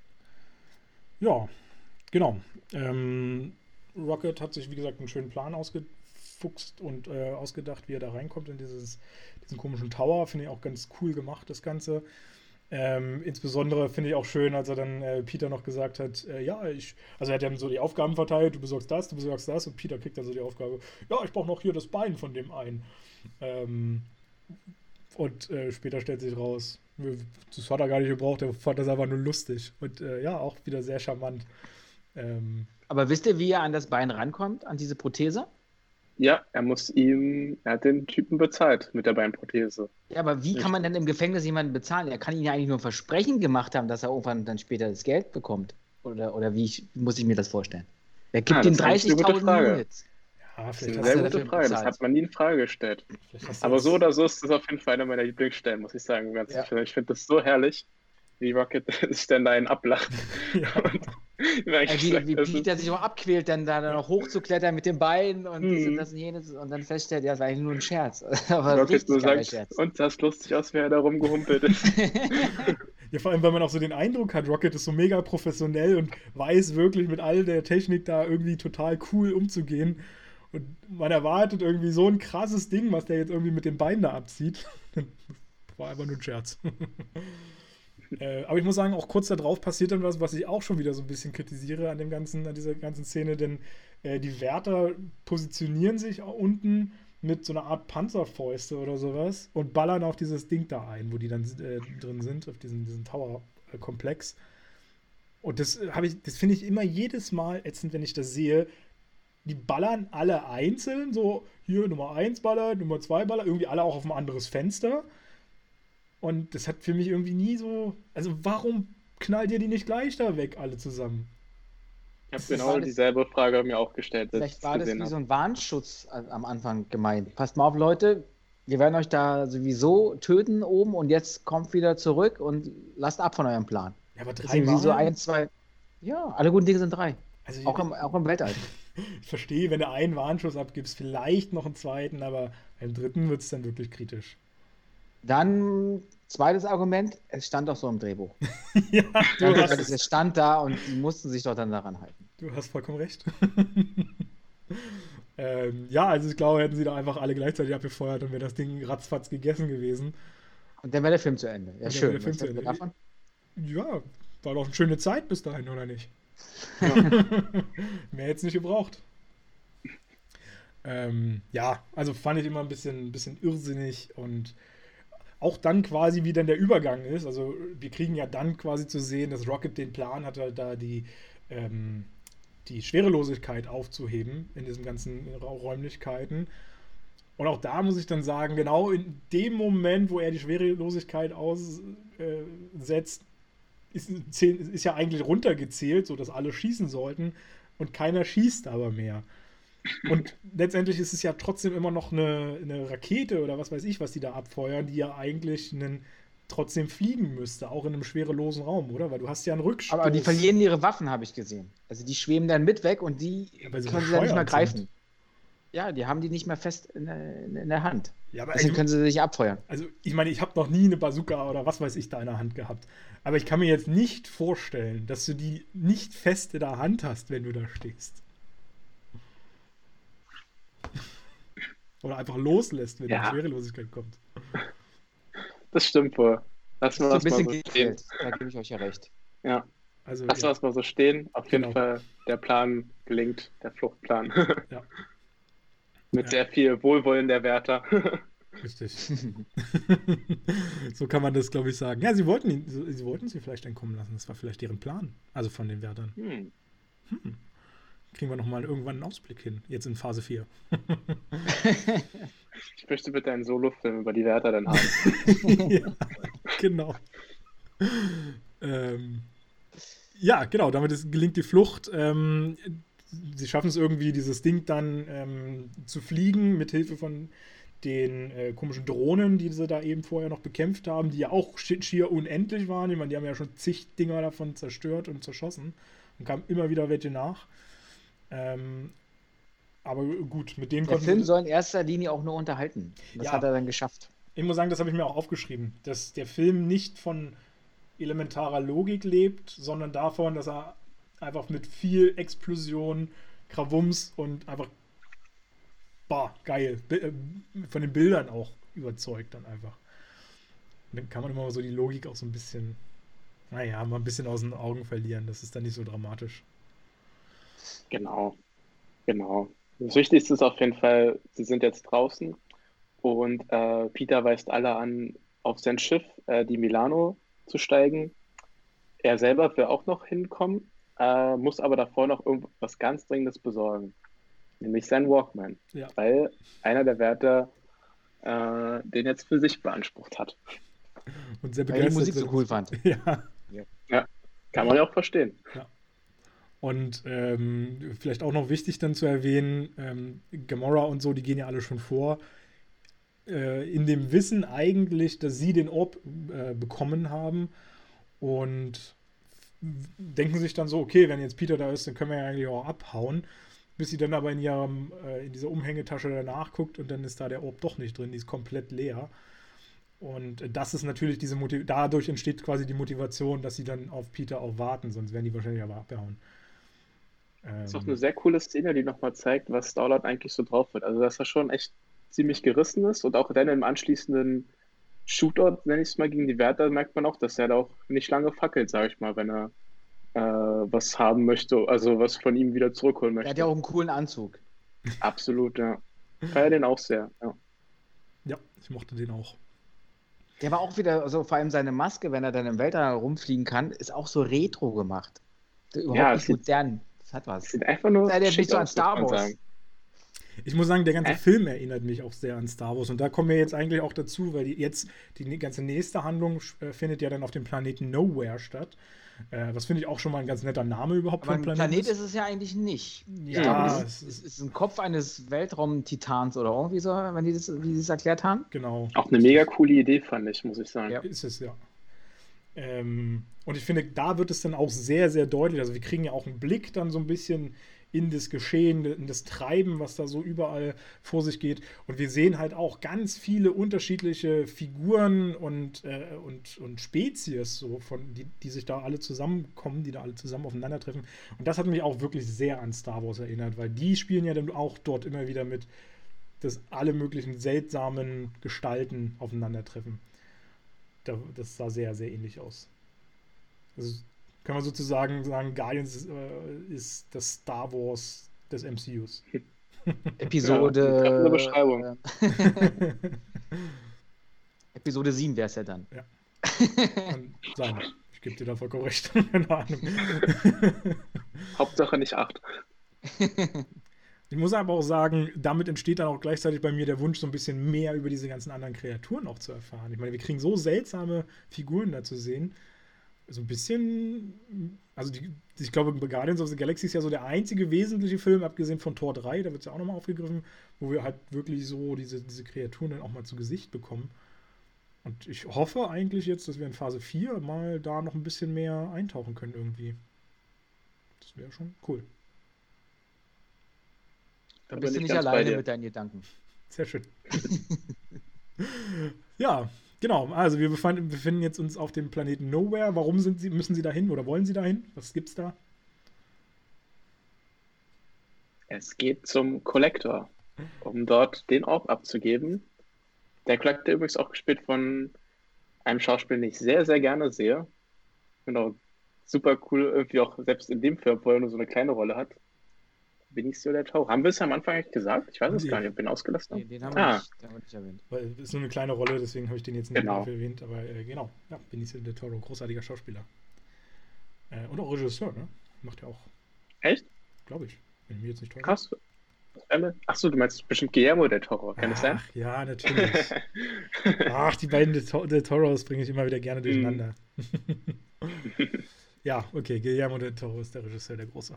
Ja, genau. Ähm, Rocket hat sich, wie gesagt, einen schönen Plan ausgefuchst und äh, ausgedacht, wie er da reinkommt in dieses, diesen komischen Tower. Finde ich auch ganz cool gemacht, das Ganze. Ähm, insbesondere finde ich auch schön, als er dann äh, Peter noch gesagt hat, äh, ja, ich, also er hat dann so die Aufgaben verteilt, du besorgst das, du besorgst das und Peter kriegt dann so die Aufgabe, ja, ich brauche noch hier das Bein von dem einen. Ähm, und äh, später stellt sich raus, das hat er gar nicht gebraucht, er fand das einfach nur lustig. Und äh, ja, auch wieder sehr charmant. Ähm, Aber wisst ihr, wie er an das Bein rankommt, an diese Prothese? Ja, er muss ihm, er hat den Typen bezahlt mit der Beinprothese. Ja, aber wie kann man denn im Gefängnis jemanden bezahlen? Er kann ihnen ja eigentlich nur ein Versprechen gemacht haben, dass er irgendwann dann später das Geld bekommt. Oder, oder wie, ich, wie muss ich mir das vorstellen? Wer gibt Ah, ihm das ist eine gute dreißigtausend Frage. Units? ja, Das ist vielleicht eine hast sehr du, er gute dafür Frage, das bezahlt? hat man nie in Frage gestellt. vielleicht hast du Aber so jetzt, oder so ist das auf jeden Fall einer meiner Lieblingsstellen, muss ich sagen. Ganz Ja. Ich finde das so herrlich, wie Rocket sich dann da einen ablacht. ja, Und ihm Ja, eigentlich wie, sagt, wie das Peter ist, sich auch abquält, dann da noch hochzuklettern mit den Beinen und dies und hm, das und jenes und dann feststellt, ja, das war eigentlich nur ein Scherz. Aber ein Rocket nur richtig geiler sagt, Scherz. und sah lustig aus, wie er da rumgehumpelt ist. ja, vor allem, weil man auch so den Eindruck hat, Rocket ist so mega professionell und weiß wirklich mit all der Technik da irgendwie total cool umzugehen. Und man erwartet irgendwie so ein krasses Ding, was der jetzt irgendwie mit den Beinen da abzieht. War einfach nur ein Scherz. Äh, aber ich muss sagen, auch kurz darauf passiert dann was, was ich auch schon wieder so ein bisschen kritisiere an dem ganzen, an dieser ganzen Szene, denn äh, die Wärter positionieren sich auch unten mit so einer Art Panzerfäuste oder sowas und ballern auf dieses Ding da ein, wo die dann äh, drin sind, auf diesen, diesen Tower-Komplex. Und das habe ich, das finde ich immer jedes Mal ätzend, wenn ich das sehe. Die ballern alle einzeln, so hier Nummer eins Baller, Nummer zwei Baller, irgendwie alle auch auf ein anderes Fenster. Und das hat für mich irgendwie nie so. Also, warum knallt ihr die nicht gleich da weg, alle zusammen? Ich habe Das ist genau alles, dieselbe Frage mir auch gestellt, als ich vielleicht es war das gesehen wie so habe. ein Warnschutz a- am Anfang gemeint. Passt mal auf, Leute, wir werden euch da sowieso töten oben und jetzt kommt wieder zurück und lasst ab von eurem Plan. Ja, aber Deswegen wie so dreimal. ein, zwei. Ja, alle guten Dinge sind drei. Also, Auch ich, im, auch im Weltall. ich verstehe, wenn du einen Warnschuss abgibst, vielleicht noch einen zweiten, aber beim dritten wird es dann wirklich kritisch. Dann, zweites Argument, es stand doch so im Drehbuch. Ja, du Also, hast es es. stand da und die mussten sich doch dann daran halten. Du hast vollkommen recht. ähm, ja, also ich glaube, hätten sie da einfach alle gleichzeitig abgefeuert und wäre das Ding ratzfatz gegessen gewesen. Und dann wäre der Film zu Ende. Ja, Und dann wäre schön. der Film Was zu hältst du Ende. davon? Ja, war doch eine schöne Zeit bis dahin, oder nicht? Ja. Mehr jetzt nicht gebraucht. Ähm, ja, also fand ich immer ein bisschen, ein bisschen irrsinnig und auch dann quasi, wie dann der Übergang ist. Also wir kriegen ja dann quasi zu sehen, dass Rocket den Plan hatte, da die, ähm, die Schwerelosigkeit aufzuheben in diesen ganzen Ra- Räumlichkeiten. Und auch da muss ich dann sagen, genau in dem Moment, wo er die Schwerelosigkeit aussetzt, ist, zähl- ist ja eigentlich runtergezählt, sodass alle schießen sollten und keiner schießt aber mehr. Und letztendlich ist es ja trotzdem immer noch eine, eine Rakete oder was weiß ich, was die da abfeuern, die ja eigentlich einen, trotzdem fliegen müsste, auch in einem schwerelosen Raum, oder? Weil du hast ja einen Rückstoß. Aber die verlieren ihre Waffen, habe ich gesehen. Also die schweben dann mit weg und die Ja, weil sie können sie dann nicht mehr bescheuert greifen. sind. Ja, die haben die nicht mehr fest in der, in der Hand. Ja, aber Deswegen also, können sie sich abfeuern. also ich meine, ich habe noch nie eine Bazooka oder was weiß ich da in der Hand gehabt. Aber ich kann mir jetzt nicht vorstellen, dass du die nicht fest in der Hand hast, wenn du da stehst. Oder einfach loslässt, wenn die Ja, Schwerelosigkeit kommt. das stimmt wohl. Lassen wir Das ist so das ein mal bisschen so stehen. gefehlt. Da gebe ich euch ja recht. Ja, Also, lassen wir ja, das mal so stehen. Auf jeden genau. Fall, der Plan gelingt, der Fluchtplan. Ja, Mit ja, sehr viel Wohlwollen der Wärter. richtig. So kann man das, glaube ich, sagen. Ja, sie wollten ihn, sie sie wollten sie vielleicht entkommen lassen. Das war vielleicht deren Plan. Also von den Wärtern. Hm. Hm. Kriegen wir nochmal irgendwann einen Ausblick hin. Jetzt in Phase vier. Ich möchte bitte einen Solo-Film über die Wärter dann haben. Ja, genau. Ähm, ja, genau, damit ist, gelingt die Flucht. Ähm, sie schaffen es irgendwie, dieses Ding dann ähm, zu fliegen, mit Hilfe von den äh, komischen Drohnen, die sie da eben vorher noch bekämpft haben, die ja auch schi- schier unendlich waren. Ich meine, die haben ja schon zig Dinger davon zerstört und zerschossen und kamen immer wieder welche nach. Ähm, aber gut, mit denen Der konnten Film sie. soll in erster Linie auch nur unterhalten. Das Ja, hat er dann geschafft. ich muss sagen, das habe ich mir auch aufgeschrieben, dass der Film nicht von elementarer Logik lebt, sondern davon, dass er einfach mit viel Explosion, Krawums und einfach, bah, geil, Bi- äh, von den Bildern auch überzeugt dann einfach. dann kann man immer so die Logik auch so ein bisschen, naja, mal ein bisschen aus den Augen verlieren. Das ist dann nicht so dramatisch. Genau, genau. Das Wichtigste ist auf jeden Fall, sie sind jetzt draußen und äh, Peter weist alle an, auf sein Schiff, äh, die Milano, zu steigen. Er selber will auch noch hinkommen, äh, muss aber davor noch irgendwas ganz Dringendes besorgen, nämlich seinen Walkman, Ja. weil einer der Wärter äh, den jetzt für sich beansprucht hat. Und sehr Weil er die begeistert Musik so sind. cool fand. Ja. Ja, kann man ja auch verstehen. Und ähm, vielleicht auch noch wichtig dann zu erwähnen, ähm, Gamora und so, die gehen ja alle schon vor, äh, in dem Wissen eigentlich, dass sie den Orb äh, bekommen haben und denken sich dann so, okay, wenn jetzt Peter da ist, dann können wir ja eigentlich auch abhauen, bis sie dann aber in ihrem, äh, in dieser Umhängetasche danach guckt und dann ist da der Orb doch nicht drin, die ist komplett leer. Und das ist natürlich diese Motiv dadurch entsteht quasi die Motivation, dass sie dann auf Peter auch warten, sonst wären die wahrscheinlich aber abgehauen. Das ist auch eine sehr coole Szene, die nochmal zeigt, was Star-Lord eigentlich so drauf wird. Also, dass er schon echt ziemlich gerissen ist und auch dann im anschließenden Shootout, nenne ich es mal, gegen die Wärter, merkt man auch, dass er da auch nicht lange fackelt, sage ich mal, wenn er äh, was haben möchte, also was von ihm wieder zurückholen Er möchte. hat ja auch einen coolen Anzug. Absolut, ja. Feier den auch sehr, ja. Ja, ich mochte den auch. Der war auch wieder, also vor allem seine Maske, wenn er dann im Weltall rumfliegen kann, ist auch so retro gemacht. Überhaupt Ja, nicht es sieht- modern. Das hat was. Sieht einfach nur Ja, der schick sieht so an aus, muss Star man Wars. sagen. Ich muss sagen, der ganze Äh? Film erinnert mich auch sehr an Star Wars. Und da kommen wir jetzt eigentlich auch dazu, weil die, jetzt die ne- ganze nächste Handlung äh, findet ja dann auf dem Planeten Nowhere statt. Äh, was finde ich auch schon mal ein ganz netter Name überhaupt Aber für ein einen Planet Planeten ist es ja eigentlich nicht. Ich Ja, glaube, es es ist, ist- es ist ein Kopf eines Weltraum-Titans oder irgendwie so, wenn die das, wie sie es erklärt haben. Genau. Auch eine mega coole Idee, fand ich, muss ich sagen. Ja. Ist es, ja. Ähm, und ich finde, da wird es dann auch sehr, sehr deutlich. Also wir kriegen ja auch einen Blick dann so ein bisschen in das Geschehen, in das Treiben, was da so überall vor sich geht. Und wir sehen halt auch ganz viele unterschiedliche Figuren und, äh, und, und Spezies, so von, die, die sich da alle zusammenkommen, die da alle zusammen aufeinandertreffen. Und das hat mich auch wirklich sehr an Star Wars erinnert, weil die spielen ja dann auch dort immer wieder mit, dass alle möglichen seltsamen Gestalten aufeinandertreffen. Da, das sah sehr, sehr ähnlich aus. Also kann man sozusagen sagen, Guardians äh, ist das Star Wars des M C Us. Episode. Ja, treffende Beschreibung. äh, Episode sieben wäre es ja dann. Kann sein. Ich gebe dir da vollkommen recht. Keine Ahnung. Hauptsache nicht acht. Ich muss aber auch sagen, damit entsteht dann auch gleichzeitig bei mir der Wunsch, so ein bisschen mehr über diese ganzen anderen Kreaturen auch zu erfahren. Ich meine, wir kriegen so seltsame Figuren da zu sehen. So ein bisschen, also die, ich glaube, Guardians of the Galaxy ist ja so der einzige wesentliche Film, abgesehen von Tor drei, da wird es ja auch nochmal aufgegriffen, wo wir halt wirklich so diese, diese Kreaturen dann auch mal zu Gesicht bekommen. Und ich hoffe eigentlich jetzt, dass wir in Phase vier mal da noch ein bisschen mehr eintauchen können irgendwie. Das wäre schon cool. Da Da bist du bin ich nicht ganz bei alleine dir. mit deinen Gedanken. Sehr schön. Ja, genau. Also wir befanden, befinden jetzt uns auf dem Planeten Nowhere. Warum sind sie, müssen sie dahin oder wollen sie dahin? Was gibt's da? Es geht zum Collector, um dort den Orb abzugeben. Der Collector übrigens auch gespielt von einem Schauspieler, den ich sehr, sehr gerne sehe. Genau, super cool, irgendwie auch selbst in dem Film, wo er nur so eine kleine Rolle hat. Benicio del Toro. Haben wir es am Anfang eigentlich gesagt? Ich weiß es Nee. gar nicht, ob wir ihn ausgelassen Nee, haben. den haben Ah. wir nicht, den haben wir nicht erwähnt. Weil es ist nur eine kleine Rolle, deswegen habe ich den jetzt nicht Genau. dafür erwähnt. Aber äh, genau, ja, Benicio del Toro, großartiger Schauspieler. Äh, und auch Regisseur, ne? Macht er auch, Echt? glaube ich. Wenn ich mich jetzt nicht täusche. Krass. Achso, du meinst bestimmt Guillermo del Toro, kann das sein? Ach ja, natürlich. Ach, die beiden Del To- Del Toros bringe ich immer wieder gerne durcheinander. Ja, okay, Guillermo del Toro ist der Regisseur, der Große.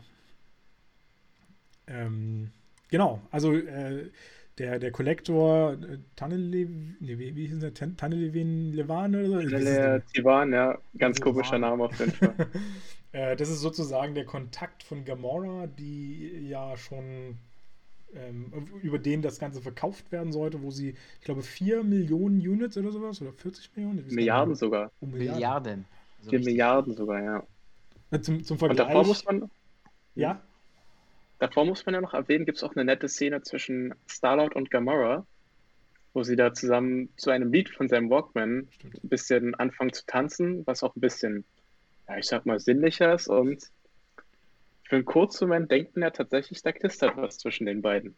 Ähm, genau, also äh, der, der Collector äh, Tanelevin, nee, wie, wie hieß der? Tan- Tanelevin Levan oder so? Ich weiß es nicht mehr. Der Tivan, ja, ganz Tivan. komischer Name auf jeden Fall. Äh, das ist sozusagen der Kontakt von Gamora, die ja schon ähm, über den das Ganze verkauft werden sollte, wo sie, ich glaube, vier Millionen Units oder sowas oder vierzig Millionen? Ich weiß gar nicht Milliarden mehr. sogar. Oh, Milliarden. Also Vier richtig. Milliarden sogar, ja. Äh, Zum, zum Und Vergleich. davor muss man, ja, davor muss man ja noch erwähnen, gibt es auch eine nette Szene zwischen Star-Lord und Gamora, wo sie da zusammen zu einem Lied von seinem Walkman Stimmt. ein bisschen anfangen zu tanzen, was auch ein bisschen, ja, ich sag mal, sinnlicher ist. Und für einen kurzen Moment denkt man ja tatsächlich, da knistert was zwischen den beiden.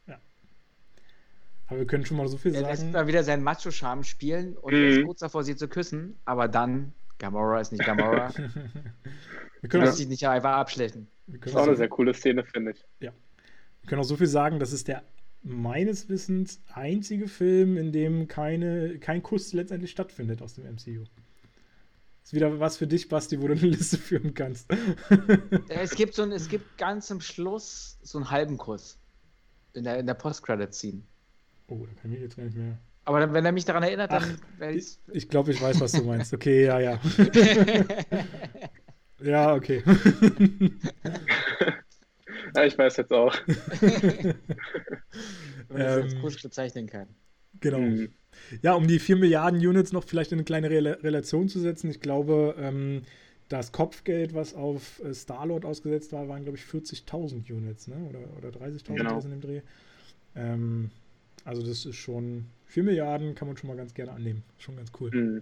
Aber wir können schon mal so viel Er lässt sagen. mal wieder seinen Macho-Charme spielen und er ist Mhm. kurz davor, sie zu küssen, aber dann, Gamora ist nicht Gamora, Wir du können, lässt auch, sich nicht einfach abschlechten. wir, Das können ist auch auch eine so, sehr coole Szene, finde ich. wir können auch so viel sagen, das ist der meines Wissens einzige Film, in dem keine, kein Kuss letztendlich stattfindet aus dem M C U. Ist wieder was für dich, Basti, wo du eine Liste führen kannst. Es gibt so ein, es gibt ganz am Schluss so einen halben Kuss in der, in der Post-Credit-Scene. Oh, da kann ich mich jetzt gar nicht mehr. Aber dann, wenn er mich daran erinnert, dann Ach, werde Ich, ich ich glaube, ich weiß, was du meinst. Okay, ja, ja. Ja, okay. Ja, ich weiß jetzt auch. wenn man das als Ähm, Kuss bezeichnen kann. Genau. Mhm. Ja, um die vier Milliarden Units noch vielleicht in eine kleine Rela Relation zu setzen. Ich glaube, ähm, das Kopfgeld, was auf äh, Star-Lord ausgesetzt war, waren, glaube ich, vierzigtausend Units, ne? Oder, oder dreißigtausend Genau. in dem Dreh. Ähm, also das ist schon vier Milliarden, kann man schon mal ganz gerne annehmen. Schon ganz cool. Mhm.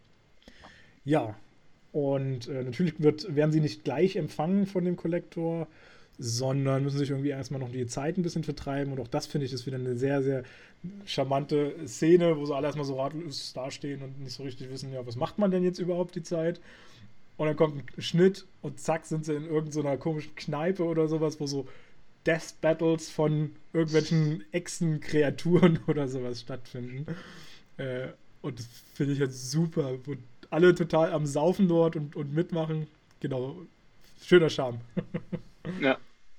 Ja, und äh, natürlich wird, werden sie nicht gleich empfangen von dem Kollektor, sondern müssen sich irgendwie erstmal noch die Zeit ein bisschen vertreiben. Und auch das finde ich ist wieder eine sehr, sehr charmante Szene, wo sie alle erstmal so ratlos dastehen und nicht so richtig wissen, ja, was macht man denn jetzt überhaupt die Zeit? Und dann kommt ein Schnitt und zack, sind sie in irgendeiner komischen Kneipe oder sowas, wo so Death Battles von irgendwelchen Echsen-Kreaturen oder sowas stattfinden. Äh, und das finde ich jetzt super. Und alle total am Saufen dort und, und mitmachen. Genau. Schöner Charme. Ja.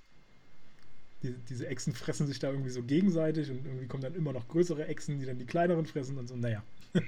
Die, diese Echsen fressen sich da irgendwie so gegenseitig und irgendwie kommen dann immer noch größere Echsen, die dann die kleineren fressen und so. Naja.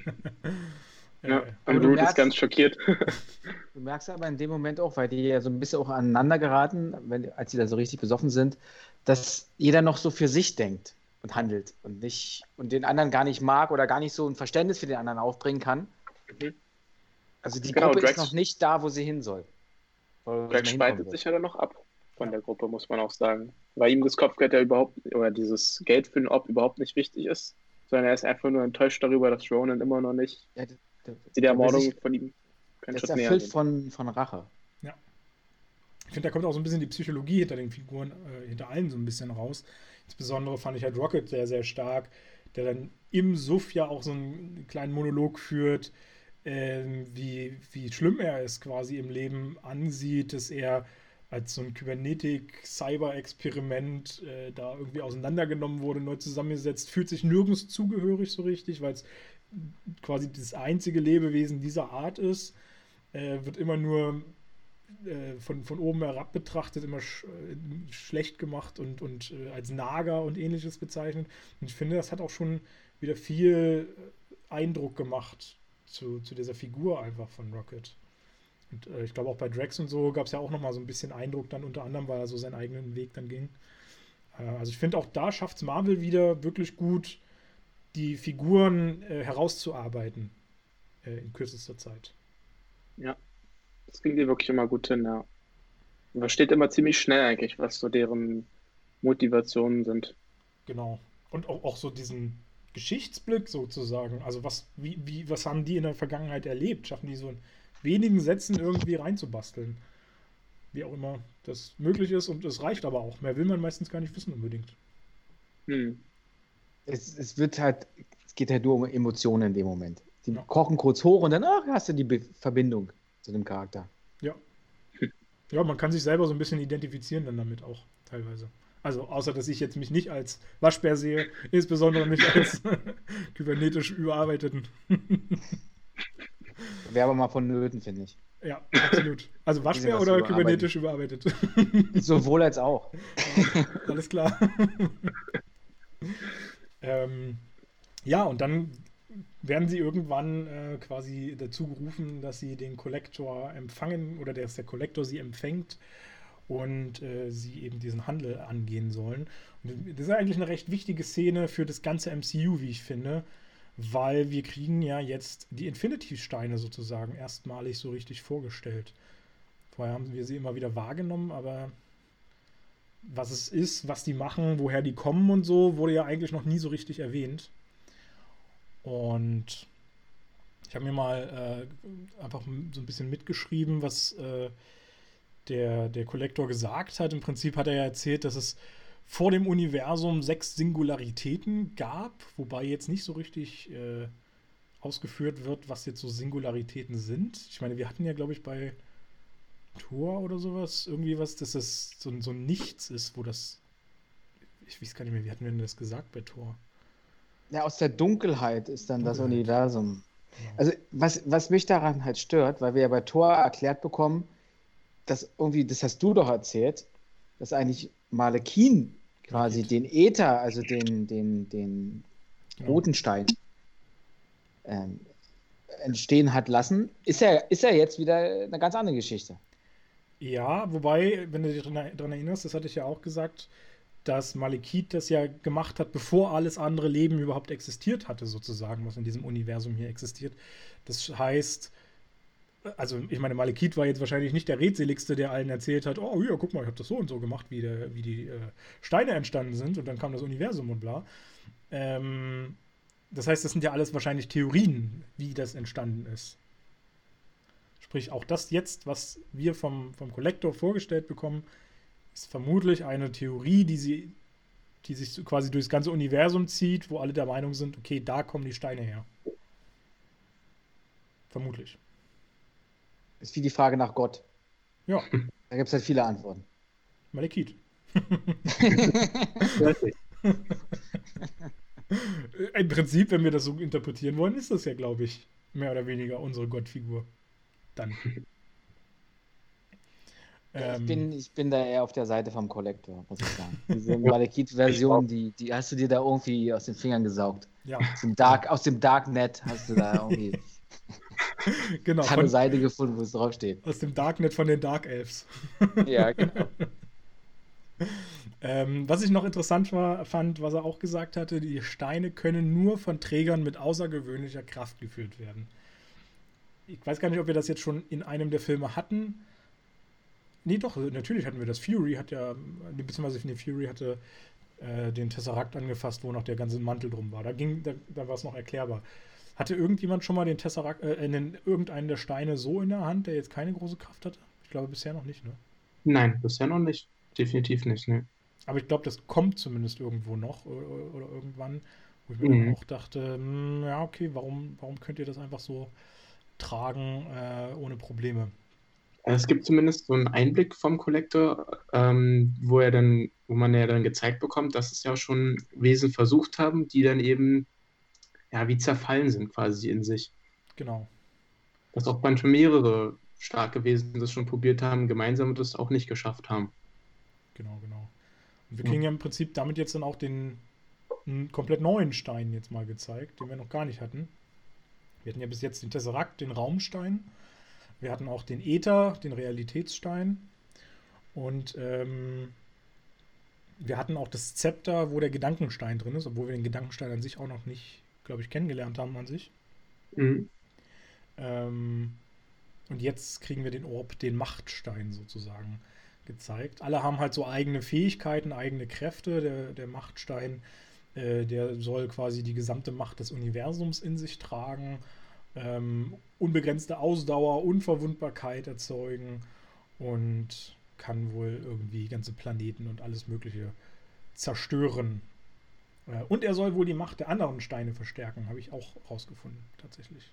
Ja. äh, Aber Und du Groot ist merkst- ganz schockiert. Du merkst aber in dem Moment auch, weil die ja so ein bisschen auch aneinander geraten, wenn, als sie da so richtig besoffen sind, dass jeder noch so für sich denkt und handelt und nicht und den anderen gar nicht mag oder gar nicht so ein Verständnis für den anderen aufbringen kann. Mhm. Also die Genau, Gruppe Drax- ist noch nicht da, wo sie hin soll. Wo sie Drax mal hinkommen spaltet will. sich ja dann noch ab von der Gruppe, muss man auch sagen. Weil ihm das Kopfgeld ja überhaupt, oder dieses Geld für den Ob überhaupt nicht wichtig ist, sondern er ist einfach nur enttäuscht darüber, dass Ronan immer noch nicht Ja, der, der, die der will Ermordung sich- von ihm keinen der ist Schritt näher erfüllt gehen. von, von Rache. Ich finde, da kommt auch so ein bisschen die Psychologie hinter den Figuren, äh, hinter allen so ein bisschen raus. Insbesondere fand ich halt Rocket sehr, sehr stark, der dann im Suff ja auch so einen kleinen Monolog führt, ähm, wie, wie schlimm er es quasi im Leben ansieht, dass er als so ein Kybernetik-Cyber-Experiment äh, da irgendwie auseinandergenommen wurde, neu zusammengesetzt, fühlt sich nirgends zugehörig so richtig, weil es quasi das einzige Lebewesen dieser Art ist, äh, wird immer nur äh, von, von oben herab betrachtet, immer sch äh, schlecht gemacht und, und äh, als Nager und ähnliches bezeichnet. Und ich finde, das hat auch schon wieder viel Eindruck gemacht zu, zu dieser Figur einfach von Rocket. Und äh, ich glaube auch bei Drax und so gab es ja auch nochmal so ein bisschen Eindruck dann unter anderem, weil er so seinen eigenen Weg dann ging. Äh, also ich finde auch da schafft es Marvel wieder wirklich gut, die Figuren äh, herauszuarbeiten äh, in kürzester Zeit. Das kriegen die wirklich immer gut hin, ja. Man versteht immer ziemlich schnell eigentlich, was so deren Motivationen sind. Genau. Und auch, auch so diesen Geschichtsblick sozusagen. Also was, wie, wie, was haben die in der Vergangenheit erlebt? Schaffen die so in wenigen Sätzen irgendwie reinzubasteln. Wie auch immer das möglich ist und es reicht aber auch. Mehr will man meistens gar nicht wissen unbedingt. Hm. Es, es wird halt, es geht halt nur um Emotionen in dem Moment. Die Ja. kochen kurz hoch und dann ach, hast du die Be Verbindung zu dem Charakter. Ja. Ja, man kann sich selber so ein bisschen identifizieren dann damit auch teilweise. Also außer, dass ich jetzt mich nicht als Waschbär sehe, insbesondere nicht als kybernetisch überarbeiteten. Wäre aber mal vonnöten, finde ich. Ja, absolut. Also Waschbär was oder überarbeiten. kybernetisch überarbeitet? Sowohl als auch. Alles klar. ähm, ja, und dann werden sie irgendwann äh, quasi dazu gerufen, dass sie den Kollektor empfangen oder dass der Kollektor sie empfängt und äh, sie eben diesen Handel angehen sollen. Und das ist eigentlich eine recht wichtige Szene für das ganze M C U, wie ich finde, weil wir kriegen ja jetzt die Infinity-Steine sozusagen erstmalig so richtig vorgestellt. Vorher haben wir sie immer wieder wahrgenommen, aber was es ist, was die machen, woher die kommen und so, wurde ja eigentlich noch nie so richtig erwähnt. Und ich habe mir mal äh, einfach so ein bisschen mitgeschrieben, was äh, der, der Kollektor gesagt hat. Im Prinzip hat er ja erzählt, dass es vor dem Universum sechs Singularitäten gab, wobei jetzt nicht so richtig äh, ausgeführt wird, was jetzt so Singularitäten sind. Ich meine, wir hatten ja, glaube ich, bei Thor oder sowas irgendwie was, dass das so, so ein Nichts ist, wo das. Ich weiß gar nicht mehr, wie hatten wir denn das gesagt bei Thor? Ja, aus der Dunkelheit ist dann das Dunkelheit. Universum. Genau. Also, was, was mich daran halt stört, weil wir ja bei Thor erklärt bekommen, dass irgendwie, das hast du doch erzählt, dass eigentlich Malekin quasi Malekith. den Äther, also den, den, den Genau. roten Stein, ähm, entstehen hat lassen, ist ja, ist ja jetzt wieder eine ganz andere Geschichte. Ja, wobei, wenn du dich daran erinnerst, das hatte ich ja auch gesagt, dass Malekith das ja gemacht hat, bevor alles andere Leben überhaupt existiert hatte, sozusagen, was in diesem Universum hier existiert. Das heißt, also ich meine, Malekith war jetzt wahrscheinlich nicht der Redseligste, der allen erzählt hat, oh ja, guck mal, ich habe das so und so gemacht, wie, der, wie die äh, Steine entstanden sind und dann kam das Universum und bla. Ähm, das heißt, das sind ja alles wahrscheinlich Theorien, wie das entstanden ist. Sprich, auch das jetzt, was wir vom, vom Kollektor vorgestellt bekommen, ist vermutlich eine Theorie, die, sie, die sich so quasi durchs ganze Universum zieht, wo alle der Meinung sind, okay, da kommen die Steine her. Vermutlich. Ist wie die Frage nach Gott. Ja, Da gibt es halt viele Antworten. Malekith. Wirklich. Im Prinzip, wenn wir das so interpretieren wollen, ist das ja, glaube ich, mehr oder weniger unsere Gottfigur. Dann. Ja, ich, Ähm, bin, ich bin da eher auf der Seite vom Kollektor, muss ich sagen. Diese Malekith-Version, die, die hast du dir da irgendwie aus den Fingern gesaugt. ja, Aus dem, Dark, aus dem Darknet hast du da irgendwie genau. eine Von, Seite gefunden, wo es draufsteht. aus dem Darknet von den Dark Elves. Ja, genau. Ähm, was ich noch interessant war, fand, was er auch gesagt hatte, die Steine können nur von Trägern mit außergewöhnlicher Kraft geführt werden. Ich weiß gar nicht, ob wir das jetzt schon in einem der Filme hatten. Nee, doch, natürlich hatten wir das. Fury hat ja, beziehungsweise nee, Fury hatte äh, den Tesseract angefasst, wo noch der ganze Mantel drum war. Da ging, da, da war es noch erklärbar. Hatte irgendjemand schon mal den Tesseract, äh, den, irgendeinen der Steine so in der Hand, der jetzt keine große Kraft hatte? Ich glaube bisher noch nicht, ne? Nein, bisher noch nicht. Definitiv nicht, ne? Aber ich glaube, das kommt zumindest irgendwo noch oder, oder irgendwann, wo ich mir Mhm. dann auch dachte, hm, ja, okay, warum, warum könnt ihr das einfach so tragen äh, ohne Probleme? Es gibt zumindest so einen Einblick vom Kollektor, ähm, wo er dann, wo man ja dann gezeigt bekommt, dass es ja schon Wesen versucht haben, die dann eben ja wie zerfallen sind quasi in sich. Genau, Dass auch manche mehrere starke Wesen das schon probiert haben, gemeinsam und das auch nicht geschafft haben. genau, genau. Und wir Ja. kriegen ja im Prinzip damit jetzt dann auch den einen komplett neuen Stein jetzt mal gezeigt, den wir noch gar nicht hatten. Wir hatten ja bis jetzt den Tesseract, den Raumstein. Wir hatten auch den Äther, den Realitätsstein. Und ähm, wir hatten auch das Zepter, wo der Gedankenstein drin ist, obwohl wir den Gedankenstein an sich auch noch nicht, glaube ich, kennengelernt haben an sich. Mhm. Ähm, und jetzt kriegen wir den Orb, den Machtstein sozusagen gezeigt. Alle haben halt so eigene Fähigkeiten, eigene Kräfte. Der, der Machtstein, äh, der soll quasi die gesamte Macht des Universums in sich tragen, ähm, unbegrenzte Ausdauer, Unverwundbarkeit erzeugen und kann wohl irgendwie ganze Planeten und alles Mögliche zerstören. Äh, und er soll wohl die Macht der anderen Steine verstärken, habe ich auch rausgefunden, tatsächlich.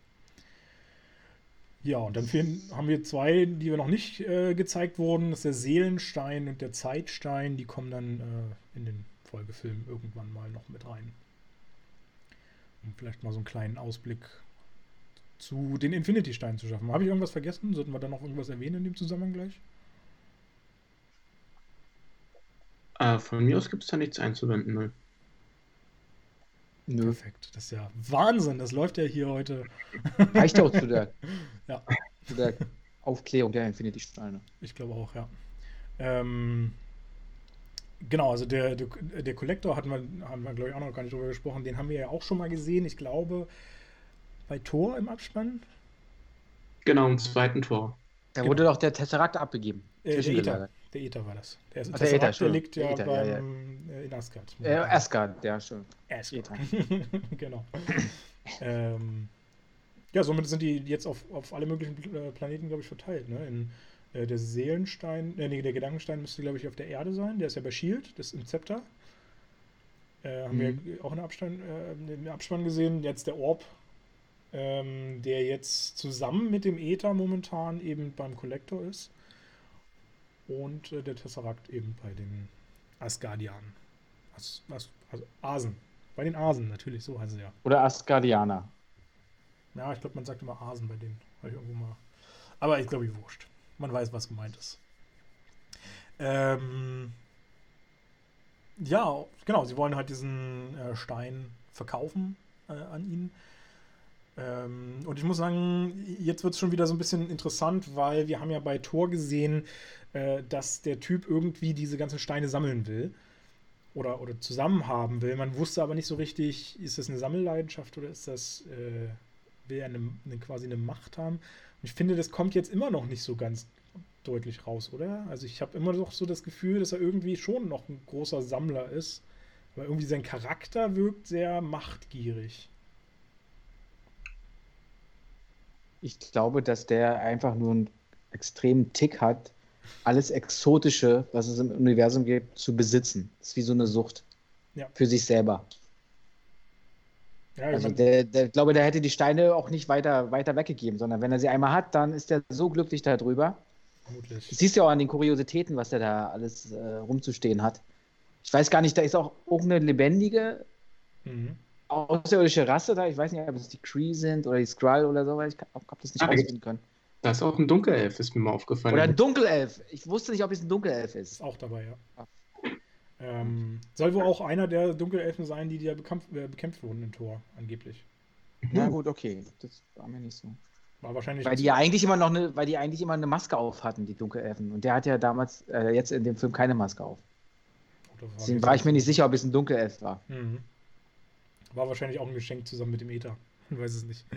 Ja, und dann fehlen, haben wir zwei, die wir noch nicht äh, gezeigt wurden. Das ist der Seelenstein und der Zeitstein. Die kommen dann äh, in den Folgefilm irgendwann mal noch mit rein. Um vielleicht mal so einen kleinen Ausblick zu den Infinity-Steinen zu schaffen. Habe ich irgendwas vergessen? Sollten wir da noch irgendwas erwähnen in dem Zusammenhang gleich? Äh, von mir aus gibt es da nichts einzuwenden. Ne? Nö. Perfekt. Das ist ja Wahnsinn. Das läuft ja hier heute. Reicht auch zu der, Ja, zu der Aufklärung der Infinity-Steine. ich glaube auch, ja. Ähm, genau, also der, der, der Collector hatten wir, haben wir, glaube ich, auch noch gar nicht drüber gesprochen. Den haben wir ja auch schon mal gesehen. Ich glaube, bei Thor im Abspann. Genau, im zweiten Tor. Da Genau. wurde doch der Tesseract abgegeben. Äh, der Äther. Zwischengelagert. Der Äther war das. Der, Ach, der Tesseract, Äther, der Entschuldigung. liegt ja, Der Äther, ja, beim, Äh, in Asgard. Äh, Asgard, ja, schon. Asgard. Äther. Genau. Ähm, ja, somit sind die jetzt auf, auf alle möglichen Pl- Planeten, glaube ich, verteilt. Ne? In, äh, der Seelenstein, äh, nee, der Gedankenstein müsste, glaube ich, auf der Erde sein. Der ist ja bei Shield, das ist im Zepter. Äh, haben Mhm. wir auch in der Abspann, äh, im Abspann gesehen. Jetzt der Orb, ähm, der jetzt zusammen mit dem Äther momentan eben beim Collector ist. Und äh, der Tesseract eben bei den Asgardianen. As, As, also Asen. Bei den Asen, natürlich, so heißen sie ja. Oder Asgardianer. Ja, ich glaube, man sagt immer Asen bei denen. Hab ich irgendwo mal. Aber ich glaube, ich wurscht. Man weiß, was gemeint ist. Ähm, ja, genau, sie wollen halt diesen äh, Stein verkaufen äh, an ihn. Ähm, und ich muss sagen, jetzt wird es schon wieder so ein bisschen interessant, weil wir haben ja bei Thor gesehen, äh, dass der Typ irgendwie diese ganzen Steine sammeln will. Oder, oder zusammen haben will. Man wusste aber nicht so richtig, ist das eine Sammelleidenschaft oder ist das, äh, will er eine, eine, quasi eine Macht haben? Und ich finde, das kommt jetzt immer noch nicht so ganz deutlich raus, oder? Also ich habe immer noch so das Gefühl, dass er irgendwie schon noch ein großer Sammler ist. Aber irgendwie sein Charakter wirkt sehr machtgierig. Ich glaube, dass der einfach nur einen extremen Tick hat, alles Exotische, was es im Universum gibt, zu besitzen. Das ist wie so eine Sucht Ja. für sich selber. Ja, ich Also mein, der, der, ich glaube, der hätte die Steine auch nicht weiter, weiter weggegeben, sondern wenn er sie einmal hat, dann ist er so glücklich darüber. Das vermutlich. siehst du ja auch an den Kuriositäten, was der da alles äh, rumzustehen hat. Ich weiß gar nicht, da ist auch irgendeine lebendige, Mhm. außerirdische Rasse da. Ich weiß nicht, ob es die Kree sind oder die Skrull oder so, weil ich habe das nicht Ah, da gibt's- rausfinden können. Da ist auch ein Dunkelelf, ist mir mal aufgefallen. Oder ein Dunkelelf. Ich wusste nicht, ob es ein Dunkelelf ist. Ist auch dabei, ja. Ähm, soll wohl auch einer der Dunkelelfen sein, die da bekämpft, äh, bekämpft wurden im Tor, angeblich. Ja gut, okay. Das war mir nicht so. War wahrscheinlich. Weil die ja eigentlich immer noch eine, weil die eigentlich immer eine Maske auf hatten, die Dunkelelfen. Und der hat ja damals, äh, jetzt in dem Film keine Maske auf. Oh, das war Deswegen mir war so- ich mir nicht sicher, ob es ein Dunkelelf war. Mhm. War wahrscheinlich auch ein Geschenk zusammen mit dem Äther. Ich weiß es nicht.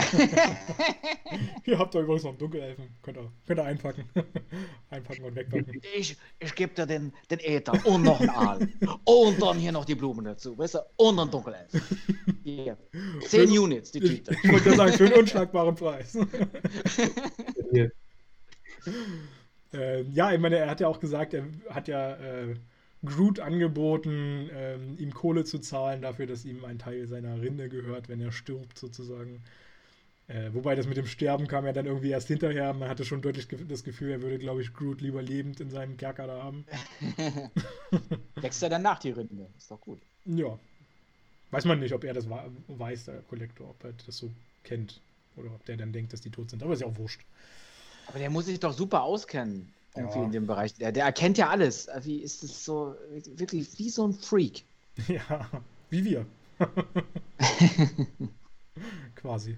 Hier habt ihr übrigens noch einen Dunkelelfen. Könnt ihr, könnt ihr einpacken. Einpacken und wegpacken. Ich, ich gebe dir den, den Äther und noch einen Aal. Und dann hier noch die Blumen dazu, weißt du? Und einen Dunkelelf. Hier. Zehn Schön- Units, die Ich, Tüte. ich wollte ja sagen, für einen unschlagbaren Preis. Hier. äh, ja, ich meine, er hat ja auch gesagt, er hat ja äh, Groot angeboten, ähm, ihm Kohle zu zahlen dafür, dass ihm ein Teil seiner Rinde gehört, wenn er stirbt, sozusagen. Äh, wobei das mit dem Sterben kam ja dann irgendwie erst hinterher. Man hatte schon deutlich ge- das Gefühl, er würde, glaube ich, Groot lieber lebend in seinem Kerker da haben. Wächst er dann nach die Rinde. Ist doch gut. Ja. Weiß man nicht, ob er das wa- weiß, der Kollektor, ob er das so kennt. Oder ob der dann denkt, dass die tot sind. Aber ist ja auch wurscht. Aber der muss sich doch super auskennen. Irgendwie Ja. in dem Bereich. Der, der erkennt ja alles. Wie ist es so, wirklich wie so ein Freak. Ja, wie wir. Quasi.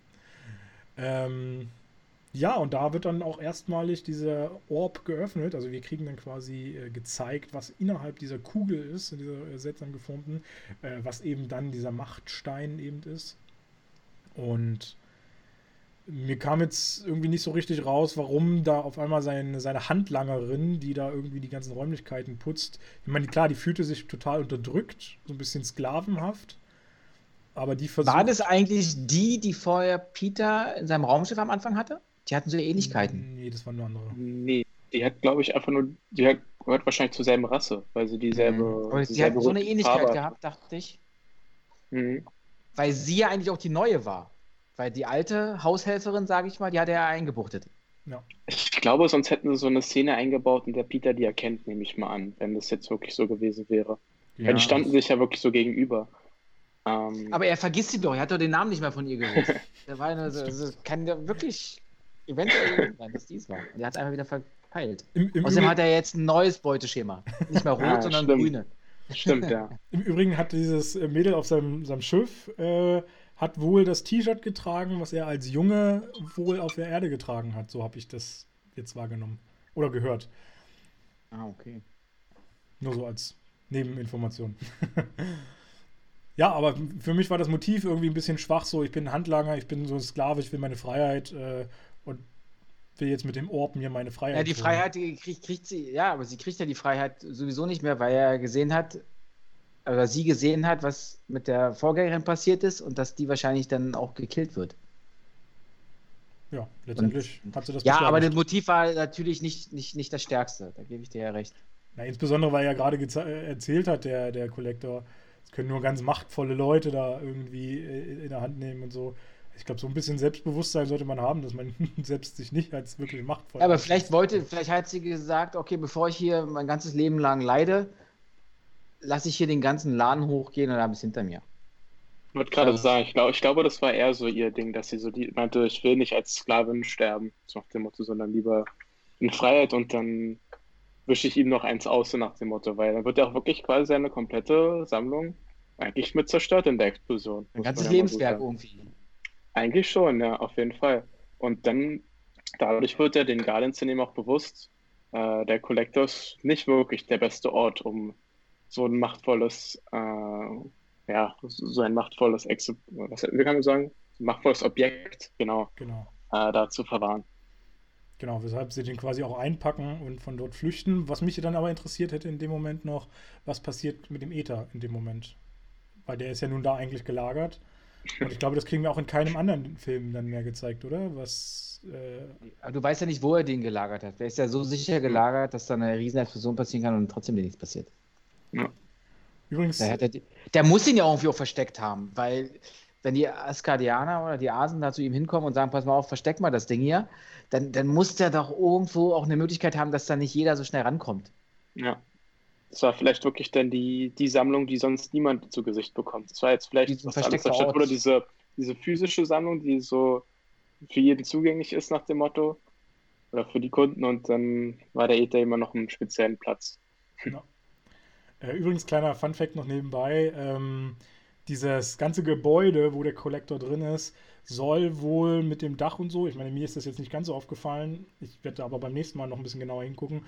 Ähm, ja, und da wird dann auch erstmalig dieser Orb geöffnet. Also wir kriegen dann quasi äh, gezeigt, was innerhalb dieser Kugel ist, in dieser äh, seltsam geformten, äh, was eben dann dieser Machtstein eben ist. Und mir kam jetzt irgendwie nicht so richtig raus, warum da auf einmal seine, seine Handlangerin, die da irgendwie die ganzen Räumlichkeiten putzt. Ich meine, klar, die fühlte sich total unterdrückt, so ein bisschen sklavenhaft. Aber die versucht. War das eigentlich die, die vorher Peter in seinem Raumschiff am Anfang hatte? Die hatten so Ähnlichkeiten. Nee, das waren nur andere. Nee, die hat, glaube ich, einfach nur, die hat, gehört wahrscheinlich zur selben Rasse, weil sie dieselbe. Mhm. Aber sie dieselbe hatten so eine rote Ähnlichkeit Farbe hat. gehabt, dachte ich. Mhm. Weil sie ja eigentlich auch die neue war. Weil die alte Haushelferin, sage ich mal, die hat er ja eingebuchtet. Ja. Ich glaube, sonst hätten sie so eine Szene eingebaut, in der Peter die erkennt, nehme ich mal an, wenn das jetzt wirklich so gewesen wäre. Weil die standen sich ja wirklich so gegenüber. Ähm, Aber er vergisst sie doch, er hat doch den Namen nicht mehr von ihr gewusst. Der war eine, das, das kann ja wirklich eventuell sein, dass dies war. Und er hat es einfach wieder verpeilt. Im, im, Außerdem Übrigen, hat er jetzt ein neues Beuteschema. Nicht mehr rot, Ah, sondern stimmt. grüne. Stimmt, ja. Im Übrigen hat dieses äh, Mädel auf seinem, seinem Schiff äh, hat wohl das T-Shirt getragen, was er als Junge wohl auf der Erde getragen hat. So habe ich das jetzt wahrgenommen. Oder gehört. Ah, okay. Nur so als Nebeninformation. Ja, aber für mich war das Motiv irgendwie ein bisschen schwach. So, ich bin ein Handlanger, ich bin so ein Sklave, ich will meine Freiheit äh, und will jetzt mit dem Orb mir meine Freiheit Ja, die holen. Freiheit die kriegt, kriegt sie, ja, aber sie kriegt ja die Freiheit sowieso nicht mehr, weil er gesehen hat, oder sie gesehen hat, was mit der Vorgängerin passiert ist und dass die wahrscheinlich dann auch gekillt wird. Ja, letztendlich und, hat sie das Ja, aber das Motiv war natürlich nicht, nicht, nicht das Stärkste, da gebe ich dir ja recht. Na, insbesondere, weil er ja gerade erzählt hat, der, der Kollektor, es können nur ganz machtvolle Leute da irgendwie in der Hand nehmen und so. Ich glaube, so ein bisschen Selbstbewusstsein sollte man haben, dass man selbst sich nicht als wirklich machtvoll. Ja, aber vielleicht wollte, vielleicht hat sie gesagt, okay, bevor ich hier mein ganzes Leben lang leide, lasse ich hier den ganzen Laden hochgehen und habe es hinter mir. Ich wollte gerade sagen, ich, glaub, ich glaube, das war eher so ihr Ding, dass sie so die meinte, ich will nicht als Sklavin sterben, so nach dem Motto, sondern lieber in Freiheit und dann wische ich ihm noch eins aus, so nach dem Motto, weil dann wird ja auch wirklich quasi seine komplette Sammlung eigentlich mit zerstört in der Explosion. Ein ganzes Lebenswerk irgendwie. Eigentlich schon, ja, auf jeden Fall. Und dann, dadurch wird ja den Guardians eben auch bewusst, äh, der Collector ist nicht wirklich der beste Ort, um so ein machtvolles, äh, ja, so ein machtvolles, Ex was, wie kann man sagen, ein machtvolles Objekt, genau, genau. Äh, da zu verwahren. Genau, weshalb sie den quasi auch einpacken und von dort flüchten. Was mich dann aber interessiert hätte in dem Moment noch, was passiert mit dem Äther in dem Moment? Weil der ist ja nun da eigentlich gelagert. Und ich glaube, das kriegen wir auch in keinem anderen Film dann mehr gezeigt, oder? Was, äh Aber du weißt ja nicht, wo er den gelagert hat. Der ist ja so sicher gelagert, dass da eine riesen Explosion passieren kann und trotzdem dir nichts passiert. Ja. Übrigens. Der, der, der muss ihn ja irgendwie auch versteckt haben, weil wenn die Asgardianer oder die Asen da zu ihm hinkommen und sagen, pass mal auf, versteck mal das Ding hier, dann, dann muss der doch irgendwo auch eine Möglichkeit haben, dass da nicht jeder so schnell rankommt. Ja. Das war vielleicht wirklich dann die, die Sammlung, die sonst niemand zu Gesicht bekommt. Das war jetzt vielleicht was anderes versteckt, oder diese, diese physische Sammlung, die so für jeden zugänglich ist nach dem Motto. Oder für die Kunden, und dann war der Äther immer noch einen speziellen Platz. Ja. Äh, übrigens, kleiner Funfact noch nebenbei, ähm, dieses ganze Gebäude, wo der Kollektor drin ist, soll wohl mit dem Dach und so, ich meine, mir ist das jetzt nicht ganz so aufgefallen, ich werde aber beim nächsten Mal noch ein bisschen genauer hingucken,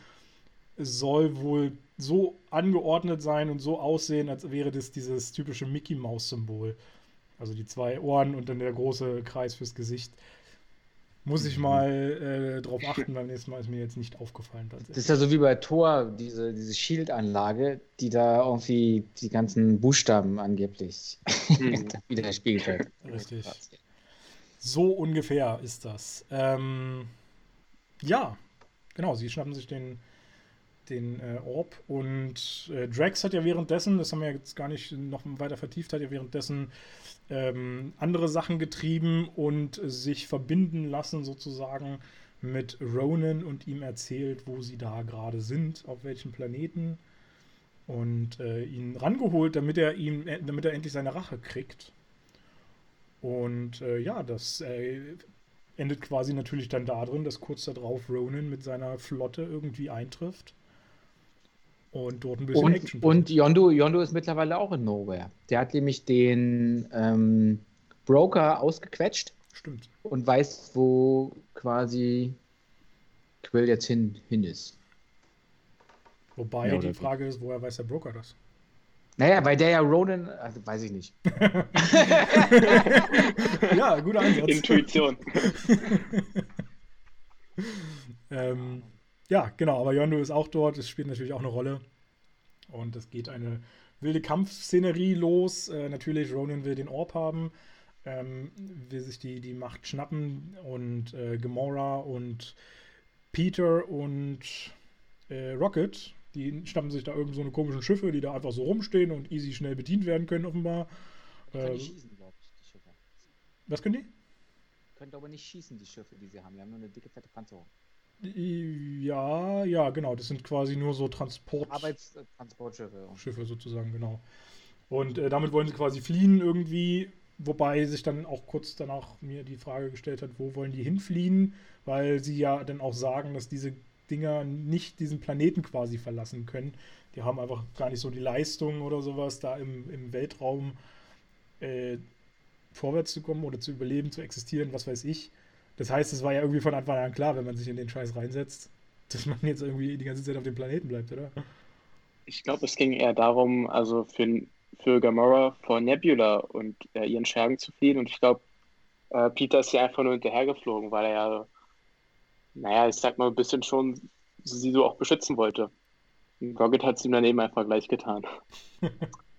soll wohl so angeordnet sein und so aussehen, als wäre das dieses typische Mickey-Maus-Symbol. Also die zwei Ohren und dann der große Kreis fürs Gesicht. Muss ich mal äh, drauf achten, beim nächsten Mal ist mir jetzt nicht aufgefallen. Das ist ja so wie bei Thor, diese, diese Shield-Anlage, die da irgendwie die ganzen Buchstaben angeblich mhm. widerspiegelt. Richtig. So ungefähr ist das. Ähm, ja, genau, sie schnappen sich den, den äh, Orb und äh, Drax hat ja währenddessen, das haben wir jetzt gar nicht noch weiter vertieft, hat ja währenddessen ähm, andere Sachen getrieben und sich verbinden lassen sozusagen mit Ronan und ihm erzählt, wo sie da gerade sind, auf welchem Planeten, und äh, ihn rangeholt, damit er ihn, äh, damit er endlich seine Rache kriegt. Und äh, ja, das äh, endet quasi natürlich dann darin, dass kurz darauf Ronan mit seiner Flotte irgendwie eintrifft und dort ein bisschen und, Action Und Yondu, Yondu ist mittlerweile auch in Nowhere. Der hat nämlich den ähm, Broker ausgequetscht. Stimmt. Und weiß, wo quasi Quill jetzt hin, hin ist. Wobei ja, die Frage ist, woher weiß der Broker das? Naja, weil der ja Ronan, also weiß ich nicht. Ja, guter Ansatz. Intuition. ähm, ja, genau, aber Yondu ist auch dort, es spielt natürlich auch eine Rolle. Und es geht eine wilde Kampfszenerie los. Äh, natürlich, Ronan will den Orb haben, ähm, will sich die, die Macht schnappen, und äh, Gamora und Peter und äh, Rocket, die schnappen sich da irgend so eine komischen Schiffe, die da einfach so rumstehen und easy schnell bedient werden können, offenbar. Können die schießen, glaube ich, die Schiffe. Was können die? Können aber nicht schießen, die Schiffe, die sie haben. Die haben nur eine dicke, fette Panzerung. Ja, ja, genau. Das sind quasi nur so Transport... Arbeitstransportschiffe. Schiffe sozusagen, genau. Und äh, damit wollen sie quasi fliehen irgendwie, wobei sich dann auch kurz danach mir die Frage gestellt hat, wo wollen die hinfliehen, weil sie ja dann auch sagen, dass diese Dinger nicht diesen Planeten quasi verlassen können. Die haben einfach gar nicht so die Leistung oder sowas, da im, im Weltraum äh, vorwärts zu kommen oder zu überleben, zu existieren, was weiß ich. Das heißt, es war ja irgendwie von Anfang an klar, wenn man sich in den Scheiß reinsetzt, dass man jetzt irgendwie die ganze Zeit auf dem Planeten bleibt, oder? Ich glaube, es ging eher darum, also für, für Gamora vor Nebula und äh, ihren Schergen zu fliehen. Und ich glaube, äh, Peter ist ja einfach nur hinterhergeflogen, weil er ja, naja, ich sag mal, ein bisschen schon sie so auch beschützen wollte. Und Rocket hat es ihm dann eben einfach gleich getan.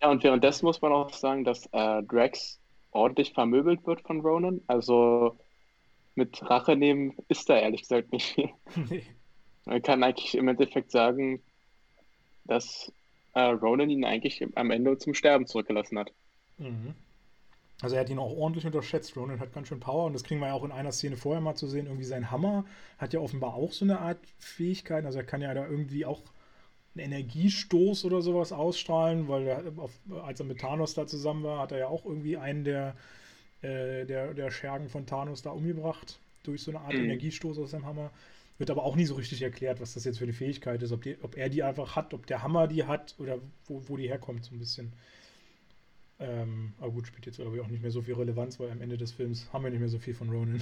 Ja, und währenddessen muss man auch sagen, dass äh, Drax ordentlich vermöbelt wird von Ronan. Also mit Rache nehmen ist da ehrlich gesagt nicht viel. Nee. Man kann eigentlich im Endeffekt sagen, dass äh, Ronan ihn eigentlich am Ende zum Sterben zurückgelassen hat. Mhm. Also er hat ihn auch ordentlich unterschätzt. Ronan hat ganz schön Power und das kriegen wir ja auch in einer Szene vorher mal zu sehen. Irgendwie sein Hammer hat ja offenbar auch so eine Art Fähigkeit. Also er kann ja da irgendwie auch einen Energiestoß oder sowas ausstrahlen, weil er, auf, als er mit Thanos da zusammen war, hat er ja auch irgendwie einen der, äh, der, der Schergen von Thanos da umgebracht durch so eine Art Mhm. Energiestoß aus seinem Hammer. Wird aber auch nie so richtig erklärt, was das jetzt für eine Fähigkeit ist, ob, die, ob er die einfach hat, ob der Hammer die hat oder wo, wo die herkommt, so ein bisschen. Ähm, aber gut, spielt jetzt glaube ich auch nicht mehr so viel Relevanz, weil am Ende des Films haben wir nicht mehr so viel von Ronan.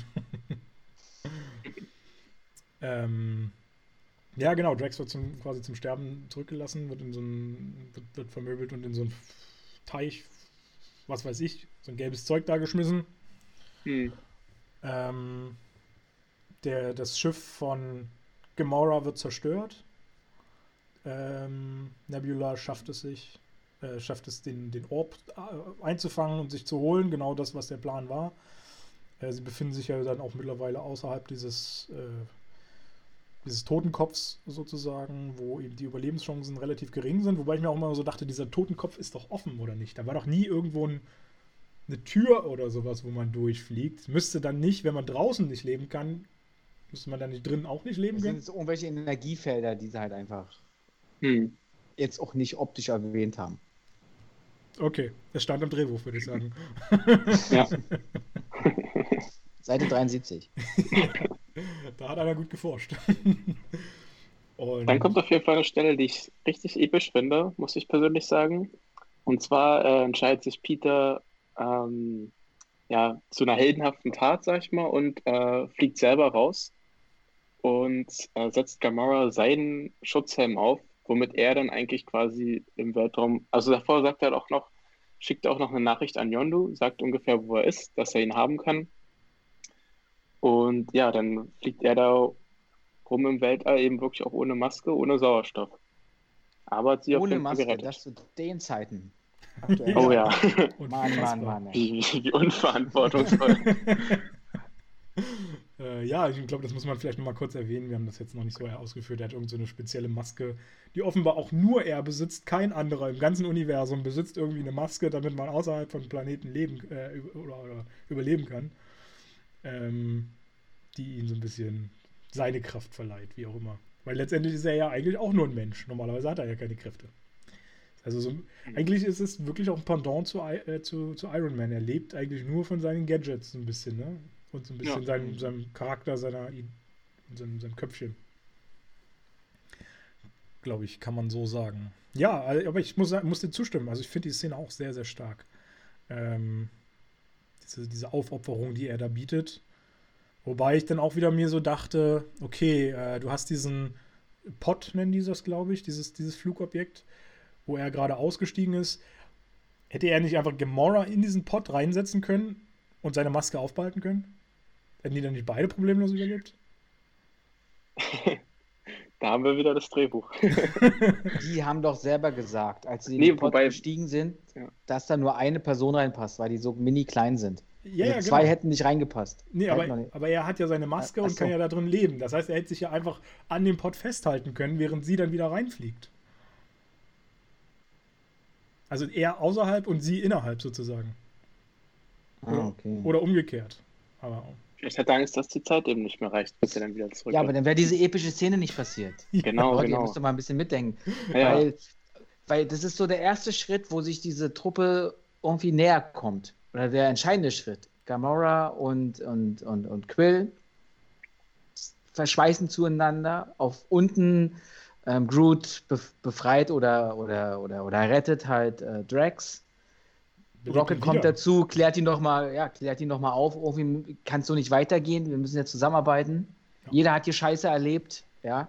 ähm, ja, genau, Drax wird zum, quasi zum Sterben zurückgelassen, wird in so ein, wird, wird vermöbelt und in so einen Teich, was weiß ich, so ein gelbes Zeug da geschmissen. Hm. Ähm, der, das Schiff von Gamora wird zerstört. Ähm, Nebula schafft es sich, äh, schafft es, den, den Orb äh, einzufangen und sich zu holen. Genau das, was der Plan war. Äh, sie befinden sich ja dann auch mittlerweile außerhalb dieses, äh, dieses Totenkopfs sozusagen, wo eben die Überlebenschancen relativ gering sind. Wobei ich mir auch immer so dachte, dieser Totenkopf ist doch offen, oder nicht? Da war doch nie irgendwo ein, eine Tür oder sowas, wo man durchfliegt. Müsste dann nicht, wenn man draußen nicht leben kann, müsste man dann nicht drinnen auch nicht leben Das sind können? jetzt irgendwelche Energiefelder, die sie halt einfach Hm. jetzt auch nicht optisch erwähnt haben. Okay, es stand im Drehbuch, würde ich sagen. Ja. Seite dreiundsiebzig. Da hat einer gut geforscht. Und Dann kommt auf jeden Fall eine Stelle, die ich richtig episch finde, muss ich persönlich sagen. Und zwar äh, entscheidet sich Peter ähm, ja, zu einer heldenhaften Tat, sag ich mal, und äh, fliegt selber raus und äh, setzt Gamora seinen Schutzhelm auf, womit er dann eigentlich quasi im Weltraum, also davor sagt er auch noch, schickt auch noch eine Nachricht an Yondu, sagt ungefähr, wo er ist, dass er ihn haben kann. Und ja, dann fliegt er da rum im Weltall eben wirklich auch ohne Maske, ohne Sauerstoff. Aber hat sie auf Ohne jeden Fall Maske, gerettet. das zu den Zeiten. Aktuell. Oh ja, Mann, unfassbar. Mann, Mann. ey. wie, wie, wie unverantwortungsvoll. Äh, ja, ich glaube, das muss man vielleicht nochmal kurz erwähnen. Wir haben das jetzt noch nicht so ausgeführt. Er hat irgend so eine spezielle Maske, die offenbar auch nur er besitzt. Kein anderer im ganzen Universum besitzt irgendwie eine Maske, damit man außerhalb von Planeten leben äh, oder, oder überleben kann. Ähm, die ihm so ein bisschen seine Kraft verleiht, wie auch immer. Weil letztendlich ist er ja eigentlich auch nur ein Mensch. Normalerweise hat er ja keine Kräfte. Also so, eigentlich ist es wirklich auch ein Pendant zu, I- äh, zu, zu Iron Man. Er lebt eigentlich nur von seinen Gadgets so ein bisschen, ne? Und so ein bisschen Ja. seinem, seinem Charakter, seiner, I- seinem, seinem Köpfchen. Glaube ich, kann man so sagen. Ja, also, aber ich muss, muss dir zustimmen. Also ich finde die Szene auch sehr, sehr stark. Ähm, diese, diese Aufopferung, die er da bietet. Wobei ich dann auch wieder mir so dachte, okay, äh, du hast diesen Pod, nennen die das, glaube ich, dieses, dieses Flugobjekt, wo er gerade ausgestiegen ist. Hätte er nicht einfach Gamora in diesen Pod reinsetzen können und seine Maske aufbehalten können? Hätten die dann nicht beide problemlos überlebt? Da haben wir wieder das Drehbuch. Die haben doch selber gesagt, als sie in Nee, den Pod wobei- gestiegen sind, Ja. dass da nur eine Person reinpasst, weil die so mini klein sind. Ja, also ja, zwei genau. hätten nicht reingepasst. Nee, Hätten noch aber, nicht. aber er hat ja seine Maske Ach und so. kann ja da drin leben. Das heißt, er hätte sich ja einfach an dem Pod festhalten können, während sie dann wieder reinfliegt. Also er außerhalb und sie innerhalb sozusagen. Ah, okay. Oder umgekehrt. Aber Vielleicht hat er Angst, dass die Zeit eben nicht mehr reicht, bis er dann wieder zurück Ja, aber ist. dann wäre diese epische Szene nicht passiert. Genau, Leute, ihr genau. müsst doch mal ein bisschen mitdenken. Ja. Weil, weil das ist so der erste Schritt, wo sich diese Truppe irgendwie näher kommt. Oder der entscheidende Schritt. Gamora und, und, und, und Quill verschweißen zueinander. Auf unten ähm, Groot bef befreit oder, oder, oder, oder rettet halt äh, Drax. belebt Rocket ihn kommt wieder. dazu, klärt ihn noch mal, ja, klärt ihn noch mal auf. Irgendwie kann es so nicht weitergehen. Wir müssen jetzt zusammenarbeiten. Ja. Jeder hat die Scheiße erlebt, ja.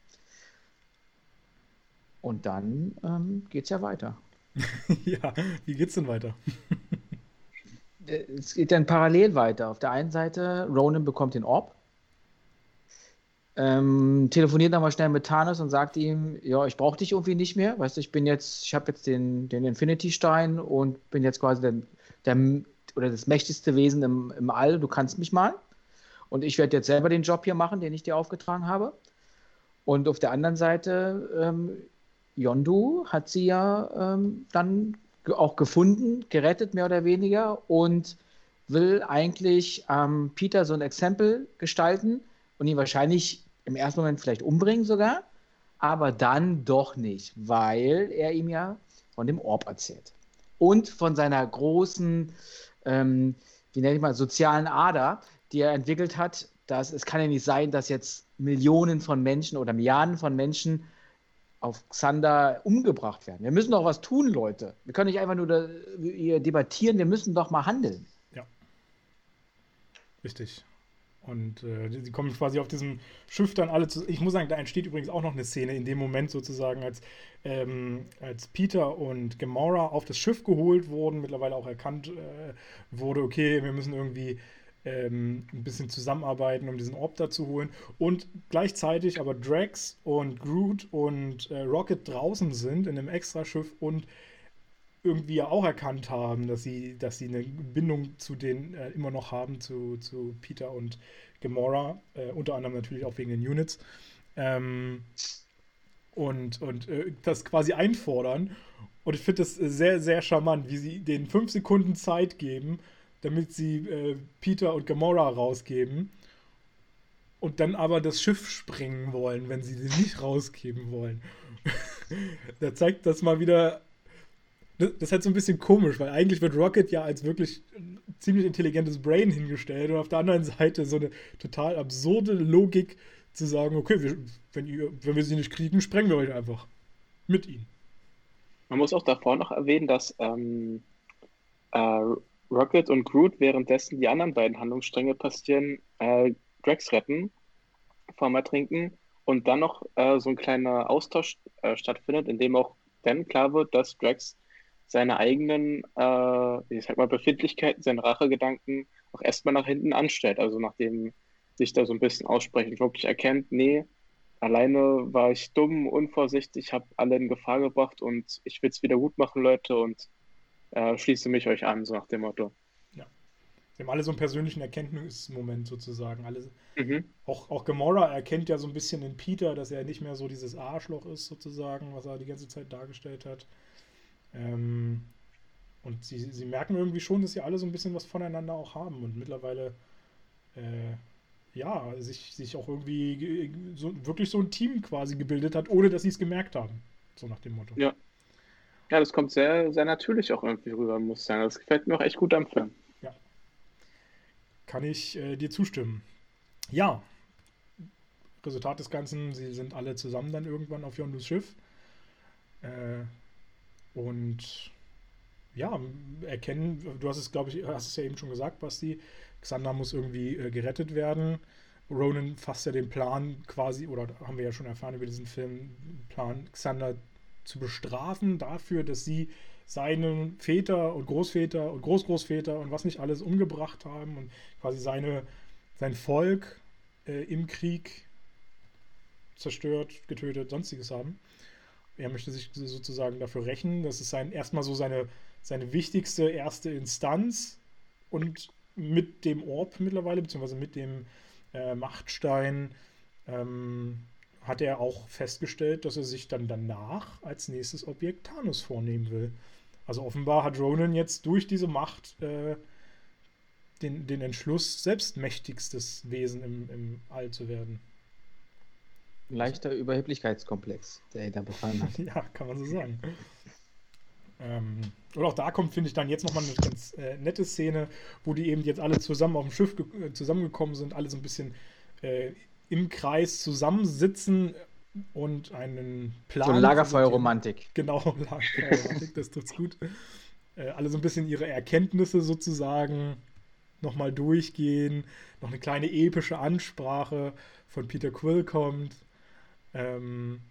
Und dann ähm, geht's ja weiter. Ja, wie geht's denn weiter? Äh, Es geht dann parallel weiter. Auf der einen Seite, Ronan bekommt den Orb. ähm, telefoniert nochmal schnell mit Thanos und sagt ihm, ja, ich brauche dich irgendwie nicht mehr, weißt du, ich bin jetzt, ich habe jetzt den, den Infinity-Stein und bin jetzt quasi der, der oder das mächtigste Wesen im, im All, du kannst mich mal. Und ich werde jetzt selber den Job hier machen, den ich dir aufgetragen habe. Und auf der anderen Seite, ähm, Yondu hat sie ja ähm, dann ge- auch gefunden, gerettet mehr oder weniger und will eigentlich ähm, Peter so ein Exempel gestalten und ihn wahrscheinlich im ersten Moment vielleicht umbringen sogar, aber dann doch nicht, weil er ihm ja von dem Orb erzählt. Und von seiner großen, ähm, wie nenne ich mal, sozialen Ader, die er entwickelt hat, dass es kann ja nicht sein, dass jetzt Millionen von Menschen oder Milliarden von Menschen auf Xander umgebracht werden. Wir müssen doch was tun, Leute. Wir können nicht einfach nur da, hier debattieren, wir müssen doch mal handeln. Ja, richtig. Und äh, die, die kommen quasi auf diesem Schiff dann alle zu. Ich muss sagen, da entsteht übrigens auch noch eine Szene in dem Moment sozusagen, als, ähm, als Peter und Gamora auf das Schiff geholt wurden, mittlerweile auch erkannt äh, wurde, okay, wir müssen irgendwie ähm, ein bisschen zusammenarbeiten, um diesen Orb da zu holen. Und gleichzeitig aber Drax und Groot und äh, Rocket draußen sind in einem Extraschiff und irgendwie ja auch erkannt haben, dass sie, dass sie eine Bindung zu denen äh, immer noch haben, zu, zu Peter und Gamora, äh, unter anderem natürlich auch wegen den Units. Ähm, und und äh, das quasi einfordern. Und ich finde das sehr, sehr charmant, wie sie denen fünf Sekunden Zeit geben, damit sie äh, Peter und Gamora rausgeben und dann aber das Schiff sprengen wollen, wenn sie sie nicht rausgeben wollen. Da zeigt das mal wieder. Das ist halt so ein bisschen komisch, weil eigentlich wird Rocket ja als wirklich ziemlich intelligentes Brain hingestellt und auf der anderen Seite so eine total absurde Logik zu sagen, okay, wir, wenn, ihr, wenn wir sie nicht kriegen, sprengen wir euch einfach mit ihnen. Man muss auch davor noch erwähnen, dass ähm, äh, Rocket und Groot währenddessen die anderen beiden Handlungsstränge passieren, äh, Drax retten vorm Ertrinken und dann noch äh, so ein kleiner Austausch äh, stattfindet, in dem auch dann klar wird, dass Drax seine eigenen, äh, ich sag mal, Befindlichkeiten, seine Rachegedanken auch erstmal nach hinten anstellt. Also nachdem sich da so ein bisschen aussprechen, wirklich erkennt, nee, alleine war ich dumm, unvorsichtig, habe alle in Gefahr gebracht und ich will es wieder gut machen, Leute, und äh, schließe mich euch an, so nach dem Motto. Ja. Sie haben alle so einen persönlichen Erkenntnismoment sozusagen. Alle, Mhm. auch, auch Gamora erkennt ja so ein bisschen in Peter, dass er nicht mehr so dieses Arschloch ist sozusagen, was er die ganze Zeit dargestellt hat. Ähm, und sie, sie merken irgendwie schon, dass sie alle so ein bisschen was voneinander auch haben und mittlerweile äh, ja, sich, sich auch irgendwie ge- so, wirklich so ein Team quasi gebildet hat, ohne dass sie es gemerkt haben. So nach dem Motto. Ja. Ja, das kommt sehr, sehr natürlich auch irgendwie rüber, muss ich sagen. Das gefällt mir auch echt gut am Film. Ja. Kann ich äh, dir zustimmen. Ja, Resultat des Ganzen, sie sind alle zusammen dann irgendwann auf Yondus Schiff. Äh, und ja, erkennen, du hast es, glaube ich, hast es ja eben schon gesagt, Basti, Xander muss irgendwie äh, gerettet werden. Ronan fasst ja den Plan quasi, oder haben wir ja schon erfahren über diesen Film, Plan, Xander zu bestrafen dafür, dass sie seinen Väter und Großväter und Großgroßväter und was nicht alles umgebracht haben und quasi seine, sein Volk äh, im Krieg zerstört, getötet, sonstiges haben. Er möchte sich sozusagen dafür rächen. Das ist sein, erstmal so seine, seine wichtigste erste Instanz und mit dem Orb mittlerweile, beziehungsweise mit dem äh, Machtstein, ähm, hat er auch festgestellt, dass er sich dann danach als nächstes Objekt Thanos vornehmen will. Also offenbar hat Ronan jetzt durch diese Macht äh, den, den Entschluss, selbst mächtigstes Wesen im, im All zu werden. Ein leichter Überheblichkeitskomplex, der ihn da befallen hat. Ja, kann man so sagen. ähm, und auch da kommt, finde ich, dann jetzt nochmal eine ganz äh, nette Szene, wo die eben jetzt alle zusammen auf dem Schiff ge- äh, zusammengekommen sind, alle so ein bisschen äh, im Kreis zusammensitzen und einen Plan. So eine Lagerfeuerromantik. Genau, Lagerfeuerromantik, das trifft's gut. Äh, alle so ein bisschen ihre Erkenntnisse sozusagen nochmal durchgehen, noch eine kleine epische Ansprache von Peter Quill kommt. Ähm,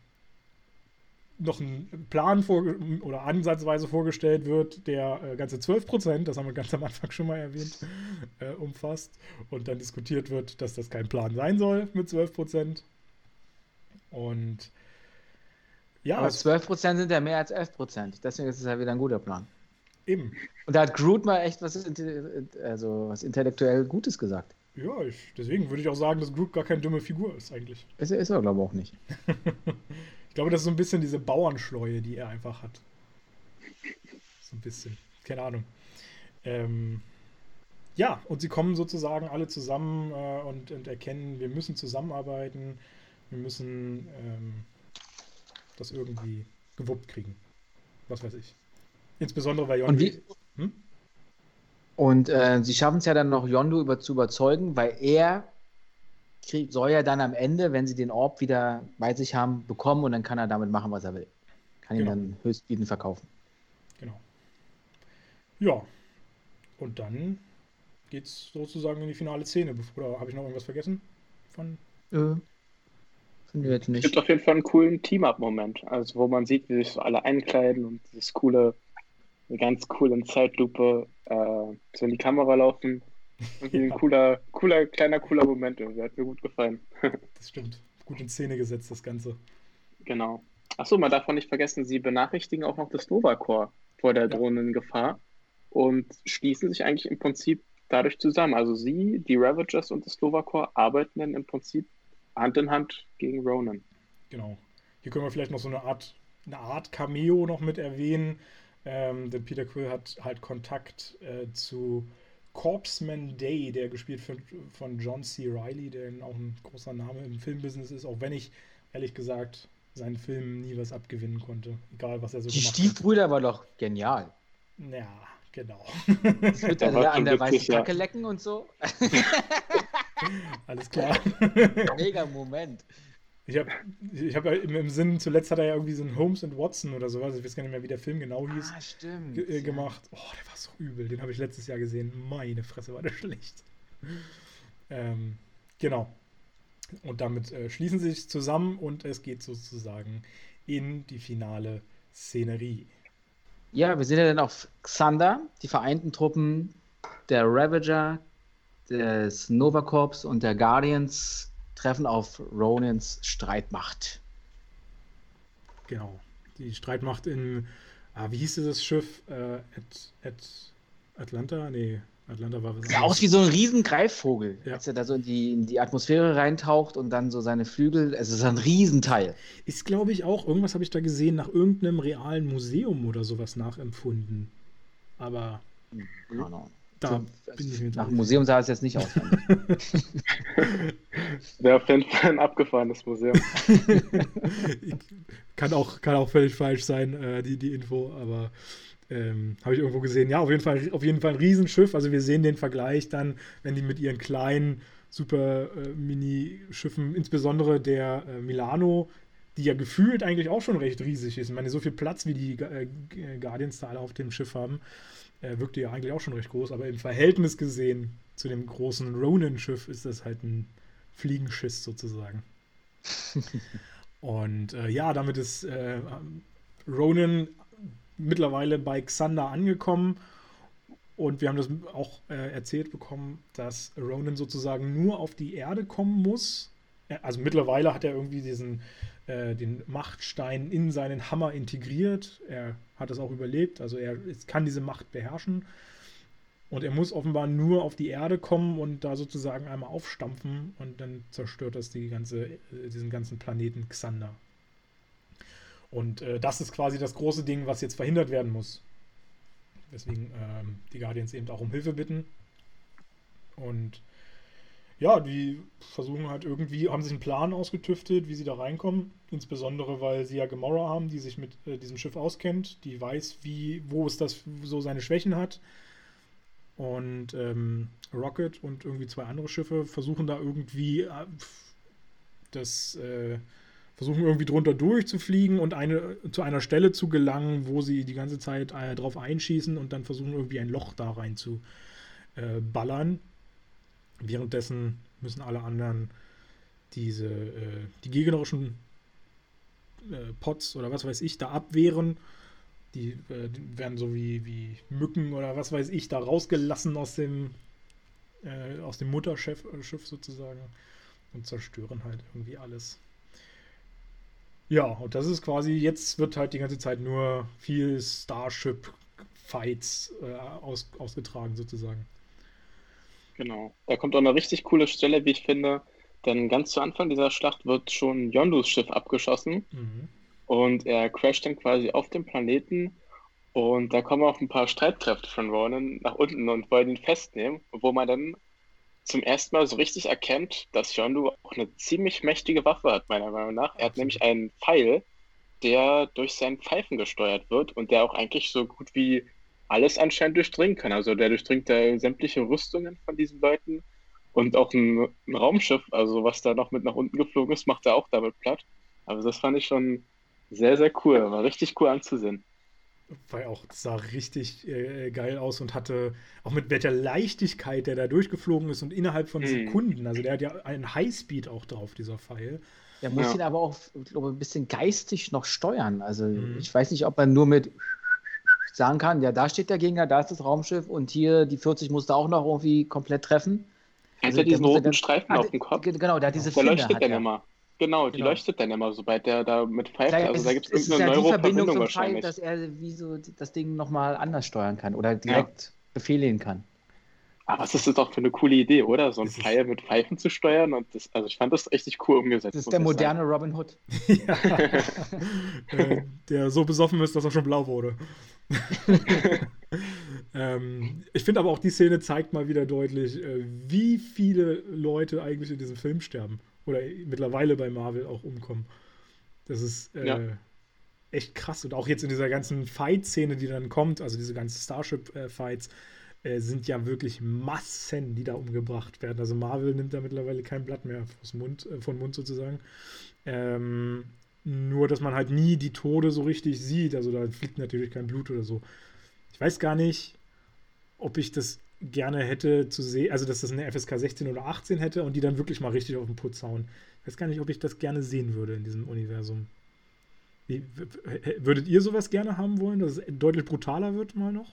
noch ein Plan vor, oder ansatzweise vorgestellt wird, der äh, ganze zwölf Prozent, das haben wir ganz am Anfang schon mal erwähnt, äh, umfasst. Und dann diskutiert wird, dass das kein Plan sein soll mit zwölf Prozent. Und ja, Aber es, zwölf Prozent sind ja mehr als elf Prozent. Deswegen ist es ja wieder ein guter Plan. eben. Und da hat Groot mal echt was, also was intellektuell Gutes gesagt. Ja, ich, deswegen würde ich auch sagen, dass Groot gar keine dumme Figur ist eigentlich. Ist er, ist er glaube ich, auch nicht. Ich glaube, das ist so ein bisschen diese Bauernschleue, die er einfach hat. So ein bisschen. Keine Ahnung. Ähm, ja, und sie kommen sozusagen alle zusammen äh, und, und erkennen, wir müssen zusammenarbeiten, wir müssen ähm, das irgendwie gewuppt kriegen. Was weiß ich. Insbesondere weil Und, Yondu. wie, Hm? und äh, sie schaffen es ja dann noch, Yondu über, zu überzeugen, weil er krieg, soll ja dann am Ende, wenn sie den Orb wieder bei sich haben, bekommen und dann kann er damit machen, was er will. Kann ihn Genau. dann höchstbietend verkaufen. Genau. Ja. Und dann geht's sozusagen in die finale Szene. Oder habe ich noch irgendwas vergessen? Von. Äh, Finde ich jetzt Es nicht. gibt auf jeden Fall einen coolen Team-Up-Moment, also wo man sieht, wie sich so alle einkleiden und dieses coole, eine ganz coole Zeitlupe, äh, so in die Kamera laufen. Irgendwie ein Ja. cooler, cooler, kleiner, cooler Moment, irgendwie. Hat mir gut gefallen. Das stimmt. Gut in Szene gesetzt, das Ganze. Genau. Achso, man darf auch nicht vergessen, sie benachrichtigen auch noch das Nova Corps vor der Ja. drohenden Gefahr und schließen sich eigentlich im Prinzip dadurch zusammen. Also sie, die Ravagers und das Nova Corps arbeiten dann im Prinzip Hand in Hand gegen Ronan. Genau. Hier können wir vielleicht noch so eine Art, eine Art Cameo noch mit erwähnen. Ähm, denn Peter Quill hat halt Kontakt äh, zu Corpsman Day, der gespielt wird von John C. Reilly, der auch ein großer Name im Filmbusiness ist, auch wenn ich ehrlich gesagt seinen Filmen nie was abgewinnen konnte. Egal, was er so Die gemacht Stiefbrüder war doch genial. hat. Ja, genau. Das wird Der also war da schon an der wirklich, weißen ja. Kacke lecken und so. Alles klar. Mega Moment. Ich habe ich hab ja im, im Sinn, zuletzt hat er ja irgendwie so einen Holmes and Watson oder sowas, ich weiß gar nicht mehr, wie der Film genau hieß, Ah, stimmt. ge äh, ja. gemacht. Oh, der war so übel. Den habe ich letztes Jahr gesehen. Meine Fresse, war der schlecht. Ähm, genau. Und damit äh, schließen sie sich zusammen und es geht sozusagen in die finale Szenerie. Ja, wir sind ja dann auf Xander, die vereinten Truppen der Ravager, des Nova Corps und der Guardians treffen auf Ronins Streitmacht. Genau. Die Streitmacht in, ah, wie hieß dieses Schiff? Äh, At, At, Atlanta? Nee, Atlanta war was Sah aus wie so ein riesen Greifvogel, Ja. als er da so in die, in die Atmosphäre reintaucht und dann so seine Flügel, es ist ein Riesenteil. Ist, glaube ich, auch, irgendwas habe ich da gesehen, nach irgendeinem realen Museum oder sowas nachempfunden. Aber Keine Ahnung. da So, bin ich mir jetzt Nach auch dem Museum sah es jetzt nicht aus. Wäre auf jeden Fall ein abgefahrenes Museum. Ich- kann auch, kann auch völlig falsch sein, äh, die, die Info, aber ähm, habe ich irgendwo gesehen. Ja, auf jeden Fall, auf jeden Fall ein Riesenschiff. Also wir sehen den Vergleich dann, wenn die mit ihren kleinen, super äh, Mini-Schiffen, insbesondere der äh, Milano, die ja gefühlt eigentlich auch schon recht riesig ist. Ich meine, so viel Platz, wie die äh, Guardians da alle auf dem Schiff haben, äh, wirkte ja eigentlich auch schon recht groß. Aber im Verhältnis gesehen zu dem großen Ronin-Schiff ist das halt ein Fliegenschiss sozusagen. Und äh, ja, damit ist äh, Ronan mittlerweile bei Xander angekommen und wir haben das auch äh, erzählt bekommen, dass Ronan sozusagen nur auf die Erde kommen muss. Er- Also mittlerweile hat er irgendwie diesen äh, den Machtstein in seinen Hammer integriert. Er hat es auch überlebt, also er es kann diese Macht beherrschen. Und er muss offenbar nur auf die Erde kommen und da sozusagen einmal aufstampfen und dann zerstört das die ganze, äh, diesen ganzen Planeten Xander. Und äh, das ist quasi das große Ding, was jetzt verhindert werden muss. Deswegen ähm, die Guardians eben auch um Hilfe bitten. Und ja, die versuchen halt irgendwie, haben sich einen Plan ausgetüftelt, wie sie da reinkommen. Insbesondere, weil sie ja Gamora haben, die sich mit äh, diesem Schiff auskennt, die weiß, wie, wo es das so seine Schwächen hat. Und ähm, Rocket und irgendwie zwei andere Schiffe versuchen da irgendwie äh, das äh, versuchen irgendwie drunter durchzufliegen und eine, zu einer Stelle zu gelangen, wo sie die ganze Zeit äh, drauf einschießen und dann versuchen irgendwie ein Loch da rein zu äh, ballern. Währenddessen müssen alle anderen diese äh, die gegnerischen äh, Pots oder was weiß ich da abwehren. Die, äh, die werden so wie, wie Mücken oder was weiß ich da rausgelassen aus dem äh, aus dem Mutterschiff äh, Schiff sozusagen und zerstören halt irgendwie alles. Ja, und das ist quasi, jetzt wird halt die ganze Zeit nur viel Starship-Fights äh, aus, ausgetragen sozusagen. Genau. Da kommt auch eine richtig coole Stelle, wie ich finde, denn ganz zu Anfang dieser Schlacht wird schon Yondus Schiff abgeschossen Mhm. und er crasht dann quasi auf dem Planeten und da kommen auch ein paar Streitkräfte von Ronan nach unten und wollen ihn festnehmen, wo man dann zum ersten Mal so richtig erkennt, dass Yondu auch eine ziemlich mächtige Waffe hat, meiner Meinung nach. Er hat nämlich Absolut. einen Pfeil, der durch seinen Pfeifen gesteuert wird und der auch eigentlich so gut wie alles anscheinend durchdringen kann. Also der durchdringt da sämtliche Rüstungen von diesen Leuten und auch ein, ein Raumschiff, also was da noch mit nach unten geflogen ist, macht er auch damit platt. Also das fand ich schon sehr, sehr cool. War richtig cool anzusehen. Weil auch, das sah richtig äh, geil aus und hatte auch mit welcher Leichtigkeit der da durchgeflogen ist und innerhalb von Hm. Sekunden. Also der hat ja einen Highspeed auch drauf, dieser Pfeil. Er muss Ja. ihn aber auch, ich glaube, ein bisschen geistig noch steuern. Also Mhm. ich weiß nicht, ob man nur mit sagen kann, ja, da steht der Gegner, da ist das Raumschiff und hier die vierzig musste auch noch irgendwie komplett treffen. Er hat Also ja der diesen musste roten dann, Streifen ah, auf dem Kopf. ge- genau, der hat diese Der Finne leuchtet hat dann er. immer. Genau, die Genau. leuchtet dann immer, sobald der da mit pfeift. Vielleicht Also ist da es, gibt es es ist irgendeine ja die Verbindung Neuroverbindung zum Pfeil, wahrscheinlich. dass er wie so das Ding nochmal anders steuern kann oder direkt befehlen kann. Aber was ist das doch für eine coole Idee, oder? So ein Es ist- Pfeil mit Pfeifen zu steuern. Und das, also ich fand das richtig cool umgesetzt. Das ist muss der ich sagen. moderne Robin Hood. Ja. äh, der so besoffen ist, dass er schon blau wurde. ähm, ich finde aber auch, die Szene zeigt mal wieder deutlich, äh, wie viele Leute eigentlich in diesem Film sterben. Oder mittlerweile bei Marvel auch umkommen. Das ist äh, Ja. echt krass. Und auch jetzt in dieser ganzen Fight-Szene, die dann kommt, also diese ganzen Starship-Fights, äh, sind ja wirklich Massen, die da umgebracht werden. Also Marvel nimmt da mittlerweile kein Blatt mehr vors Mund, äh, von Mund sozusagen. Ähm, nur, dass man halt nie die Tode so richtig sieht. Also da fliegt natürlich kein Blut oder so. Ich weiß gar nicht, ob ich das gerne hätte zu sehen, also dass das eine F S K sechzehn oder achtzehn hätte und die dann wirklich mal richtig auf den Putz hauen. Ich weiß gar nicht, ob ich das gerne sehen würde in diesem Universum. Wie, w- w- würdet ihr sowas gerne haben wollen, dass es deutlich brutaler wird mal noch?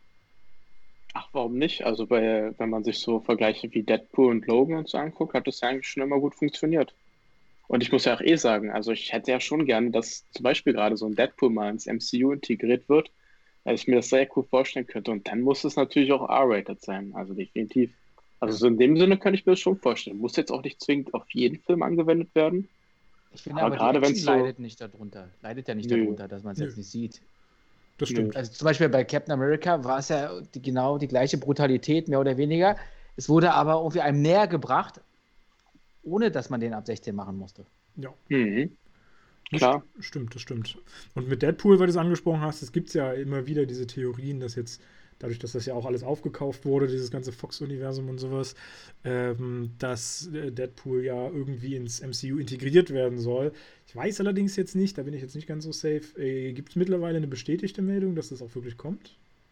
Ach, warum nicht? Also bei, wenn man sich so Vergleiche wie Deadpool und Logan und so anguckt, hat das ja eigentlich schon immer gut funktioniert. Und ich muss ja auch eh sagen, also ich hätte ja schon gerne, dass zum Beispiel gerade so ein Deadpool mal ins M C U integriert wird, weil ich mir das sehr cool vorstellen könnte. Und dann muss es natürlich auch R-rated sein, also definitiv. Also so in dem Sinne könnte ich mir das schon vorstellen. Muss jetzt auch nicht zwingend auf jeden Film angewendet werden. Ich finde Aber aber, gerade die wenn's Action so- leidet nicht darunter. Leidet ja nicht Nö. darunter, dass man es Nö. jetzt nicht sieht. Das Nö. stimmt. Also zum Beispiel bei Captain America war es ja die, genau die gleiche Brutalität, mehr oder weniger. Es wurde aber irgendwie einem näher gebracht, ohne dass man den ab sechzehn machen musste. Ja. Mhm. Das Klar. st- Stimmt, das stimmt. Und mit Deadpool, weil du es angesprochen hast, es gibt ja immer wieder diese Theorien, dass jetzt, dadurch, dass das ja auch alles aufgekauft wurde, dieses ganze Fox-Universum und sowas, ähm, dass äh, Deadpool ja irgendwie ins M C U integriert werden soll. Ich weiß allerdings jetzt nicht, da bin ich jetzt nicht ganz so safe. Äh, gibt es mittlerweile eine bestätigte Meldung, dass das auch wirklich kommt?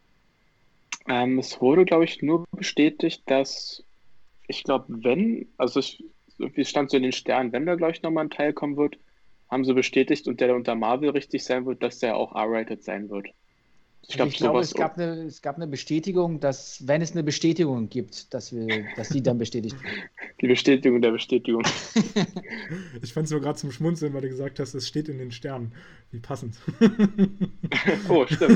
Ähm, es wurde, glaube ich, nur bestätigt, dass ich glaube, wenn, also ich, irgendwie stand so in den Sternen, wenn da, glaube ich, nochmal ein Teil kommen wird, haben sie bestätigt und der unter Marvel richtig sein wird, dass der auch R-rated sein wird. Ich Also glaube, ich glaube, sowas. es gab, eine, es gab eine Bestätigung, dass, wenn es eine Bestätigung gibt, dass wir, dass die dann bestätigt wird. Die Bestätigung der Bestätigung. Ich fand es nur gerade zum Schmunzeln, weil du gesagt hast, es steht in den Sternen. Wie passend. Oh, stimmt.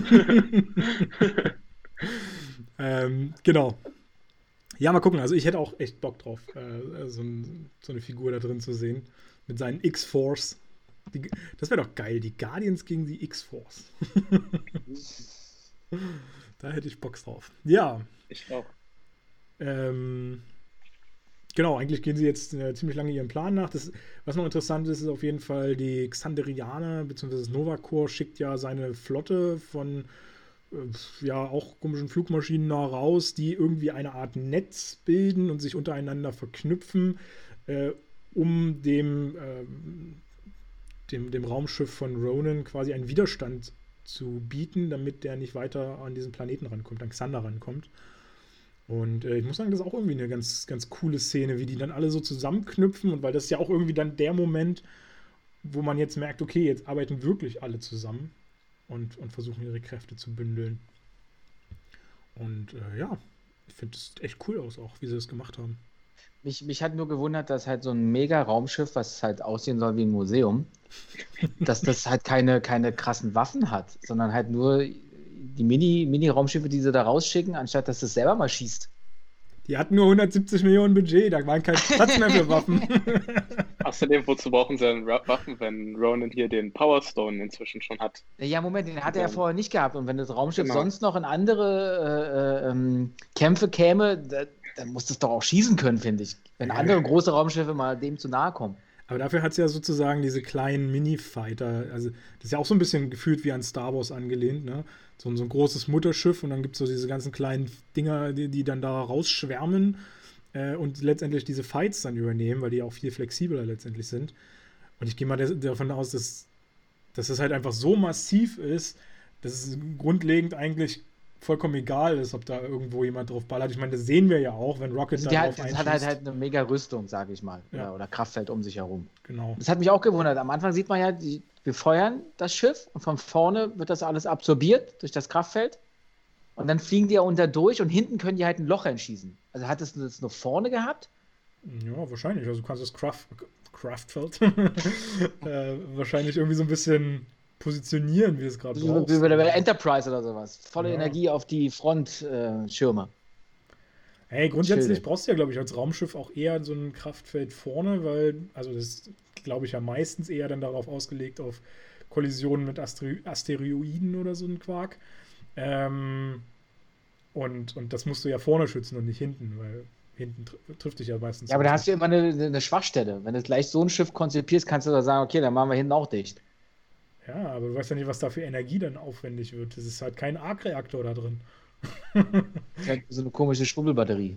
ähm, genau. Ja, mal gucken. Also ich hätte auch echt Bock drauf, äh, so, ein, so eine Figur da drin zu sehen. Mit seinen X-Force. Die, das wäre doch geil. Die Guardians gegen die X-Force. Da hätte ich Bock drauf. Ja. Ich auch. Ähm, genau, eigentlich gehen sie jetzt äh, ziemlich lange ihrem Plan nach. Das, was noch interessant ist, ist auf jeden Fall, die Xanderianer bzw. das Nova Corps schickt ja seine Flotte von äh, ja auch komischen Flugmaschinen da raus, die irgendwie eine Art Netz bilden und sich untereinander verknüpfen, äh, um dem, ähm, dem, dem Raumschiff von Ronan quasi einen Widerstand zu bieten, damit der nicht weiter an diesen Planeten rankommt, an Xander rankommt. Und äh, ich muss sagen, das ist auch irgendwie eine ganz, ganz coole Szene, wie die dann alle so zusammenknüpfen und weil das ist ja auch irgendwie dann der Moment, wo man jetzt merkt, okay, jetzt arbeiten wirklich alle zusammen und, und versuchen ihre Kräfte zu bündeln. Und äh, ja, ich finde es echt cool aus auch, wie sie das gemacht haben. Mich, mich hat nur gewundert, dass halt so ein mega Raumschiff, was halt aussehen soll wie ein Museum, dass das halt keine, keine krassen Waffen hat, sondern halt nur die Mini, Mini-Raumschiffe, die sie da rausschicken, anstatt dass es selber mal schießt. Die hatten nur hundertsiebzig Millionen Budget, da war kein Platz mehr für Waffen. Außerdem, wozu brauchen sie denn Waffen, wenn Ronan hier den Power Stone inzwischen schon hat? Ja, Moment, den hat er ja vorher nicht gehabt. Und wenn das Raumschiff Genau. sonst noch in andere äh, ähm, Kämpfe käme, da, dann muss das doch auch schießen können, finde ich. Wenn andere große Raumschiffe mal dem zu nahe kommen. Aber dafür hat es ja sozusagen diese kleinen Mini-Fighter. Also, das ist ja auch so ein bisschen gefühlt wie an Star Wars angelehnt, ne? So, so ein großes Mutterschiff und dann gibt es so diese ganzen kleinen Dinger, die, die dann da rausschwärmen äh, und letztendlich diese Fights dann übernehmen, weil die auch viel flexibler letztendlich sind. Und ich gehe mal des, davon aus, dass, dass das halt einfach so massiv ist, dass es grundlegend eigentlich vollkommen egal ist, ob da irgendwo jemand drauf ballert. Ich meine, das sehen wir ja auch, wenn Rocket Also da der drauf hat, das einschießt. hat halt, halt eine mega Rüstung, sage ich mal. Ja. Oder, oder Kraftfeld um sich herum. Genau. Das hat mich auch gewundert. Am Anfang sieht man ja, die, wir feuern das Schiff und von vorne wird das alles absorbiert durch das Kraftfeld. Und dann fliegen die ja unter durch und hinten können die halt ein Loch einschießen. Also hat es das nur vorne gehabt? Ja, wahrscheinlich. Also du kannst das Kraft, Kraftfeld äh, wahrscheinlich irgendwie so ein bisschen positionieren, wie es gerade Wie brauchst. wie bei der Enterprise oder sowas. Volle Ja. Energie auf die Frontschirme. Hey, grundsätzlich Schilde. brauchst du ja, glaube ich, als Raumschiff auch eher so ein Kraftfeld vorne, weil, also das ist, glaube ich, ja meistens eher dann darauf ausgelegt, auf Kollisionen mit Astero Asteroiden oder so ein Quark. Ähm, und, und das musst du ja vorne schützen und nicht hinten, weil hinten tr trifft dich ja meistens. Ja, aber da hast du immer eine, eine Schwachstelle. Wenn du gleich so ein Schiff konzipierst, kannst du da sagen, okay, dann machen wir hinten auch dicht. Ja, aber du weißt ja nicht, was da für Energie dann aufwendig wird. Das ist halt kein Arc-Reaktor da drin. Das ist halt so eine komische Schwubbelbatterie.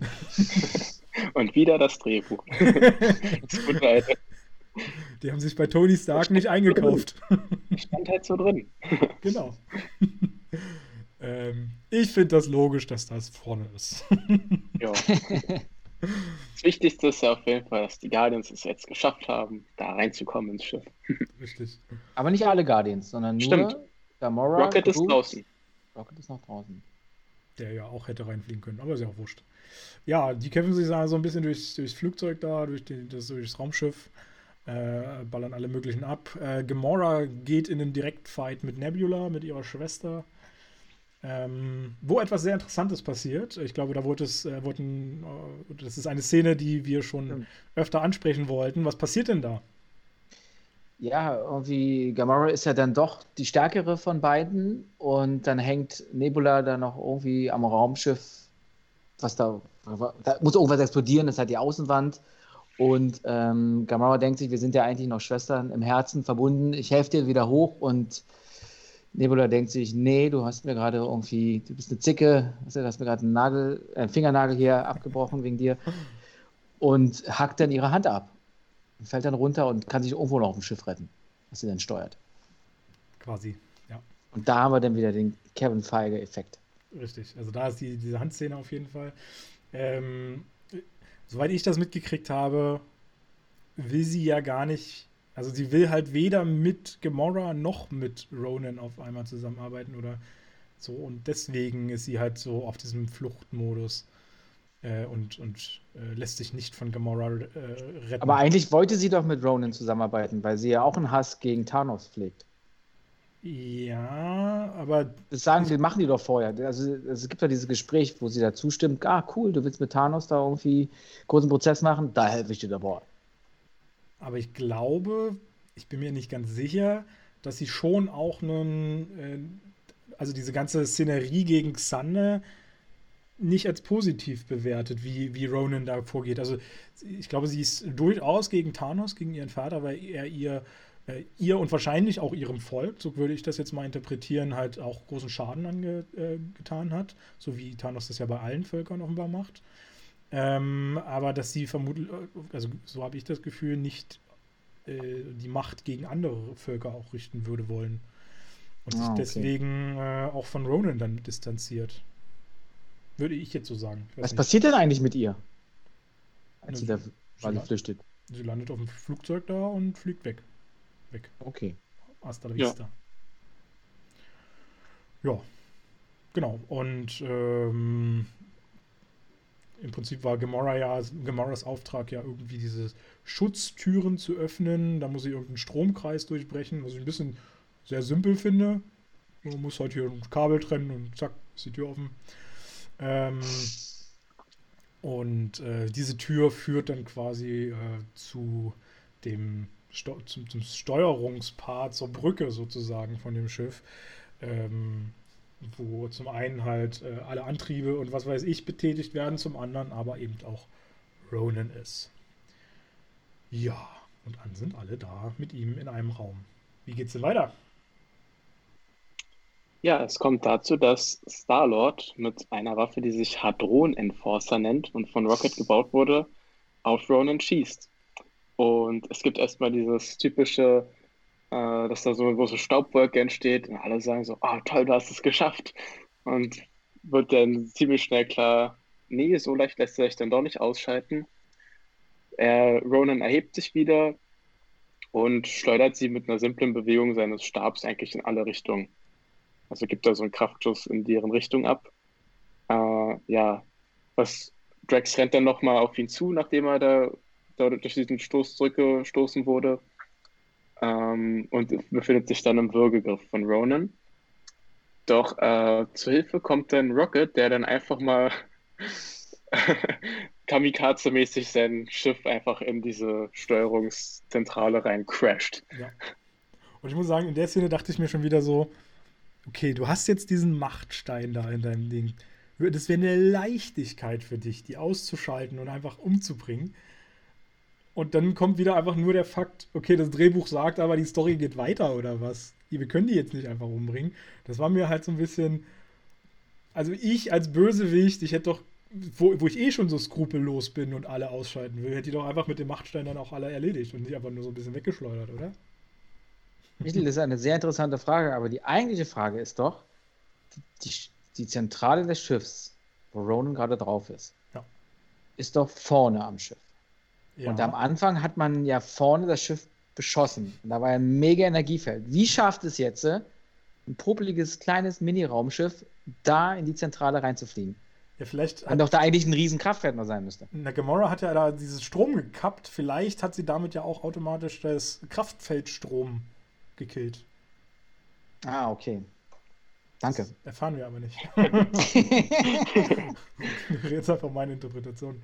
Und wieder das Drehbuch. Das gute alte. Die haben sich bei Tony Stark nicht eingekauft. Stand halt so drin. Genau. ähm, ich finde das logisch, dass das vorne ist. Ja. Das Wichtigste ist ja auf jeden Fall, dass die Guardians es jetzt geschafft haben, da reinzukommen ins Schiff. Richtig. Aber nicht alle Guardians, sondern nur Stimmt. Gamora. Rocket ist Groot. draußen. Rocket ist noch draußen. Der ja auch hätte reinfliegen können, aber ist ja auch wurscht. Ja, die kämpfen sich da so ein bisschen durchs, durchs Flugzeug da, durch die, das, durchs Raumschiff, äh, ballern alle möglichen ab. Äh, Gamora geht in einen Direktfight mit Nebula, mit ihrer Schwester, ähm, wo etwas sehr Interessantes passiert. Ich glaube, da wurde es, äh, wurden, äh, das ist eine Szene, die wir schon Stimmt. öfter ansprechen wollten. Was passiert denn da? Ja, irgendwie Gamora ist ja dann doch die stärkere von beiden und dann hängt Nebula da noch irgendwie am Raumschiff, was da, da muss irgendwas explodieren, das ist halt die Außenwand und ähm, Gamora denkt sich, wir sind ja eigentlich noch Schwestern im Herzen verbunden, ich helfe dir wieder hoch und Nebula denkt sich, nee, du hast mir gerade irgendwie, du bist eine Zicke, du hast mir gerade einen Nagel, einen Fingernagel hier abgebrochen wegen dir und hackt dann ihre Hand ab. Und fällt dann runter und kann sich irgendwo noch auf dem Schiff retten, was sie dann steuert. Quasi, ja. Und da haben wir dann wieder den Kevin Feige-Effekt. Richtig, also da ist die, diese Handszene auf jeden Fall. Ähm, soweit ich das mitgekriegt habe, will sie ja gar nicht, also sie will halt weder mit Gamora noch mit Ronan auf einmal zusammenarbeiten oder so und deswegen ist sie halt so auf diesem Fluchtmodus äh, und, und äh, lässt sich nicht von Gamora äh, retten. Aber eigentlich wollte sie doch mit Ronan zusammenarbeiten, weil sie ja auch einen Hass gegen Thanos pflegt. Ja, aber Das sagen sie, machen die doch vorher. Also es gibt ja dieses Gespräch, wo sie da zustimmt, ah cool, du willst mit Thanos da irgendwie kurzen Prozess machen, da helfe ich dir dabei. Aber ich glaube, ich bin mir nicht ganz sicher, dass sie schon auch einen, äh, also diese ganze Szenerie gegen Xander nicht als positiv bewertet, wie, wie Ronan da vorgeht. Also ich glaube, sie ist durchaus gegen Thanos, gegen ihren Vater, weil er ihr, äh, ihr und wahrscheinlich auch ihrem Volk, so würde ich das jetzt mal interpretieren, halt auch großen Schaden angetan äh, hat, so wie Thanos das ja bei allen Völkern offenbar macht. Ähm, aber dass sie vermutlich, also so habe ich das Gefühl, nicht äh, die Macht gegen andere Völker auch richten würde wollen. Und sich Ah, okay. deswegen äh, auch von Ronan dann distanziert. Würde ich jetzt so sagen. Ich weiß Was nicht. passiert denn eigentlich mit ihr? Als sie Ja, da sie- quasi sie- flüchtet. Sie landet auf dem Flugzeug da und fliegt weg. Weg. Okay. Hasta la Ja. vista. Ja, genau. Und ähm, im Prinzip war Gamora ja, Gamoras Auftrag ja irgendwie diese Schutztüren zu öffnen. Da muss sie irgendeinen Stromkreis durchbrechen, was ich ein bisschen sehr simpel finde. Man muss halt hier ein Kabel trennen und zack, ist die Tür offen. Ähm, und äh, diese Tür führt dann quasi äh, zu dem Sto zum, zum Steuerungspart, zur Brücke sozusagen von dem Schiff. Ähm, wo zum einen halt äh, alle Antriebe und was weiß ich betätigt werden, zum anderen aber eben auch Ronan ist. Ja, und dann sind alle da mit ihm in einem Raum. Wie geht's denn weiter? Ja, es kommt dazu, dass Star-Lord mit einer Waffe, die sich Hadron Enforcer nennt und von Rocket gebaut wurde, auf Ronan schießt. Und es gibt erstmal dieses typische, äh, dass da so eine große Staubwolke entsteht und alle sagen so, ah, toll, du hast es geschafft. Und wird dann ziemlich schnell klar, nee, so leicht lässt er sich dann doch nicht ausschalten. Er, Ronan erhebt sich wieder und schleudert sie mit einer simplen Bewegung seines Stabs eigentlich in alle Richtungen. Also gibt da so einen Kraftschuss in deren Richtung ab. Äh, ja, was Drax rennt dann nochmal auf ihn zu, nachdem er da, da durch diesen Stoß zurückgestoßen wurde. Ähm, und befindet sich dann im Würgegriff von Ronan. Doch äh, zur Hilfe kommt dann Rocket, der dann einfach mal Kamikaze-mäßig sein Schiff einfach in diese Steuerungszentrale rein crasht. Ja. Und ich muss sagen, in der Szene dachte ich mir schon wieder so, okay, du hast jetzt diesen Machtstein da in deinem Ding. Das wäre eine Leichtigkeit für dich, die auszuschalten und einfach umzubringen. Und dann kommt wieder einfach nur der Fakt, okay, das Drehbuch sagt aber, die Story geht weiter oder was? Wir können die jetzt nicht einfach umbringen. Das war mir halt so ein bisschen, also ich als Bösewicht, ich hätte doch, wo, wo ich eh schon so skrupellos bin und alle ausschalten will, hätte ich doch einfach mit dem Machtstein dann auch alle erledigt und nicht einfach nur so ein bisschen weggeschleudert, oder? Michel, das ist eine sehr interessante Frage, aber die eigentliche Frage ist doch, die, die, die Zentrale des Schiffs, wo Ronan gerade drauf ist, ja. ist doch vorne am Schiff. Ja. Und am Anfang hat man ja vorne das Schiff beschossen. Und da war ja ein mega Energiefeld. Wie schafft es jetzt, ein popeliges, kleines Mini-Raumschiff da in die Zentrale reinzufliegen? Ja, vielleicht Wenn doch da eigentlich ein riesen Kraftwerk noch sein müsste. Na, Gamora hat ja da dieses Strom gekappt. Vielleicht hat sie damit ja auch automatisch das Kraftfeldstrom gekillt. Ah, okay. Danke. Das erfahren wir aber nicht. Jetzt einfach meine Interpretation.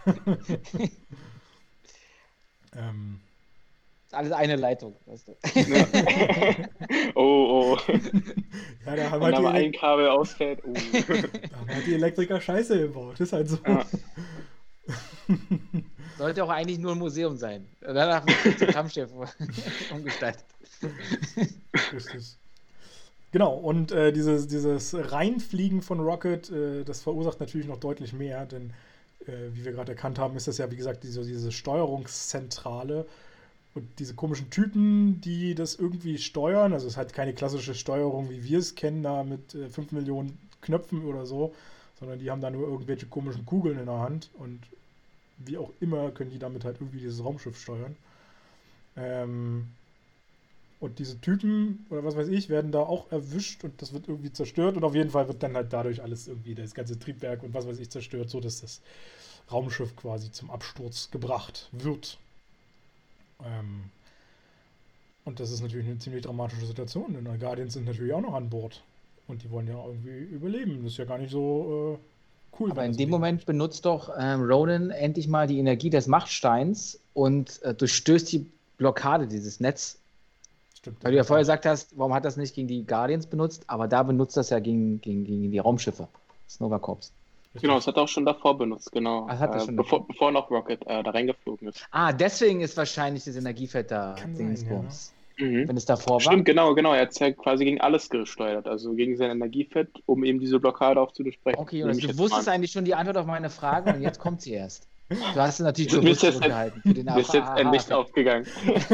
ähm. Alles eine Leitung, weißt du. Ja. Oh, oh. Ja, da haben Wenn halt da mal die, ein Kabel ausfällt. Oh. da haben halt die Elektriker Scheiße gebaut. Ist halt so. Ja. Sollte auch eigentlich nur ein Museum sein. Danach wird zum Kampfschiff umgestaltet. Richtig. Genau, und äh, dieses, dieses Reinfliegen von Rocket, äh, das verursacht natürlich noch deutlich mehr, denn äh, wie wir gerade erkannt haben, ist das ja, wie gesagt, diese, diese Steuerungszentrale und diese komischen Typen, die das irgendwie steuern. Also es ist halt keine klassische Steuerung, wie wir es kennen, da mit äh, fünf Millionen Knöpfen oder so, sondern die haben da nur irgendwelche komischen Kugeln in der Hand und wie auch immer können die damit halt irgendwie dieses Raumschiff steuern. Ähm... Und diese Typen, oder was weiß ich, werden da auch erwischt und das wird irgendwie zerstört. Und auf jeden Fall wird dann halt dadurch alles irgendwie, das ganze Triebwerk und was weiß ich, zerstört, so dass das Raumschiff quasi zum Absturz gebracht wird. Ähm und das ist natürlich eine ziemlich dramatische Situation, denn die Guardians sind natürlich auch noch an Bord. Und die wollen ja irgendwie überleben. Das ist ja gar nicht so äh, cool. Aber in dem Moment benutzt doch ähm, Ronan endlich mal die Energie des Machtsteins und äh, durchstößt die Blockade dieses Netz. Stimmt. Weil du ja vorher gesagt hast, warum hat das nicht gegen die Guardians benutzt, aber da benutzt das ja gegen, gegen, gegen die Raumschiffe, das Nova Corps. Genau, das hat er auch schon davor benutzt, genau. Ach, hat er äh, schon bevor, bevor noch Rocket äh, da reingeflogen ist. Ah, deswegen ist wahrscheinlich das Energiefeld da Kann sein, Dingsbums. Mhm. Wenn es davor war. Stimmt, genau, genau. Er hat ja quasi gegen alles gesteuert, also gegen sein Energiefeld, um eben diese Blockade auch zu durchbrechen. Okay, Jonas, du wusstest eigentlich schon die Antwort auf meine Frage und jetzt kommt sie erst. Du hast es natürlich Mir bewusst ist jetzt, zurückgehalten. Für den mir ist jetzt ein Licht aufgegangen.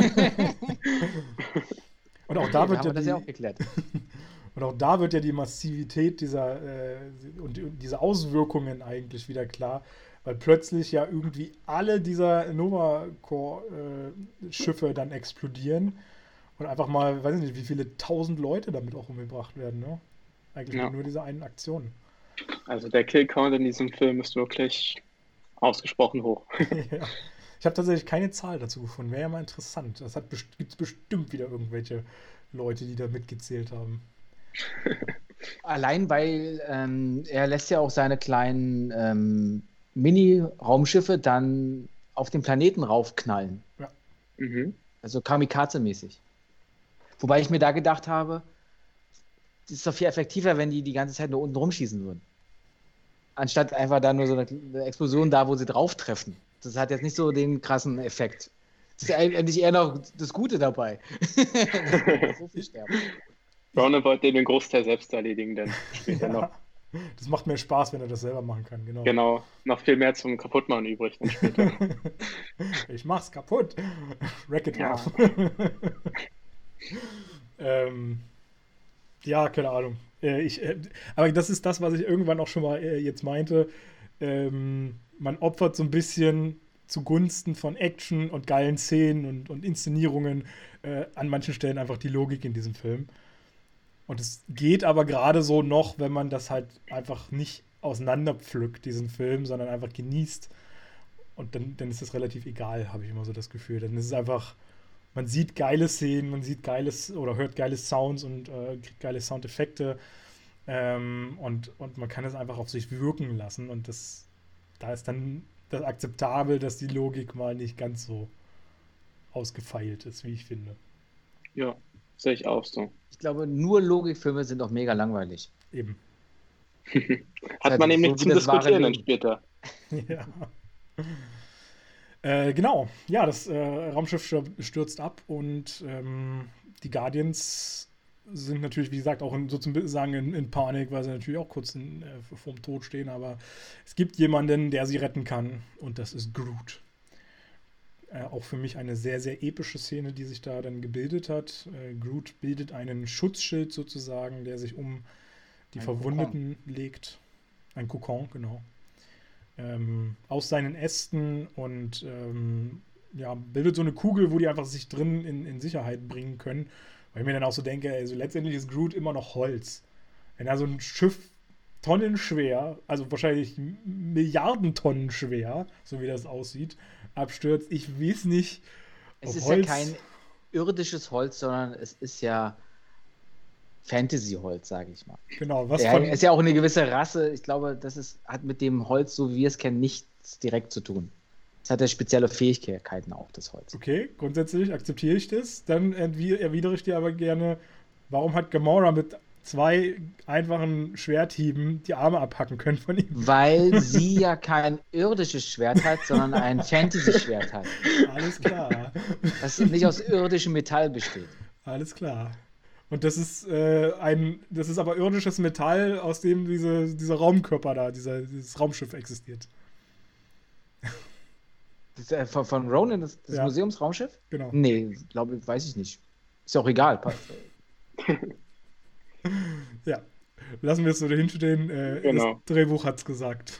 Und auch da Okay, wird haben ja wir das die, ja auch geklärt. und auch da wird ja die Massivität dieser äh, und die, diese Auswirkungen eigentlich wieder klar, weil plötzlich ja irgendwie alle dieser Nova Corps äh, Schiffe dann explodieren und einfach mal, weiß ich nicht, wie viele tausend Leute damit auch umgebracht werden, ne? Eigentlich Ja. mit nur dieser einen Aktion. Also der Killcount in diesem Film ist wirklich Ausgesprochen hoch. Ja. Ich habe tatsächlich keine Zahl dazu gefunden. Wäre ja mal interessant. Das hat best gibt es bestimmt wieder irgendwelche Leute, die da mitgezählt haben. Allein weil ähm, er lässt ja auch seine kleinen ähm, Mini-Raumschiffe dann auf den Planeten raufknallen. Ja. Mhm. Also Kamikaze-mäßig. Wobei ich mir da gedacht habe, es ist doch viel effektiver, wenn die die ganze Zeit nur unten rumschießen würden. Anstatt einfach da nur so eine, eine Explosion da, wo sie drauf treffen. Das hat jetzt nicht so den krassen Effekt. Das ist eigentlich eher noch das Gute dabei. So viel sterben. Ronan wollte den Großteil selbst erledigen, dann später Ja. noch. Das macht mehr Spaß, wenn er das selber machen kann, genau. Genau, noch viel mehr zum Kaputtmachen übrig dann später. Ich mach's kaputt. Wreck-It Ja. Ralph. ähm, ja, keine Ahnung. Äh, ich, äh, aber das ist das, was ich irgendwann auch schon mal äh, jetzt meinte. Ähm, man opfert so ein bisschen zugunsten von Action und geilen Szenen und, und Inszenierungen äh, an manchen Stellen einfach die Logik in diesem Film. Und es geht aber gerade so noch, wenn man das halt einfach nicht auseinanderpflückt, diesen Film, sondern einfach genießt. Und dann, dann ist es relativ egal, habe ich immer so das Gefühl. Dann ist es einfach, man sieht geile Szenen, man sieht geiles oder hört geile Sounds und äh, kriegt geile Soundeffekte. Ähm, und, und man kann es einfach auf sich wirken lassen. Und das, da ist dann das akzeptabel, dass die Logik mal nicht ganz so ausgefeilt ist, wie ich finde. Ja, sehe ich auch so. Ich glaube, nur Logikfilme sind auch mega langweilig. Eben. Hat man so nämlich wie zum das wahre Diskutieren dann Leben. später. Ja. Äh, genau, ja, das äh, Raumschiff stir- stürzt ab und ähm, die Guardians sind natürlich, wie gesagt, auch in, sozusagen in, in Panik, weil sie natürlich auch kurz in, äh, vorm Tod stehen, aber es gibt jemanden, der sie retten kann und das ist Groot. Äh, auch für mich eine sehr, sehr epische Szene, die sich da dann gebildet hat. Äh, Groot bildet einen Schutzschild sozusagen, der sich um die Ein Verwundeten legt. Ein Kokon, genau. Ähm, aus seinen Ästen und ähm, ja, bildet so eine Kugel, wo die einfach sich drin in, in Sicherheit bringen können. Weil ich mir dann auch so denke, also letztendlich ist Groot immer noch Holz. Wenn da so ein Schiff tonnenschwer, also wahrscheinlich Milliarden Tonnen schwer, so wie das aussieht, abstürzt, ich weiß nicht, Es ob ist Holz... ja kein irdisches Holz, sondern es ist ja Fantasy-Holz, sage ich mal. Genau, was Ja, von... ist ja auch eine gewisse Rasse. Ich glaube, das ist, hat mit dem Holz, so wie wir es kennen, nichts direkt zu tun. Es hat ja spezielle Fähigkeiten auch, das Holz. Okay, grundsätzlich akzeptiere ich das. Dann erwi- erwidere ich dir aber gerne, warum hat Gamora mit zwei einfachen Schwerthieben die Arme abhacken können von ihm? Weil sie ja kein irdisches Schwert hat, sondern ein Fantasy-Schwert hat, Alles klar. das nicht aus irdischem Metall besteht. Alles klar. Und das ist äh, ein, das ist aber irdisches Metall, aus dem diese, dieser Raumkörper da, dieser, dieses Raumschiff existiert. Das ist, äh, von, von Ronan, das, das Ja. Museumsraumschiff? Genau. Nee, glaube ich, weiß ich nicht. Ist ja auch egal. Pa- Ja. Lassen wir es so dahinstehen. Äh, Genau. Das Drehbuch hat es gesagt.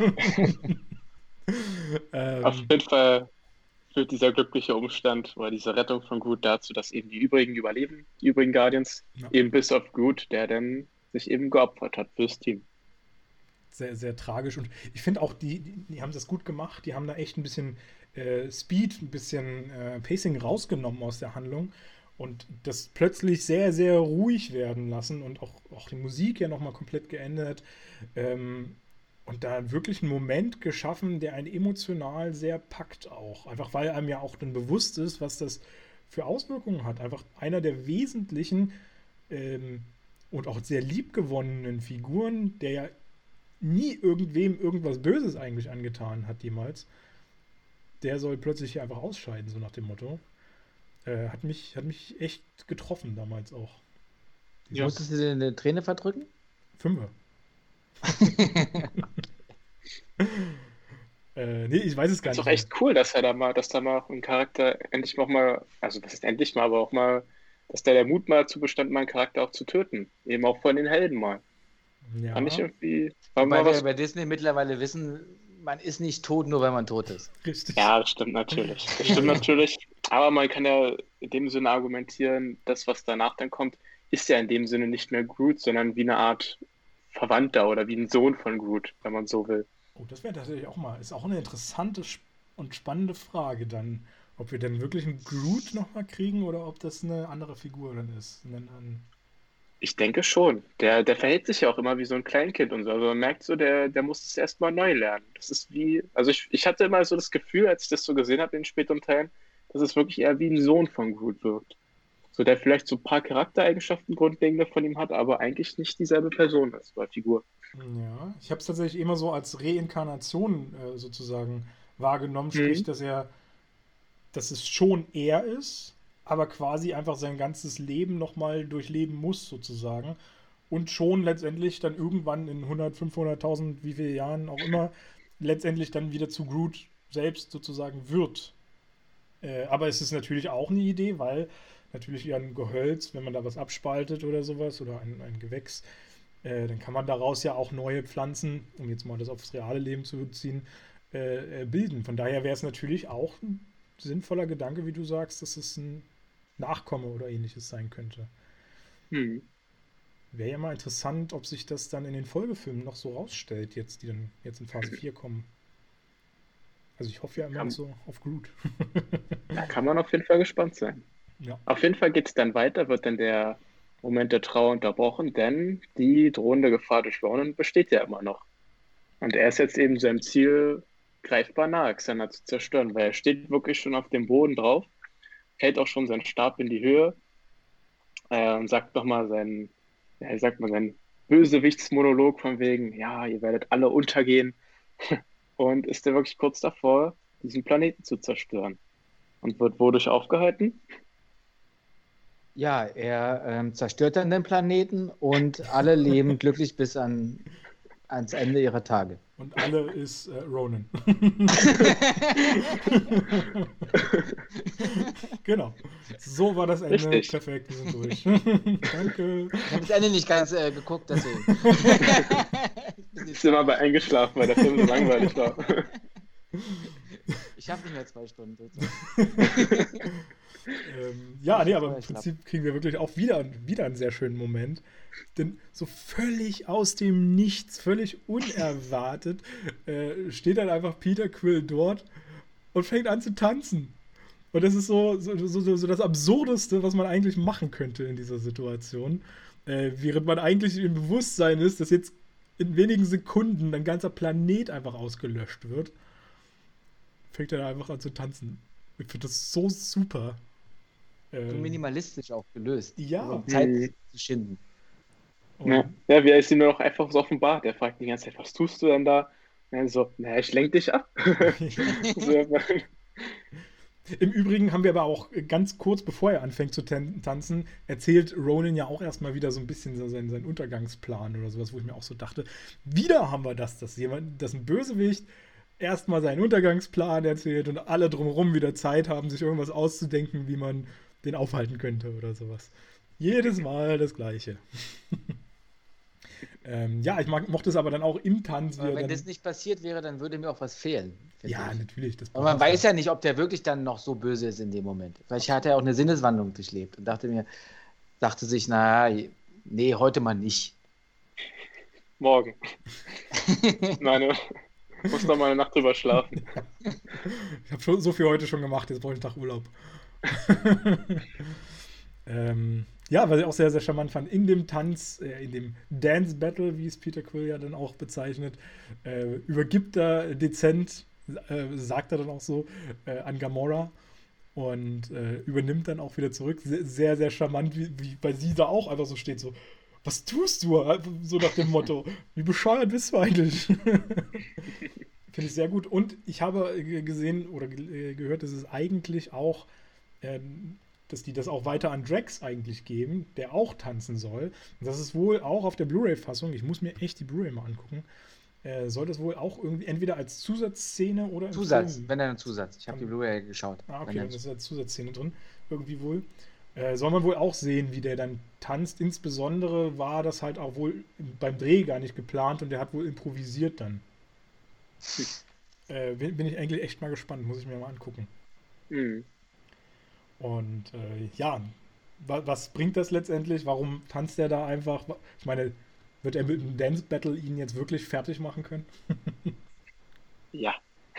ähm, Auf jeden Fall führt dieser glückliche Umstand oder diese Rettung von Groot dazu, dass eben die übrigen überleben, die übrigen Guardians, Ja. eben bis auf Groot, der dann sich eben geopfert hat fürs Team. sehr, sehr tragisch. Und ich finde auch, die, die, die haben das gut gemacht. Die haben da echt ein bisschen äh, Speed, ein bisschen äh, Pacing rausgenommen aus der Handlung und das plötzlich sehr, sehr ruhig werden lassen und auch, auch die Musik ja nochmal komplett geändert. Ähm, und da wirklich einen Moment geschaffen, der einen emotional sehr packt auch. Einfach weil einem ja auch dann bewusst ist, was das für Auswirkungen hat. Einfach einer der wesentlichen ähm, und auch sehr liebgewonnenen Figuren, der ja nie irgendwem irgendwas Böses eigentlich angetan hat jemals, der soll plötzlich hier einfach ausscheiden, so nach dem Motto. Äh, hat mich, hat mich echt getroffen damals auch. Dieser Musstest du dir eine Träne verdrücken? Fünfer. äh, nee, ich weiß es gar Ist nicht. doch echt cool, dass er da mal, dass da mal ein Charakter endlich noch mal, also was ist endlich mal, aber auch mal, dass da der Mut mal dazu bestand, mal einen Charakter auch zu töten. Eben auch von den Helden mal. Ja, Fand ich irgendwie, war Weil mal wir was. bei Disney mittlerweile wissen, man ist nicht tot, nur weil man tot ist. richtig. Ja, das stimmt natürlich. Das stimmt natürlich. Aber man kann ja in dem Sinne argumentieren, das, was danach dann kommt, ist ja in dem Sinne nicht mehr Groot, sondern wie eine Art Verwandter oder wie ein Sohn von Groot, wenn man so will. Oh, das wäre tatsächlich auch mal, ist auch eine interessante und spannende Frage dann, ob wir dann wirklich einen Groot nochmal kriegen oder ob das eine andere Figur dann ist. Einen, einen, Ich denke schon. Der, der verhält sich ja auch immer wie so ein Kleinkind und so. Also man merkt so, der, der muss es erstmal neu lernen. Das ist wie, also ich, ich hatte immer so das Gefühl, als ich das so gesehen habe in den späteren Teilen, dass es wirklich eher wie ein Sohn von Groot wirkt. So, der vielleicht so ein paar Charaktereigenschaften grundlegende von ihm hat, aber eigentlich nicht dieselbe Person ist bei Figur. ja, ich habe es tatsächlich immer so als Reinkarnation äh, sozusagen wahrgenommen, sprich, Mhm. dass er, dass es schon er ist, aber quasi einfach sein ganzes Leben nochmal durchleben muss sozusagen und schon letztendlich dann irgendwann in hundert, fünfhunderttausend, wie viele Jahren auch immer, letztendlich dann wieder zu Groot selbst sozusagen wird. Äh, aber es ist natürlich auch eine Idee, weil natürlich ja ein Gehölz, wenn man da was abspaltet oder sowas oder ein, ein Gewächs, äh, dann kann man daraus ja auch neue Pflanzen, um jetzt mal das aufs reale Leben zu beziehen, äh, äh, bilden. Von daher wäre es natürlich auch ein sinnvoller Gedanke, wie du sagst, dass es ein Nachkomme oder ähnliches sein könnte. Mhm. Wäre ja mal interessant, ob sich das dann in den Folgefilmen noch so rausstellt, jetzt, die dann jetzt in Phase vier kommen. Also ich hoffe ja immer noch Kann, so auf Groot. da kann man auf jeden Fall gespannt sein. Ja. Auf jeden Fall geht es dann weiter, wird dann der Moment der Trauer unterbrochen, denn die drohende Gefahr durch Ronan besteht ja immer noch. Und er ist jetzt eben seinem Ziel greifbar nahe, Xana zu zerstören, weil er steht wirklich schon auf dem Boden drauf, hält auch schon seinen Stab in die Höhe äh, und sagt nochmal seinen, ja, wie sagt man, seinen Bösewichtsmonolog von wegen, ja, ihr werdet alle untergehen. Und ist er wirklich kurz davor, diesen Planeten zu zerstören. Und wird wodurch aufgehalten? Ja, er ähm, zerstört dann den Planeten und alle leben glücklich bis an, ans Ende ihrer Tage. Und alle ist äh, Ronan. Genau. So war das Ende. Richtig. Perfekt, wir sind durch. Danke. Ich habe das Ende nicht ganz äh, geguckt, deswegen. Ich bin aber eingeschlafen, weil der Film so langweilig war. Ich habe nicht mehr zwei Stunden. sozusagen. Ähm, ja, nee, aber im Ich glaub. Prinzip kriegen wir wirklich auch wieder, wieder einen sehr schönen Moment. Denn so völlig aus dem Nichts, völlig unerwartet, äh, steht dann einfach Peter Quill dort und fängt an zu tanzen. Und das ist so, so, so, so so das Absurdeste, was man eigentlich machen könnte in dieser Situation. Äh, während man eigentlich im Bewusstsein ist, dass jetzt in wenigen Sekunden ein ganzer Planet einfach ausgelöscht wird, fängt er einfach an zu tanzen. Ich finde das so super. So Ähm, minimalistisch auch gelöst. Ja. Also, um Zeit Mhm. zu schinden. und, Ja, ja, wie er ist ihm nur noch einfach so offenbart. Er fragt die ganze Zeit, was tust du denn da? Und er so, naja, ich lenk dich ab. So, Im Übrigen haben wir aber auch ganz kurz bevor er anfängt zu tan tanzen, erzählt Ronan ja auch erstmal wieder so ein bisschen so seinen, seinen Untergangsplan oder sowas, wo ich mir auch so dachte, wieder haben wir das, dass jemand, dass ein Bösewicht erstmal seinen Untergangsplan erzählt und alle drumherum wieder Zeit haben, sich irgendwas auszudenken, wie man den aufhalten könnte oder sowas. Jedes Mal das Gleiche. ähm, ja, ich mag, mochte es aber dann auch im Tanz. Wie Aber er wenn dann, das nicht passiert wäre, dann würde mir auch was fehlen. finde ja, ich. natürlich. Das Aber man braucht weiß ja nicht, ob der wirklich dann noch so böse ist in dem Moment. Vielleicht hat er auch eine Sinneswandlung durchlebt und dachte mir, dachte sich, naja, nee, heute mal nicht. morgen. Meine, muss noch mal eine Nacht drüber schlafen. Ich habe so viel heute schon gemacht, jetzt brauche ich einen Tag Urlaub. ähm, ja, was ich auch sehr, sehr charmant fand, in dem Tanz, äh, in dem Dance Battle, wie es Peter Quill ja dann auch bezeichnet, äh, übergibt er dezent, äh, sagt er dann auch so, äh, an Gamora und äh, übernimmt dann auch wieder zurück. Sehr, sehr, sehr charmant, wie, wie bei sie da auch einfach so steht, so, was tust du? So nach dem Motto, wie bescheuert bist du eigentlich? Finde ich sehr gut. Und ich habe äh, gesehen oder ge äh, gehört, dass es eigentlich auch, ähm, dass die das auch weiter an Drax eigentlich geben, der auch tanzen soll. Und das ist wohl auch auf der Blu-ray-Fassung, ich muss mir echt die Blu-ray mal angucken, äh, soll das wohl auch irgendwie entweder als Zusatzszene oder im Zusatz, Film. wenn dann ein Zusatz. Ich habe die Blu-ray geschaut. Ah, Wenn okay, dann- das ist als Zusatzszene drin, irgendwie wohl. Äh, soll man wohl auch sehen, wie der dann tanzt. Insbesondere war das halt auch wohl beim Dreh gar nicht geplant und der hat wohl improvisiert dann. Äh, bin, bin ich eigentlich echt mal gespannt, muss ich mir mal angucken. Mhm. Und äh, ja, wa was bringt das letztendlich? Warum tanzt er da einfach? Ich meine, wird er mit dem Dance Battle ihn jetzt wirklich fertig machen können? Ja.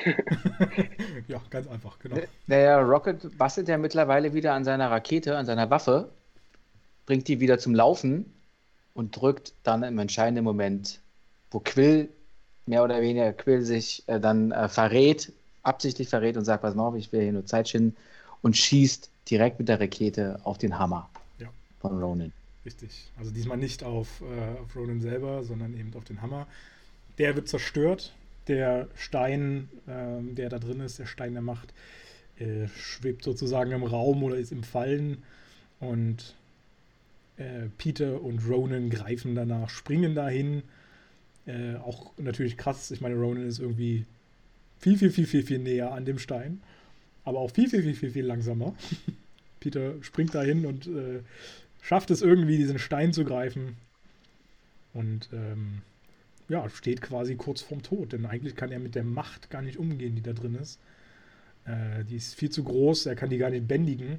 Ja, ganz einfach, genau. Der Rocket bastelt ja mittlerweile wieder an seiner Rakete, an seiner Waffe, bringt die wieder zum Laufen und drückt dann im entscheidenden Moment, wo Quill, mehr oder weniger Quill sich äh, dann äh, verrät, absichtlich verrät und sagt, pass mal auf, ich will hier nur Zeit schinden, und schießt direkt mit der Rakete auf den Hammer Ja. von Ronan. Richtig. Also diesmal nicht auf, äh, auf Ronan selber, sondern eben auf den Hammer. Der wird zerstört. Der Stein, ähm, der da drin ist, der Stein der Macht, äh, schwebt sozusagen im Raum oder ist im Fallen. Und äh, Peter und Ronan greifen danach, springen dahin. Äh, auch natürlich krass. Ich meine, Ronan ist irgendwie viel, viel, viel, viel, viel näher an dem Stein. Aber auch viel, viel, viel, viel, viel langsamer. Peter springt dahin und äh, schafft es irgendwie, diesen Stein zu greifen. Und ähm, ja, steht quasi kurz vorm Tod. Denn eigentlich kann er mit der Macht gar nicht umgehen, die da drin ist. Äh, die ist viel zu groß, er kann die gar nicht bändigen.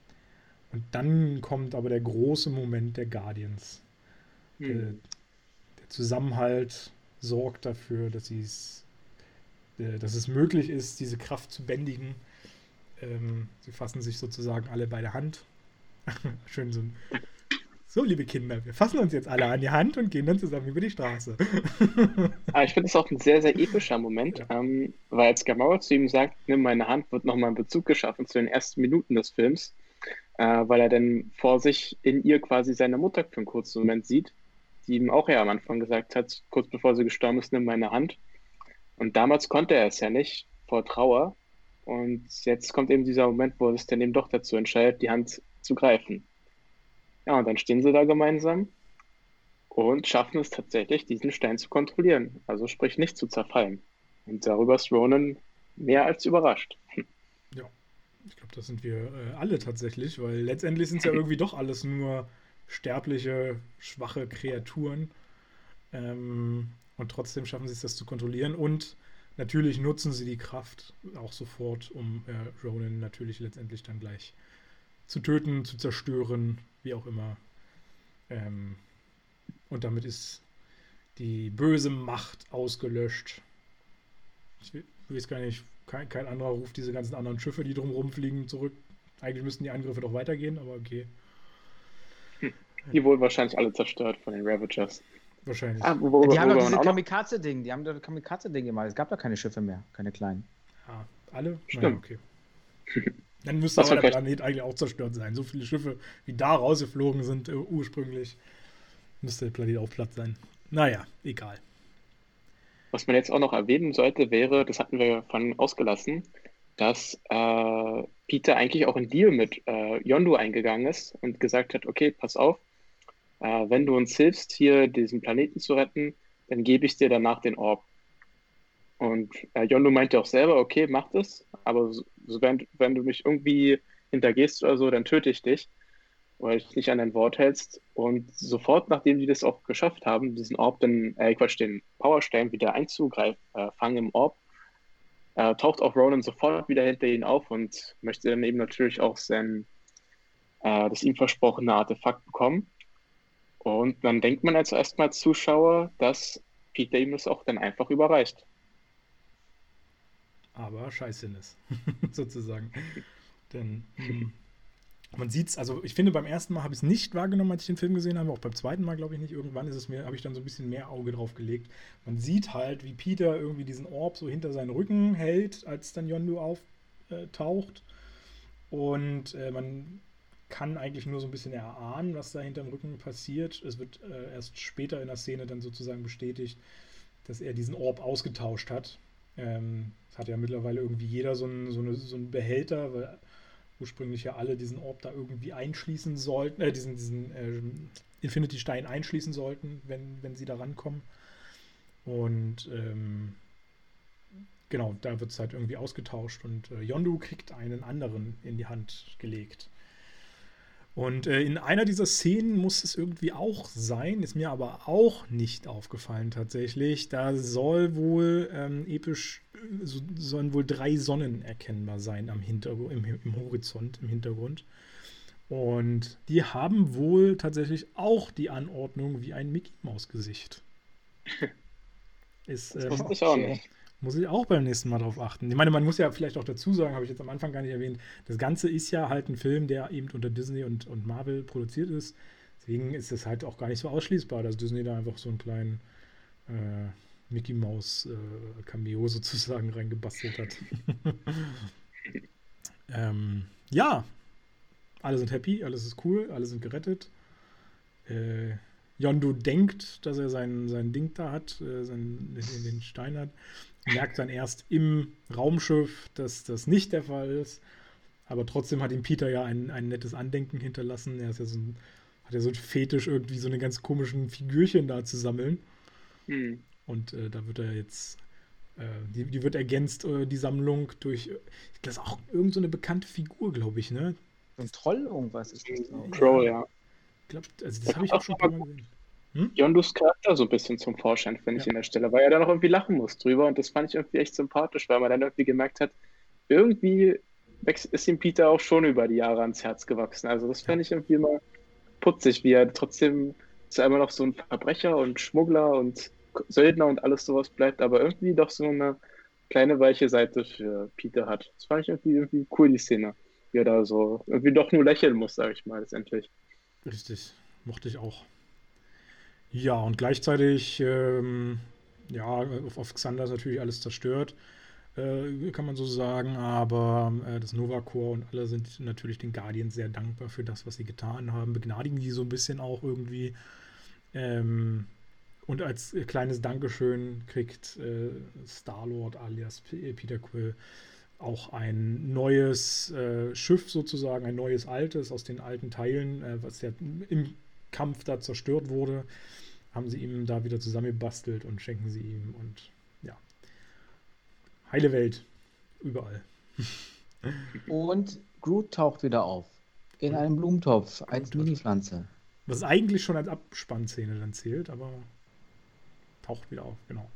Und dann kommt aber der große Moment der Guardians. Hm. Der, der Zusammenhalt sorgt dafür, dass, sie's, äh, dass es möglich ist, diese Kraft zu bändigen. Ähm, sie fassen sich sozusagen alle bei der Hand. Schön so ein So, liebe Kinder, wir fassen uns jetzt alle an die Hand und gehen dann zusammen über die Straße. Aber ich finde es auch ein sehr, sehr epischer Moment, Ja. ähm, weil als Gamora zu ihm sagt, nimm meine Hand, wird nochmal ein Bezug geschaffen zu den ersten Minuten des Films, äh, weil er dann vor sich in ihr quasi seine Mutter für einen kurzen Moment sieht, die ihm auch ja am Anfang gesagt hat, kurz bevor sie gestorben ist, nimm meine Hand. Und damals konnte er es ja nicht, vor Trauer. Und jetzt kommt eben dieser Moment, wo er sich dann eben doch dazu entscheidet, die Hand zu greifen. Ja, und dann stehen sie da gemeinsam und schaffen es tatsächlich, diesen Stein zu kontrollieren. Also sprich nicht zu zerfallen. Und darüber ist Ronan mehr als überrascht. Ja, ich glaube, das sind wir äh, alle tatsächlich, weil letztendlich sind es ja irgendwie doch alles nur sterbliche, schwache Kreaturen. Ähm, und trotzdem schaffen sie es, das zu kontrollieren. Und natürlich nutzen sie die Kraft auch sofort, um äh, Ronan natürlich letztendlich dann gleich zu töten, zu zerstören, wie auch immer. Ähm, und damit ist die böse Macht ausgelöscht. Ich weiß gar nicht, kein, kein anderer ruft diese ganzen anderen Schiffe, die drumherum fliegen, zurück. Eigentlich müssten die Angriffe doch weitergehen, aber okay. Die wurden wahrscheinlich alle zerstört von den Ravagers. Wahrscheinlich. Ah, wo, wo, Die haben wo doch man diese auch noch, Kamikaze-Ding, die haben doch Kamikaze-Ding gemacht. Es gab doch keine Schiffe mehr, keine kleinen. Ah, alle? Stimmt. Naja, okay. Dann müsste Was aber wir der vielleicht- Planet eigentlich auch zerstört sein. So viele Schiffe, wie da rausgeflogen sind äh, ursprünglich, müsste der Planet auch platt sein. Naja, egal. was man jetzt auch noch erwähnen sollte, wäre, das hatten wir von ausgelassen, dass äh, Peter eigentlich auch einen Deal mit äh, Yondu eingegangen ist und gesagt hat, okay, pass auf, äh, wenn du uns hilfst, hier diesen Planeten zu retten, dann gebe ich dir danach den Orb. Und äh, Yondu meinte auch selber, okay, mach das, aber so, so wenn, wenn du mich irgendwie hintergehst oder so, dann töte ich dich, weil du dich nicht an dein Wort hältst. Und sofort, nachdem die das auch geschafft haben, diesen Orb dann, äh, Quatsch, den Powerstein wieder einzugreifen, äh, fangen im Orb, äh, taucht auch Ronan sofort wieder hinter ihnen auf und möchte dann eben natürlich auch sein, äh, das ihm versprochene Artefakt bekommen. Und dann denkt man als erstmal als Zuschauer, dass Peter ihm das auch dann einfach überreicht. Aber Scheißsinn ist, sozusagen. Denn hm, man sieht es, also ich finde, beim ersten Mal habe ich es nicht wahrgenommen, als ich den Film gesehen habe, auch beim zweiten Mal glaube ich nicht. Irgendwann ist es mir, habe ich dann so ein bisschen mehr Auge drauf gelegt. Man sieht halt, wie Peter irgendwie diesen Orb so hinter seinen Rücken hält, als dann Yondu auftaucht. Und äh, man kann eigentlich nur so ein bisschen erahnen, was da hinterm Rücken passiert. Es wird äh, erst später in der Szene dann sozusagen bestätigt, dass er diesen Orb ausgetauscht hat. Ähm, es hat ja mittlerweile irgendwie jeder so einen, so eine, so einen Behälter, weil ursprünglich ja alle diesen Orb da irgendwie einschließen sollten, äh, diesen, diesen äh, Infinity-Stein einschließen sollten, wenn, wenn sie da rankommen. Und ähm, genau, da wird es halt irgendwie ausgetauscht und äh, Yondu kriegt einen anderen in die Hand gelegt. Und äh, in einer dieser Szenen muss es irgendwie auch sein, ist mir aber auch nicht aufgefallen tatsächlich. Da soll wohl ähm, episch, so, sollen wohl drei Sonnen erkennbar sein am Hintergrund, im, im Horizont, im Hintergrund. Und die haben wohl tatsächlich auch die Anordnung wie ein Mickey-Maus-Gesicht. Ist, Das ähm, wusste ich auch Okay. nicht. Muss ich auch beim nächsten Mal drauf achten. Ich meine, man muss ja vielleicht auch dazu sagen, habe ich jetzt am Anfang gar nicht erwähnt, das Ganze ist ja halt ein Film, der eben unter Disney und, und Marvel produziert ist. Deswegen ist es halt auch gar nicht so ausschließbar, dass Disney da einfach so einen kleinen äh, Mickey Mouse äh, Cameo sozusagen reingebastelt hat. ähm, ja, alle sind happy, alles ist cool, alle sind gerettet. Äh, Yondu denkt, dass er sein, sein Ding da hat, äh, sein, den, den Stein hat. Merkt dann erst im Raumschiff, dass das nicht der Fall ist. Aber trotzdem hat ihm Peter ja ein, ein nettes Andenken hinterlassen. Er ist ja so ein, hat ja so ein Fetisch, irgendwie so eine ganz komischen Figürchen da zu sammeln. Hm. Und äh, da wird er jetzt, äh, die, die wird ergänzt, äh, die Sammlung, durch, das ist auch irgend so eine bekannte Figur, glaube ich, ne? So ein Troll, irgendwas ist das, glaube ich. Crow, ja. Ich glaub, also das habe ich auch schon ein paar Mal gesehen. Hm? Yondus Charakter so ein bisschen zum Vorschein, finde ich, Ja. in der Stelle, weil er dann auch irgendwie lachen muss drüber und das fand ich irgendwie echt sympathisch, weil man dann irgendwie gemerkt hat, irgendwie wächst- ist ihm Peter auch schon über die Jahre ans Herz gewachsen. Also das fand ich irgendwie immer putzig, wie er trotzdem zwar immer noch so ein Verbrecher und Schmuggler und Söldner und alles sowas bleibt, aber irgendwie doch so eine kleine weiche Seite für Peter hat. Das fand ich irgendwie, irgendwie cool, die Szene, wie er da so irgendwie doch nur lächeln muss, sage ich mal, letztendlich. Richtig, mochte ich auch. Ja, und gleichzeitig, ähm, ja, auf, auf Xander ist natürlich alles zerstört, äh, kann man so sagen, aber äh, das Nova Corps und alle sind natürlich den Guardians sehr dankbar für das, was sie getan haben, begnadigen die so ein bisschen auch irgendwie. Ähm, und als äh, kleines Dankeschön kriegt äh, Star-Lord alias P Peter Quill auch ein neues äh, Schiff sozusagen, ein neues altes aus den alten Teilen, äh, was ja im Kampf da zerstört wurde, haben sie ihm da wieder zusammengebastelt und schenken sie ihm und ja, heile Welt, überall. Und Groot taucht wieder auf. In einem Blumentopf als Blumentopf. Mini-Pflanze. Was eigentlich schon als Abspannszene dann zählt, aber taucht wieder auf, genau.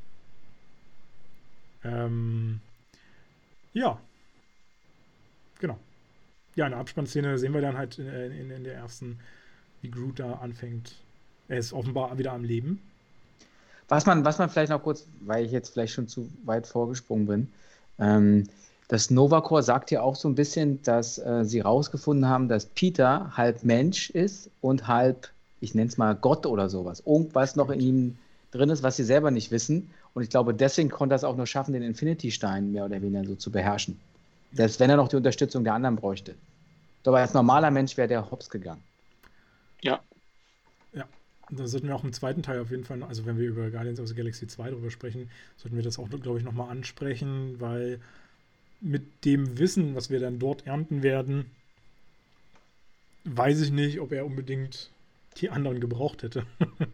Ähm, ja, genau. Ja, in der Abspannszene sehen wir dann halt in, in, in der ersten, wie Groot da anfängt. Er ist offenbar wieder am Leben. Was man, was man vielleicht noch kurz, weil ich jetzt vielleicht schon zu weit vorgesprungen bin, ähm, das Nova Corps sagt ja auch so ein bisschen, dass äh, sie rausgefunden haben, dass Peter halb Mensch ist und halb, ich nenne es mal Gott oder sowas. Irgendwas noch in ihm drin ist, was sie selber nicht wissen. Und ich glaube, deswegen konnte er es auch nur schaffen, den Infinity-Stein mehr oder weniger so zu beherrschen. Selbst wenn er noch die Unterstützung der anderen bräuchte. Aber als normaler Mensch wäre der hops gegangen. Ja, Da sollten wir auch im zweiten Teil auf jeden Fall, noch- also wenn wir über Guardians of the Galaxy zwei drüber sprechen, sollten wir das auch, glaube ich, nochmal ansprechen, weil mit dem Wissen, was wir dann dort ernten werden, weiß ich nicht, ob er unbedingt die anderen gebraucht hätte.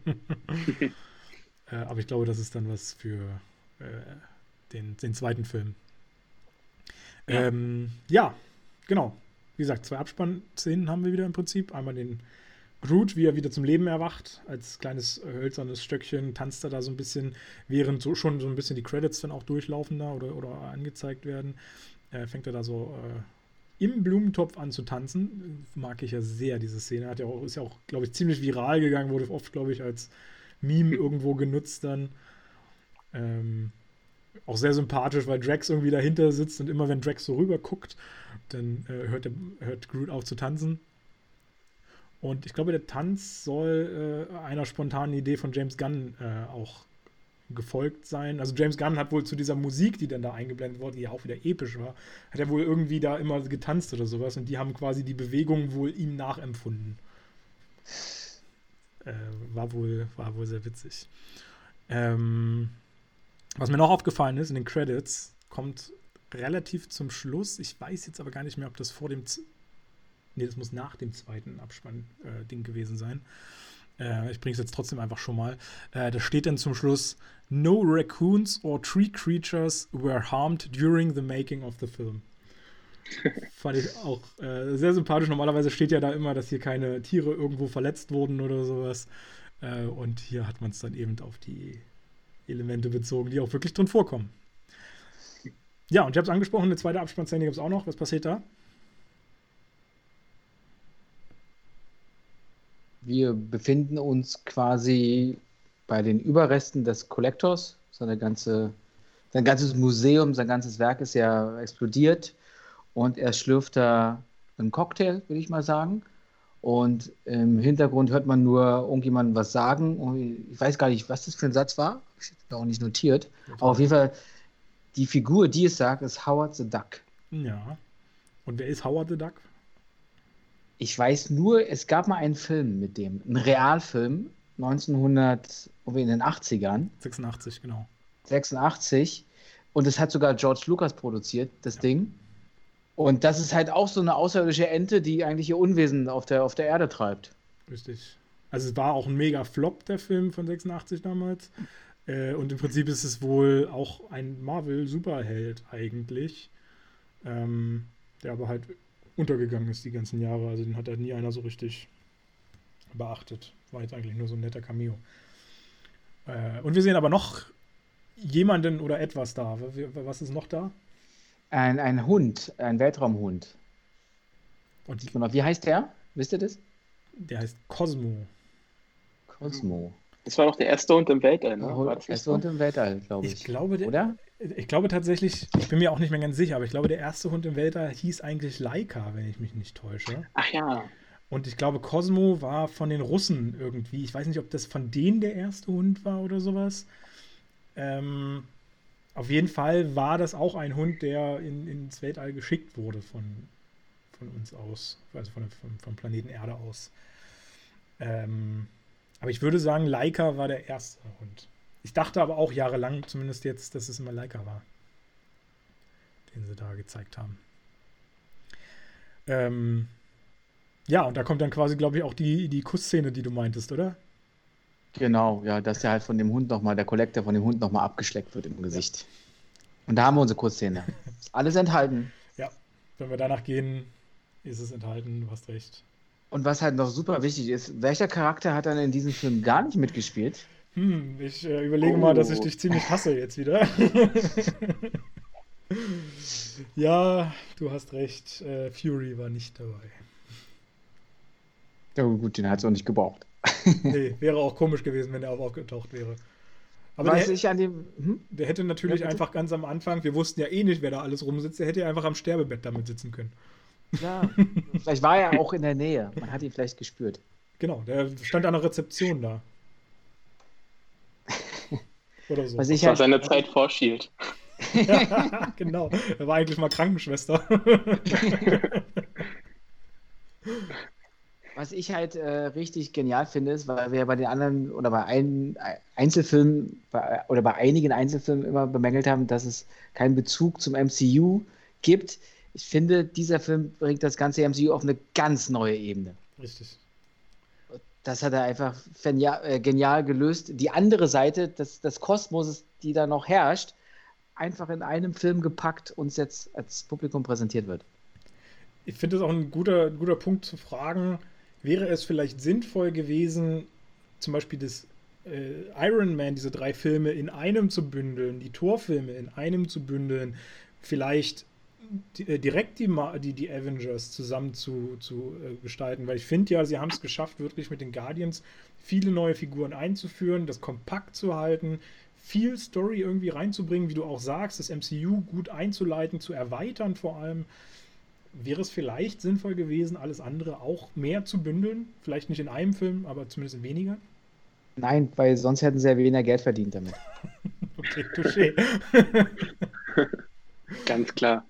äh, aber ich glaube, das ist dann was für äh, den, den zweiten Film. Ja. Ähm, ja, genau. Wie gesagt, zwei Abspannszenen haben wir wieder im Prinzip. Einmal den Groot, wie er wieder zum Leben erwacht, als kleines äh, hölzernes Stöckchen, tanzt er da so ein bisschen, während so schon so ein bisschen die Credits dann auch durchlaufen da oder, oder angezeigt werden, äh, fängt er da so äh, im Blumentopf an zu tanzen. Mag ich ja sehr, diese Szene. Hat ja auch, ist ja auch, glaube ich, ziemlich viral gegangen, wurde oft, glaube ich, als Meme irgendwo genutzt dann. Ähm, auch sehr sympathisch, weil Drax irgendwie dahinter sitzt und immer wenn Drax so rüber guckt, dann äh, hört, der, hört Groot auf zu tanzen. Und ich glaube, der Tanz soll äh, einer spontanen Idee von James Gunn äh, auch gefolgt sein. Also James Gunn hat wohl zu dieser Musik, die dann da eingeblendet wurde, die ja auch wieder episch war, hat er wohl irgendwie da immer getanzt oder sowas und die haben quasi die Bewegung wohl ihm nachempfunden. Äh, war, wohl, war wohl sehr witzig. Ähm, was mir noch aufgefallen ist, in den Credits kommt relativ zum Schluss, ich weiß jetzt aber gar nicht mehr, ob das vor dem Z- Nee, das muss nach dem zweiten Abspann-Ding gewesen sein. Äh, ich bringe es jetzt trotzdem einfach schon mal. Äh, da steht dann zum Schluss: No raccoons or tree creatures were harmed during the making of the film. Fand ich auch äh, sehr sympathisch. Normalerweise steht ja da immer, dass hier keine Tiere irgendwo verletzt wurden oder sowas. Äh, und hier hat man es dann eben auf die Elemente bezogen, die auch wirklich drin vorkommen. Ja, und ich habe es angesprochen, eine zweite Abspannszene gibt es auch noch. Was passiert da? Wir befinden uns quasi bei den Überresten des Collectors. So eine ganze sein ganzes Museum, sein ganzes Werk ist ja explodiert und er schlürft da einen Cocktail, würde ich mal sagen. Und im Hintergrund hört man nur irgendjemandem was sagen. Und ich weiß gar nicht, was das für ein Satz war. Ich habe auch nicht notiert. Aber auf jeden Fall, die Figur, die es sagt, ist Howard the Duck. Ja. Und wer ist Howard the Duck? Ich weiß nur, es gab mal einen Film mit dem, einen Realfilm, neunzehnhundert, in den achtzigern. sechsundachtzig, genau. sechsundachtzig. Und es hat sogar George Lucas produziert, das ja. Ding. Und das ist halt auch so eine außerirdische Ente, die eigentlich ihr Unwesen auf der, auf der Erde treibt. Richtig. Also es war auch ein mega Flop, der Film von sechsundachtzig damals. Äh, und im Prinzip ist es wohl auch ein Marvel-Superheld eigentlich. Ähm, der aber halt untergegangen ist die ganzen Jahre. Also den hat halt nie einer so richtig beachtet. War jetzt eigentlich nur so ein netter Cameo. Äh, und wir sehen aber noch jemanden oder etwas da. Was ist noch da? Ein, ein Hund, ein Weltraumhund. Und Sieht man noch, wie heißt der? Wisst ihr das? Der heißt Cosmo. Cosmo. Das war doch der erste Hund im Weltall, ne? War das Der nicht erste so? Hund im Weltall, glaube ich. Ich glaube, der, Oder? ich glaube tatsächlich, ich bin mir auch nicht mehr ganz sicher, aber ich glaube, der erste Hund im Weltall hieß eigentlich Laika, wenn ich mich nicht täusche. Ach ja. Und ich glaube, Cosmo war von den Russen irgendwie. Ich weiß nicht, ob das von denen der erste Hund war oder sowas. Ähm, auf jeden Fall war das auch ein Hund, der in, ins Weltall geschickt wurde von, von uns aus, also von, vom, vom Planeten Erde aus. Ähm, aber ich würde sagen, Laika war der erste Hund. Ich dachte aber auch jahrelang, zumindest jetzt, dass es immer Laika war, den sie da gezeigt haben. Ähm, ja, und da kommt dann quasi, glaube ich, auch die, die Kussszene, die du meintest, oder? Genau, ja, dass der halt von dem Hund nochmal, der Kollektor von dem Hund nochmal abgeschleckt wird im Gesicht. Und da haben wir unsere Kursszene. Alles enthalten. Ja, wenn wir danach gehen, ist es enthalten, du hast recht. Und was halt noch super wichtig ist, welcher Charakter hat dann in diesem Film gar nicht mitgespielt? Hm, ich äh, überlege Oh. mal, dass ich dich ziemlich hasse jetzt wieder. Ja, du hast recht, äh, Fury war nicht dabei. Ja gut, den hat es auch nicht gebraucht. Nee, wäre auch komisch gewesen, wenn der auch aufgetaucht wäre. Aber Was der, ich an dem... Hm? der hätte natürlich Ja, bitte? einfach ganz am Anfang, wir wussten ja eh nicht, wer da alles rumsitzt, der hätte ja einfach am Sterbebett damit sitzen können. Ja, vielleicht war er auch in der Nähe. Man hat ihn vielleicht gespürt. Genau, der stand an der Rezeption da. Oder so. Was Das ich war halt, seine Zeit vor Shield. Genau, er war eigentlich mal Krankenschwester. was ich halt äh, richtig genial finde, ist, weil wir bei den anderen oder bei ein, Einzelfilmen bei, oder bei einigen Einzelfilmen immer bemängelt haben, dass es keinen Bezug zum M C U gibt. Ich finde, dieser Film bringt das ganze M C U auf eine ganz neue Ebene. Richtig. Das hat er einfach genial, äh, genial gelöst. Die andere Seite des, des Kosmoses, die da noch herrscht, einfach in einem Film gepackt und jetzt als Publikum präsentiert wird. Ich finde es auch ein guter, guter Punkt zu fragen, wäre es vielleicht sinnvoll gewesen, zum Beispiel das äh, Iron Man, diese drei Filme in einem zu bündeln, die Thor-Filme in einem zu bündeln, vielleicht die, äh, direkt die, die, die Avengers zusammen zu, zu äh, gestalten, weil ich finde ja, sie haben es geschafft, wirklich mit den Guardians viele neue Figuren einzuführen, das kompakt zu halten, viel Story irgendwie reinzubringen, wie du auch sagst, das M C U gut einzuleiten, zu erweitern vor allem. Wäre es vielleicht sinnvoll gewesen, alles andere auch mehr zu bündeln? Vielleicht nicht in einem Film, aber zumindest in weniger? Nein, weil sonst hätten sie ja weniger Geld verdient damit. Okay, touché. Ganz klar.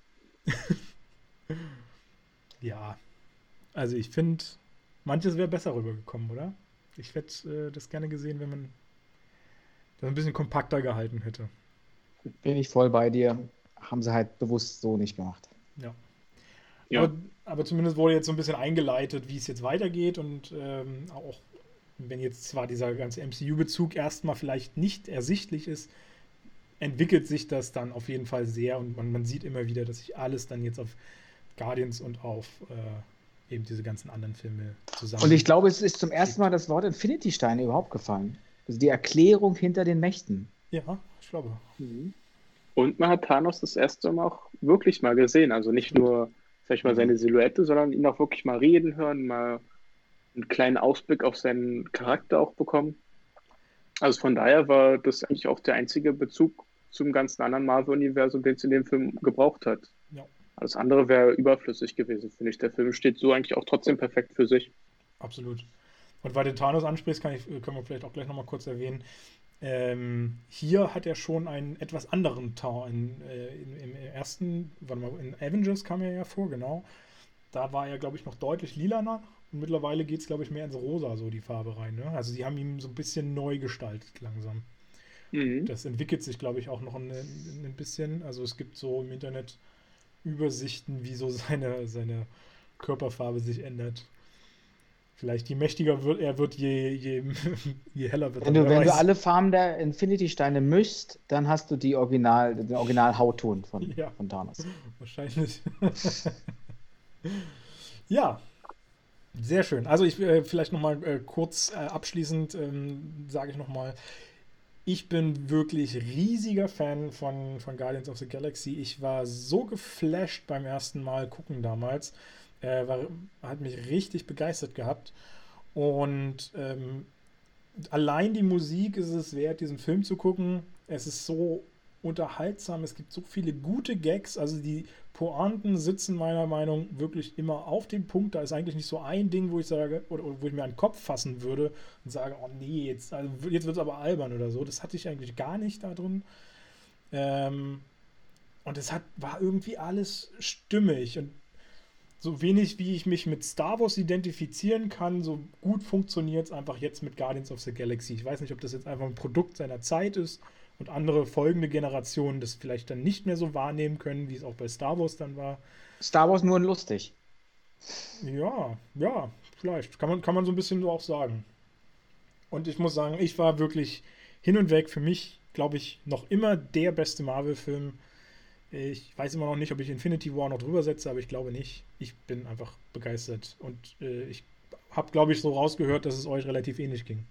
Ja, also ich finde, manches wäre besser rübergekommen, oder? Ich hätte äh, das gerne gesehen, wenn man das ein bisschen kompakter gehalten hätte. Bin ich voll bei dir. Haben sie halt bewusst so nicht gemacht. Ja. Ja. Aber, aber zumindest wurde jetzt so ein bisschen eingeleitet, wie es jetzt weitergeht und ähm, auch wenn jetzt zwar dieser ganze M C U-Bezug erstmal vielleicht nicht ersichtlich ist, entwickelt sich das dann auf jeden Fall sehr und man, man sieht immer wieder, dass sich alles dann jetzt auf Guardians und auf äh, eben diese ganzen anderen Filme zusammen. Und ich glaube, es ist zum ersten Mal das Wort Infinity-Steine überhaupt gefallen. Also die Erklärung hinter den Mächten. Ja, ich glaube. Und man hat Thanos das erste Mal auch wirklich mal gesehen. Also nicht nur, sag ich mal, seine Silhouette, sondern ihn auch wirklich mal reden hören, mal einen kleinen Ausblick auf seinen Charakter auch bekommen. Also von daher war das eigentlich auch der einzige Bezug zum ganzen anderen Marvel-Universum, den es in dem Film gebraucht hat. Ja, Alles andere wäre überflüssig gewesen, finde ich. Der Film steht so eigentlich auch trotzdem perfekt für sich. absolut. Und weil du Thanos ansprichst, kann ich, können wir vielleicht auch gleich nochmal kurz erwähnen. Ähm, hier hat er schon einen etwas anderen Ton. In, äh, in, Im ersten, warte mal, in Avengers kam er ja vor, genau. Da war er, glaube ich, noch deutlich lilaner. Und mittlerweile geht es, glaube ich, mehr ins Rosa, so die Farbe rein. Ne? Also die haben ihn so ein bisschen neu gestaltet langsam. Mhm. Das entwickelt sich, glaube ich, auch noch ein, ein bisschen. Also es gibt so im Internet Übersichten, wie so seine, seine Körperfarbe sich ändert. Vielleicht je mächtiger wird, er wird, je, je, je heller wird Wenn er. du, Wer wenn du weiß. alle Farben der Infinity-Steine mischst, dann hast du die Original, den Original-Hautton von, Ja. von Thanos. Wahrscheinlich. Ja, sehr schön. Also ich äh, vielleicht nochmal äh, kurz äh, abschließend ähm, sage ich nochmal, ich bin wirklich riesiger Fan von, von Guardians of the Galaxy. Ich war so geflasht beim ersten Mal gucken damals. Äh, war, hat mich richtig begeistert gehabt. Und ähm, allein die Musik ist es wert, diesen Film zu gucken. Es ist so unterhaltsam, es gibt so viele gute Gags, also die Pointen sitzen meiner Meinung nach wirklich immer auf dem Punkt. Da ist eigentlich nicht so ein Ding, wo ich sage, oder, oder wo ich mir an den Kopf fassen würde und sage, oh nee, jetzt, also jetzt wird es aber albern oder so. Das hatte ich eigentlich gar nicht da drin. Ähm, und es hat, war irgendwie alles stimmig und so wenig, wie ich mich mit Star Wars identifizieren kann, so gut funktioniert es einfach jetzt mit Guardians of the Galaxy. Ich weiß nicht, ob das jetzt einfach ein Produkt seiner Zeit ist und andere folgende Generationen das vielleicht dann nicht mehr so wahrnehmen können, wie es auch bei Star Wars dann war. Star Wars nur in lustig. Ja, ja, vielleicht. Kann man, kann man so ein bisschen so auch sagen. Und ich muss sagen, ich war wirklich hin und weg. Für mich, glaube ich, noch immer der beste Marvel-Film. Ich weiß immer noch nicht, ob ich Infinity War noch drüber setze, aber ich glaube nicht. Ich bin einfach begeistert. Und äh, ich habe, glaube ich, so rausgehört, dass es euch relativ ähnlich ging.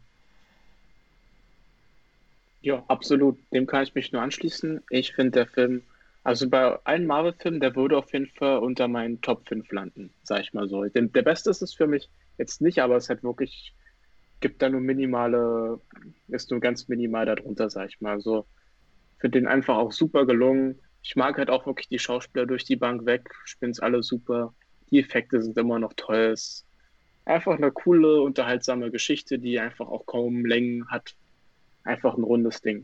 Ja, absolut. Dem kann ich mich nur anschließen. Ich finde der Film, also bei allen Marvel-Filmen, der würde auf jeden Fall unter meinen Top fünf landen, sag ich mal so. Den, der beste ist es für mich jetzt nicht, aber es hat wirklich, gibt da nur minimale, ist nur ganz minimal darunter, sag ich mal. So, finde den einfach auch super gelungen. Ich mag halt auch wirklich die Schauspieler durch die Bank weg, spielen es alle super. Die Effekte sind immer noch toll. Es ist einfach eine coole, unterhaltsame Geschichte, die einfach auch kaum Längen hat. Einfach ein rundes Ding.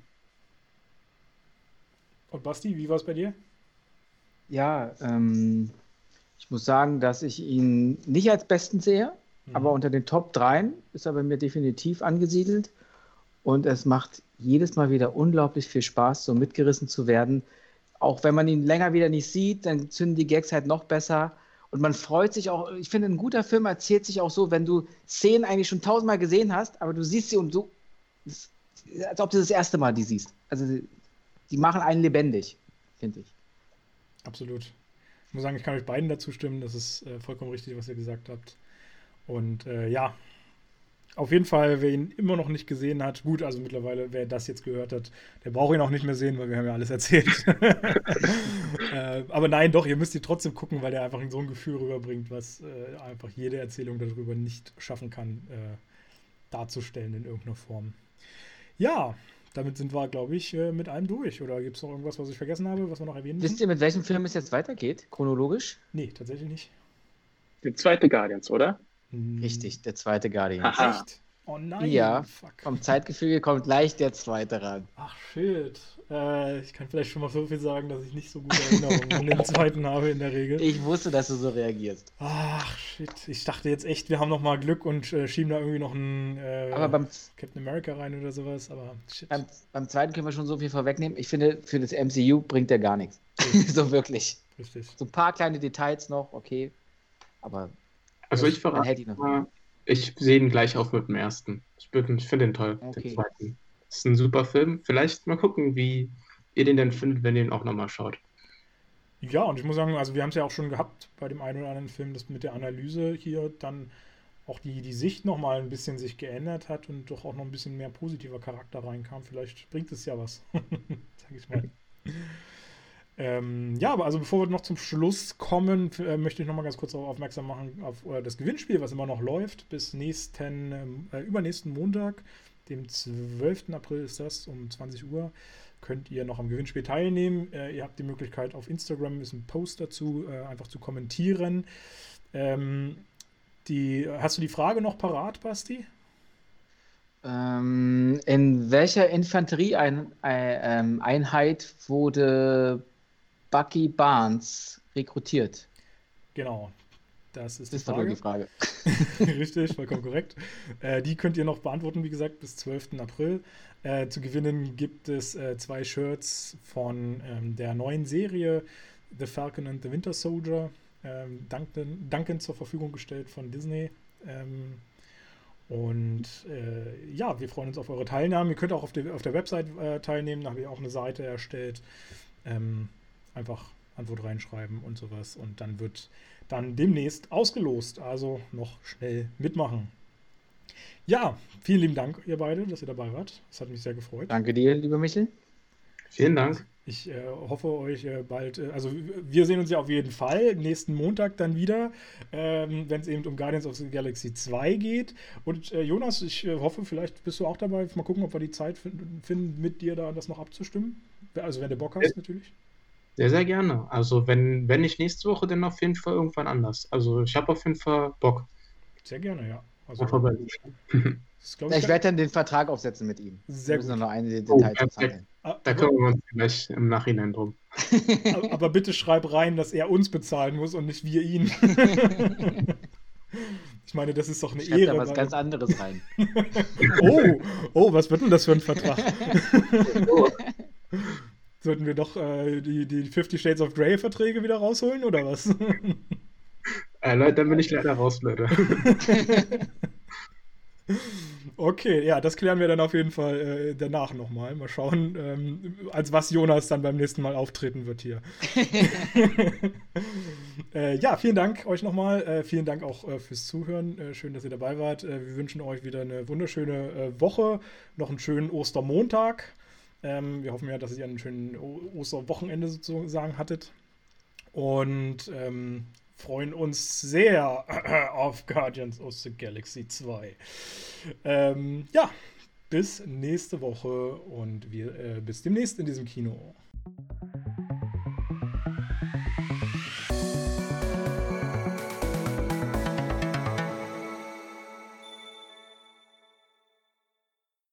Und Basti, wie war es bei dir? Ja, ähm, ich muss sagen, dass ich ihn nicht als besten sehe, Mhm. aber unter den Top dreien ist er bei mir definitiv angesiedelt. Und es macht jedes Mal wieder unglaublich viel Spaß, so mitgerissen zu werden. Auch wenn man ihn länger wieder nicht sieht, dann zünden die Gags halt noch besser. Und man freut sich auch, ich finde, ein guter Film erzählt sich auch so, wenn du Szenen eigentlich schon tausendmal gesehen hast, aber du siehst sie und so, das- als ob du das erste Mal die siehst. Also die, die machen einen lebendig, finde ich. Absolut. Ich muss sagen, ich kann euch beiden dazu stimmen. Das ist äh, vollkommen richtig, was ihr gesagt habt. Und äh, ja, auf jeden Fall, wer ihn immer noch nicht gesehen hat, gut, also mittlerweile, wer das jetzt gehört hat, der braucht ihn auch nicht mehr sehen, weil wir haben ja alles erzählt. äh, aber nein, doch, ihr müsst ihn trotzdem gucken, weil der einfach so ein Gefühl rüberbringt, was äh, einfach jede Erzählung darüber nicht schaffen kann, äh, darzustellen in irgendeiner Form. Ja, damit sind wir, glaube ich, äh, mit allem durch. Oder gibt es noch irgendwas, was ich vergessen habe, was wir noch erwähnen Wisst müssen? ihr, mit welchem Film es jetzt weitergeht, chronologisch? Nee, tatsächlich nicht. Der zweite Guardians, oder? Hm, Richtig, der zweite Guardian. Aha. Echt? Oh nein, Ja, fuck. vom Zeitgefüge kommt gleich der zweite ran. Ach, shit. Äh, ich kann vielleicht schon mal so viel sagen, dass ich nicht so gute Erinnerungen an den zweiten habe in der Regel. Ich wusste, dass du so reagierst. Ach, shit. Ich dachte jetzt echt, wir haben noch mal Glück und äh, schieben da irgendwie noch einen äh, Aber beim, Captain America rein oder sowas, aber shit. beim, beim zweiten können wir schon so viel vorwegnehmen. Ich finde, für das M C U bringt der gar nichts. so wirklich. Richtig. So ein paar kleine Details noch, okay. Aber Also ich man verrate hält ihn noch. mal, ich sehe ihn gleich auf mit dem ersten. Ich, würd- ich finde ihn toll, Okay. den zweiten. Das ist ein super Film. Vielleicht mal gucken, wie ihr den denn findet, wenn ihr ihn auch nochmal schaut. Ja, und ich muss sagen, also wir haben es ja auch schon gehabt bei dem einen oder anderen Film, dass mit der Analyse hier dann auch die, die Sicht nochmal ein bisschen sich geändert hat und doch auch noch ein bisschen mehr positiver Charakter reinkam. Vielleicht bringt es ja was, sag ich mal. Ähm, ja, aber also bevor wir noch zum Schluss kommen, f- äh, möchte ich noch mal ganz kurz darauf aufmerksam machen, auf äh, das Gewinnspiel, was immer noch läuft, bis nächsten, ähm, äh, übernächsten Montag, dem zwölften April ist das, um zwanzig Uhr. könnt ihr noch am Gewinnspiel teilnehmen. Äh, ihr habt die Möglichkeit, auf Instagram ist ein Post dazu, äh, einfach zu kommentieren. Ähm, die, hast du die Frage noch parat, Basti? Ähm, in welcher Infanterieeinheit wurde Bucky Barnes rekrutiert? Genau, das ist Das die war doch Frage. die Frage. Richtig, vollkommen korrekt. Äh, die könnt ihr noch beantworten, wie gesagt, bis zwölften April. Äh, zu gewinnen gibt es äh, zwei Shirts von ähm, der neuen Serie The Falcon and the Winter Soldier, ähm, Duncan, Duncan zur Verfügung gestellt von Disney. Ähm, und äh, ja, wir freuen uns auf eure Teilnahme. Ihr könnt auch auf, die, auf der Website äh, teilnehmen, da habe ich auch eine Seite erstellt. Ähm, einfach Antwort reinschreiben und sowas. Und dann wird dann demnächst ausgelost. Also noch schnell mitmachen. Ja, vielen lieben Dank, ihr beide, dass ihr dabei wart. Das hat mich sehr gefreut. Danke dir, lieber Michel. Vielen Dank. Ich äh, hoffe, euch äh, bald, äh, also wir sehen uns ja auf jeden Fall nächsten Montag dann wieder, ähm, wenn es eben um Guardians of the Galaxy zwei geht. Und äh, Jonas, ich äh, hoffe, vielleicht bist du auch dabei. Mal gucken, ob wir die Zeit finden, finden, mit dir da das noch abzustimmen. Also wenn du Bock hast, Ja. natürlich. Sehr, sehr gerne. Also wenn, wenn nicht nächste Woche, dann auf jeden Fall irgendwann anders. Also ich habe auf jeden Fall Bock. Sehr gerne, ja. Also, Einfach bei das ist, glaub ich, Ich werde dann den Vertrag aufsetzen mit ihm. Sehr Wir müssen gut. noch einige Oh, Details perfekt. verhandeln. Ah, Da aber, kümmern wir uns gleich im Nachhinein drum. aber, aber bitte schreib rein, dass er uns bezahlen muss und nicht wir ihn. Ich meine, das ist doch eine Ich schreibe da Ehre. was weil- ganz anderes rein. Oh, oh, was wird denn das für ein Vertrag? Oh, Sollten wir doch äh, die, die Fifty Shades of Grey Verträge wieder rausholen oder was? äh, Leute, dann bin ich leider raus, Leute. Okay, ja, das klären wir dann auf jeden Fall äh, danach nochmal. Mal schauen, ähm, als was Jonas dann beim nächsten Mal auftreten wird hier. äh, ja, vielen Dank euch nochmal. Äh, vielen Dank auch äh, fürs Zuhören. Äh, schön, dass ihr dabei wart. Äh, wir wünschen euch wieder eine wunderschöne äh, Woche, noch einen schönen Ostermontag. Ähm, wir hoffen ja, dass ihr einen schönen o Osterwochenende sozusagen hattet. Und ähm, freuen uns sehr auf Guardians of the Galaxy zwei. Ähm, ja, bis nächste Woche und wir äh, bis demnächst in diesem Kino.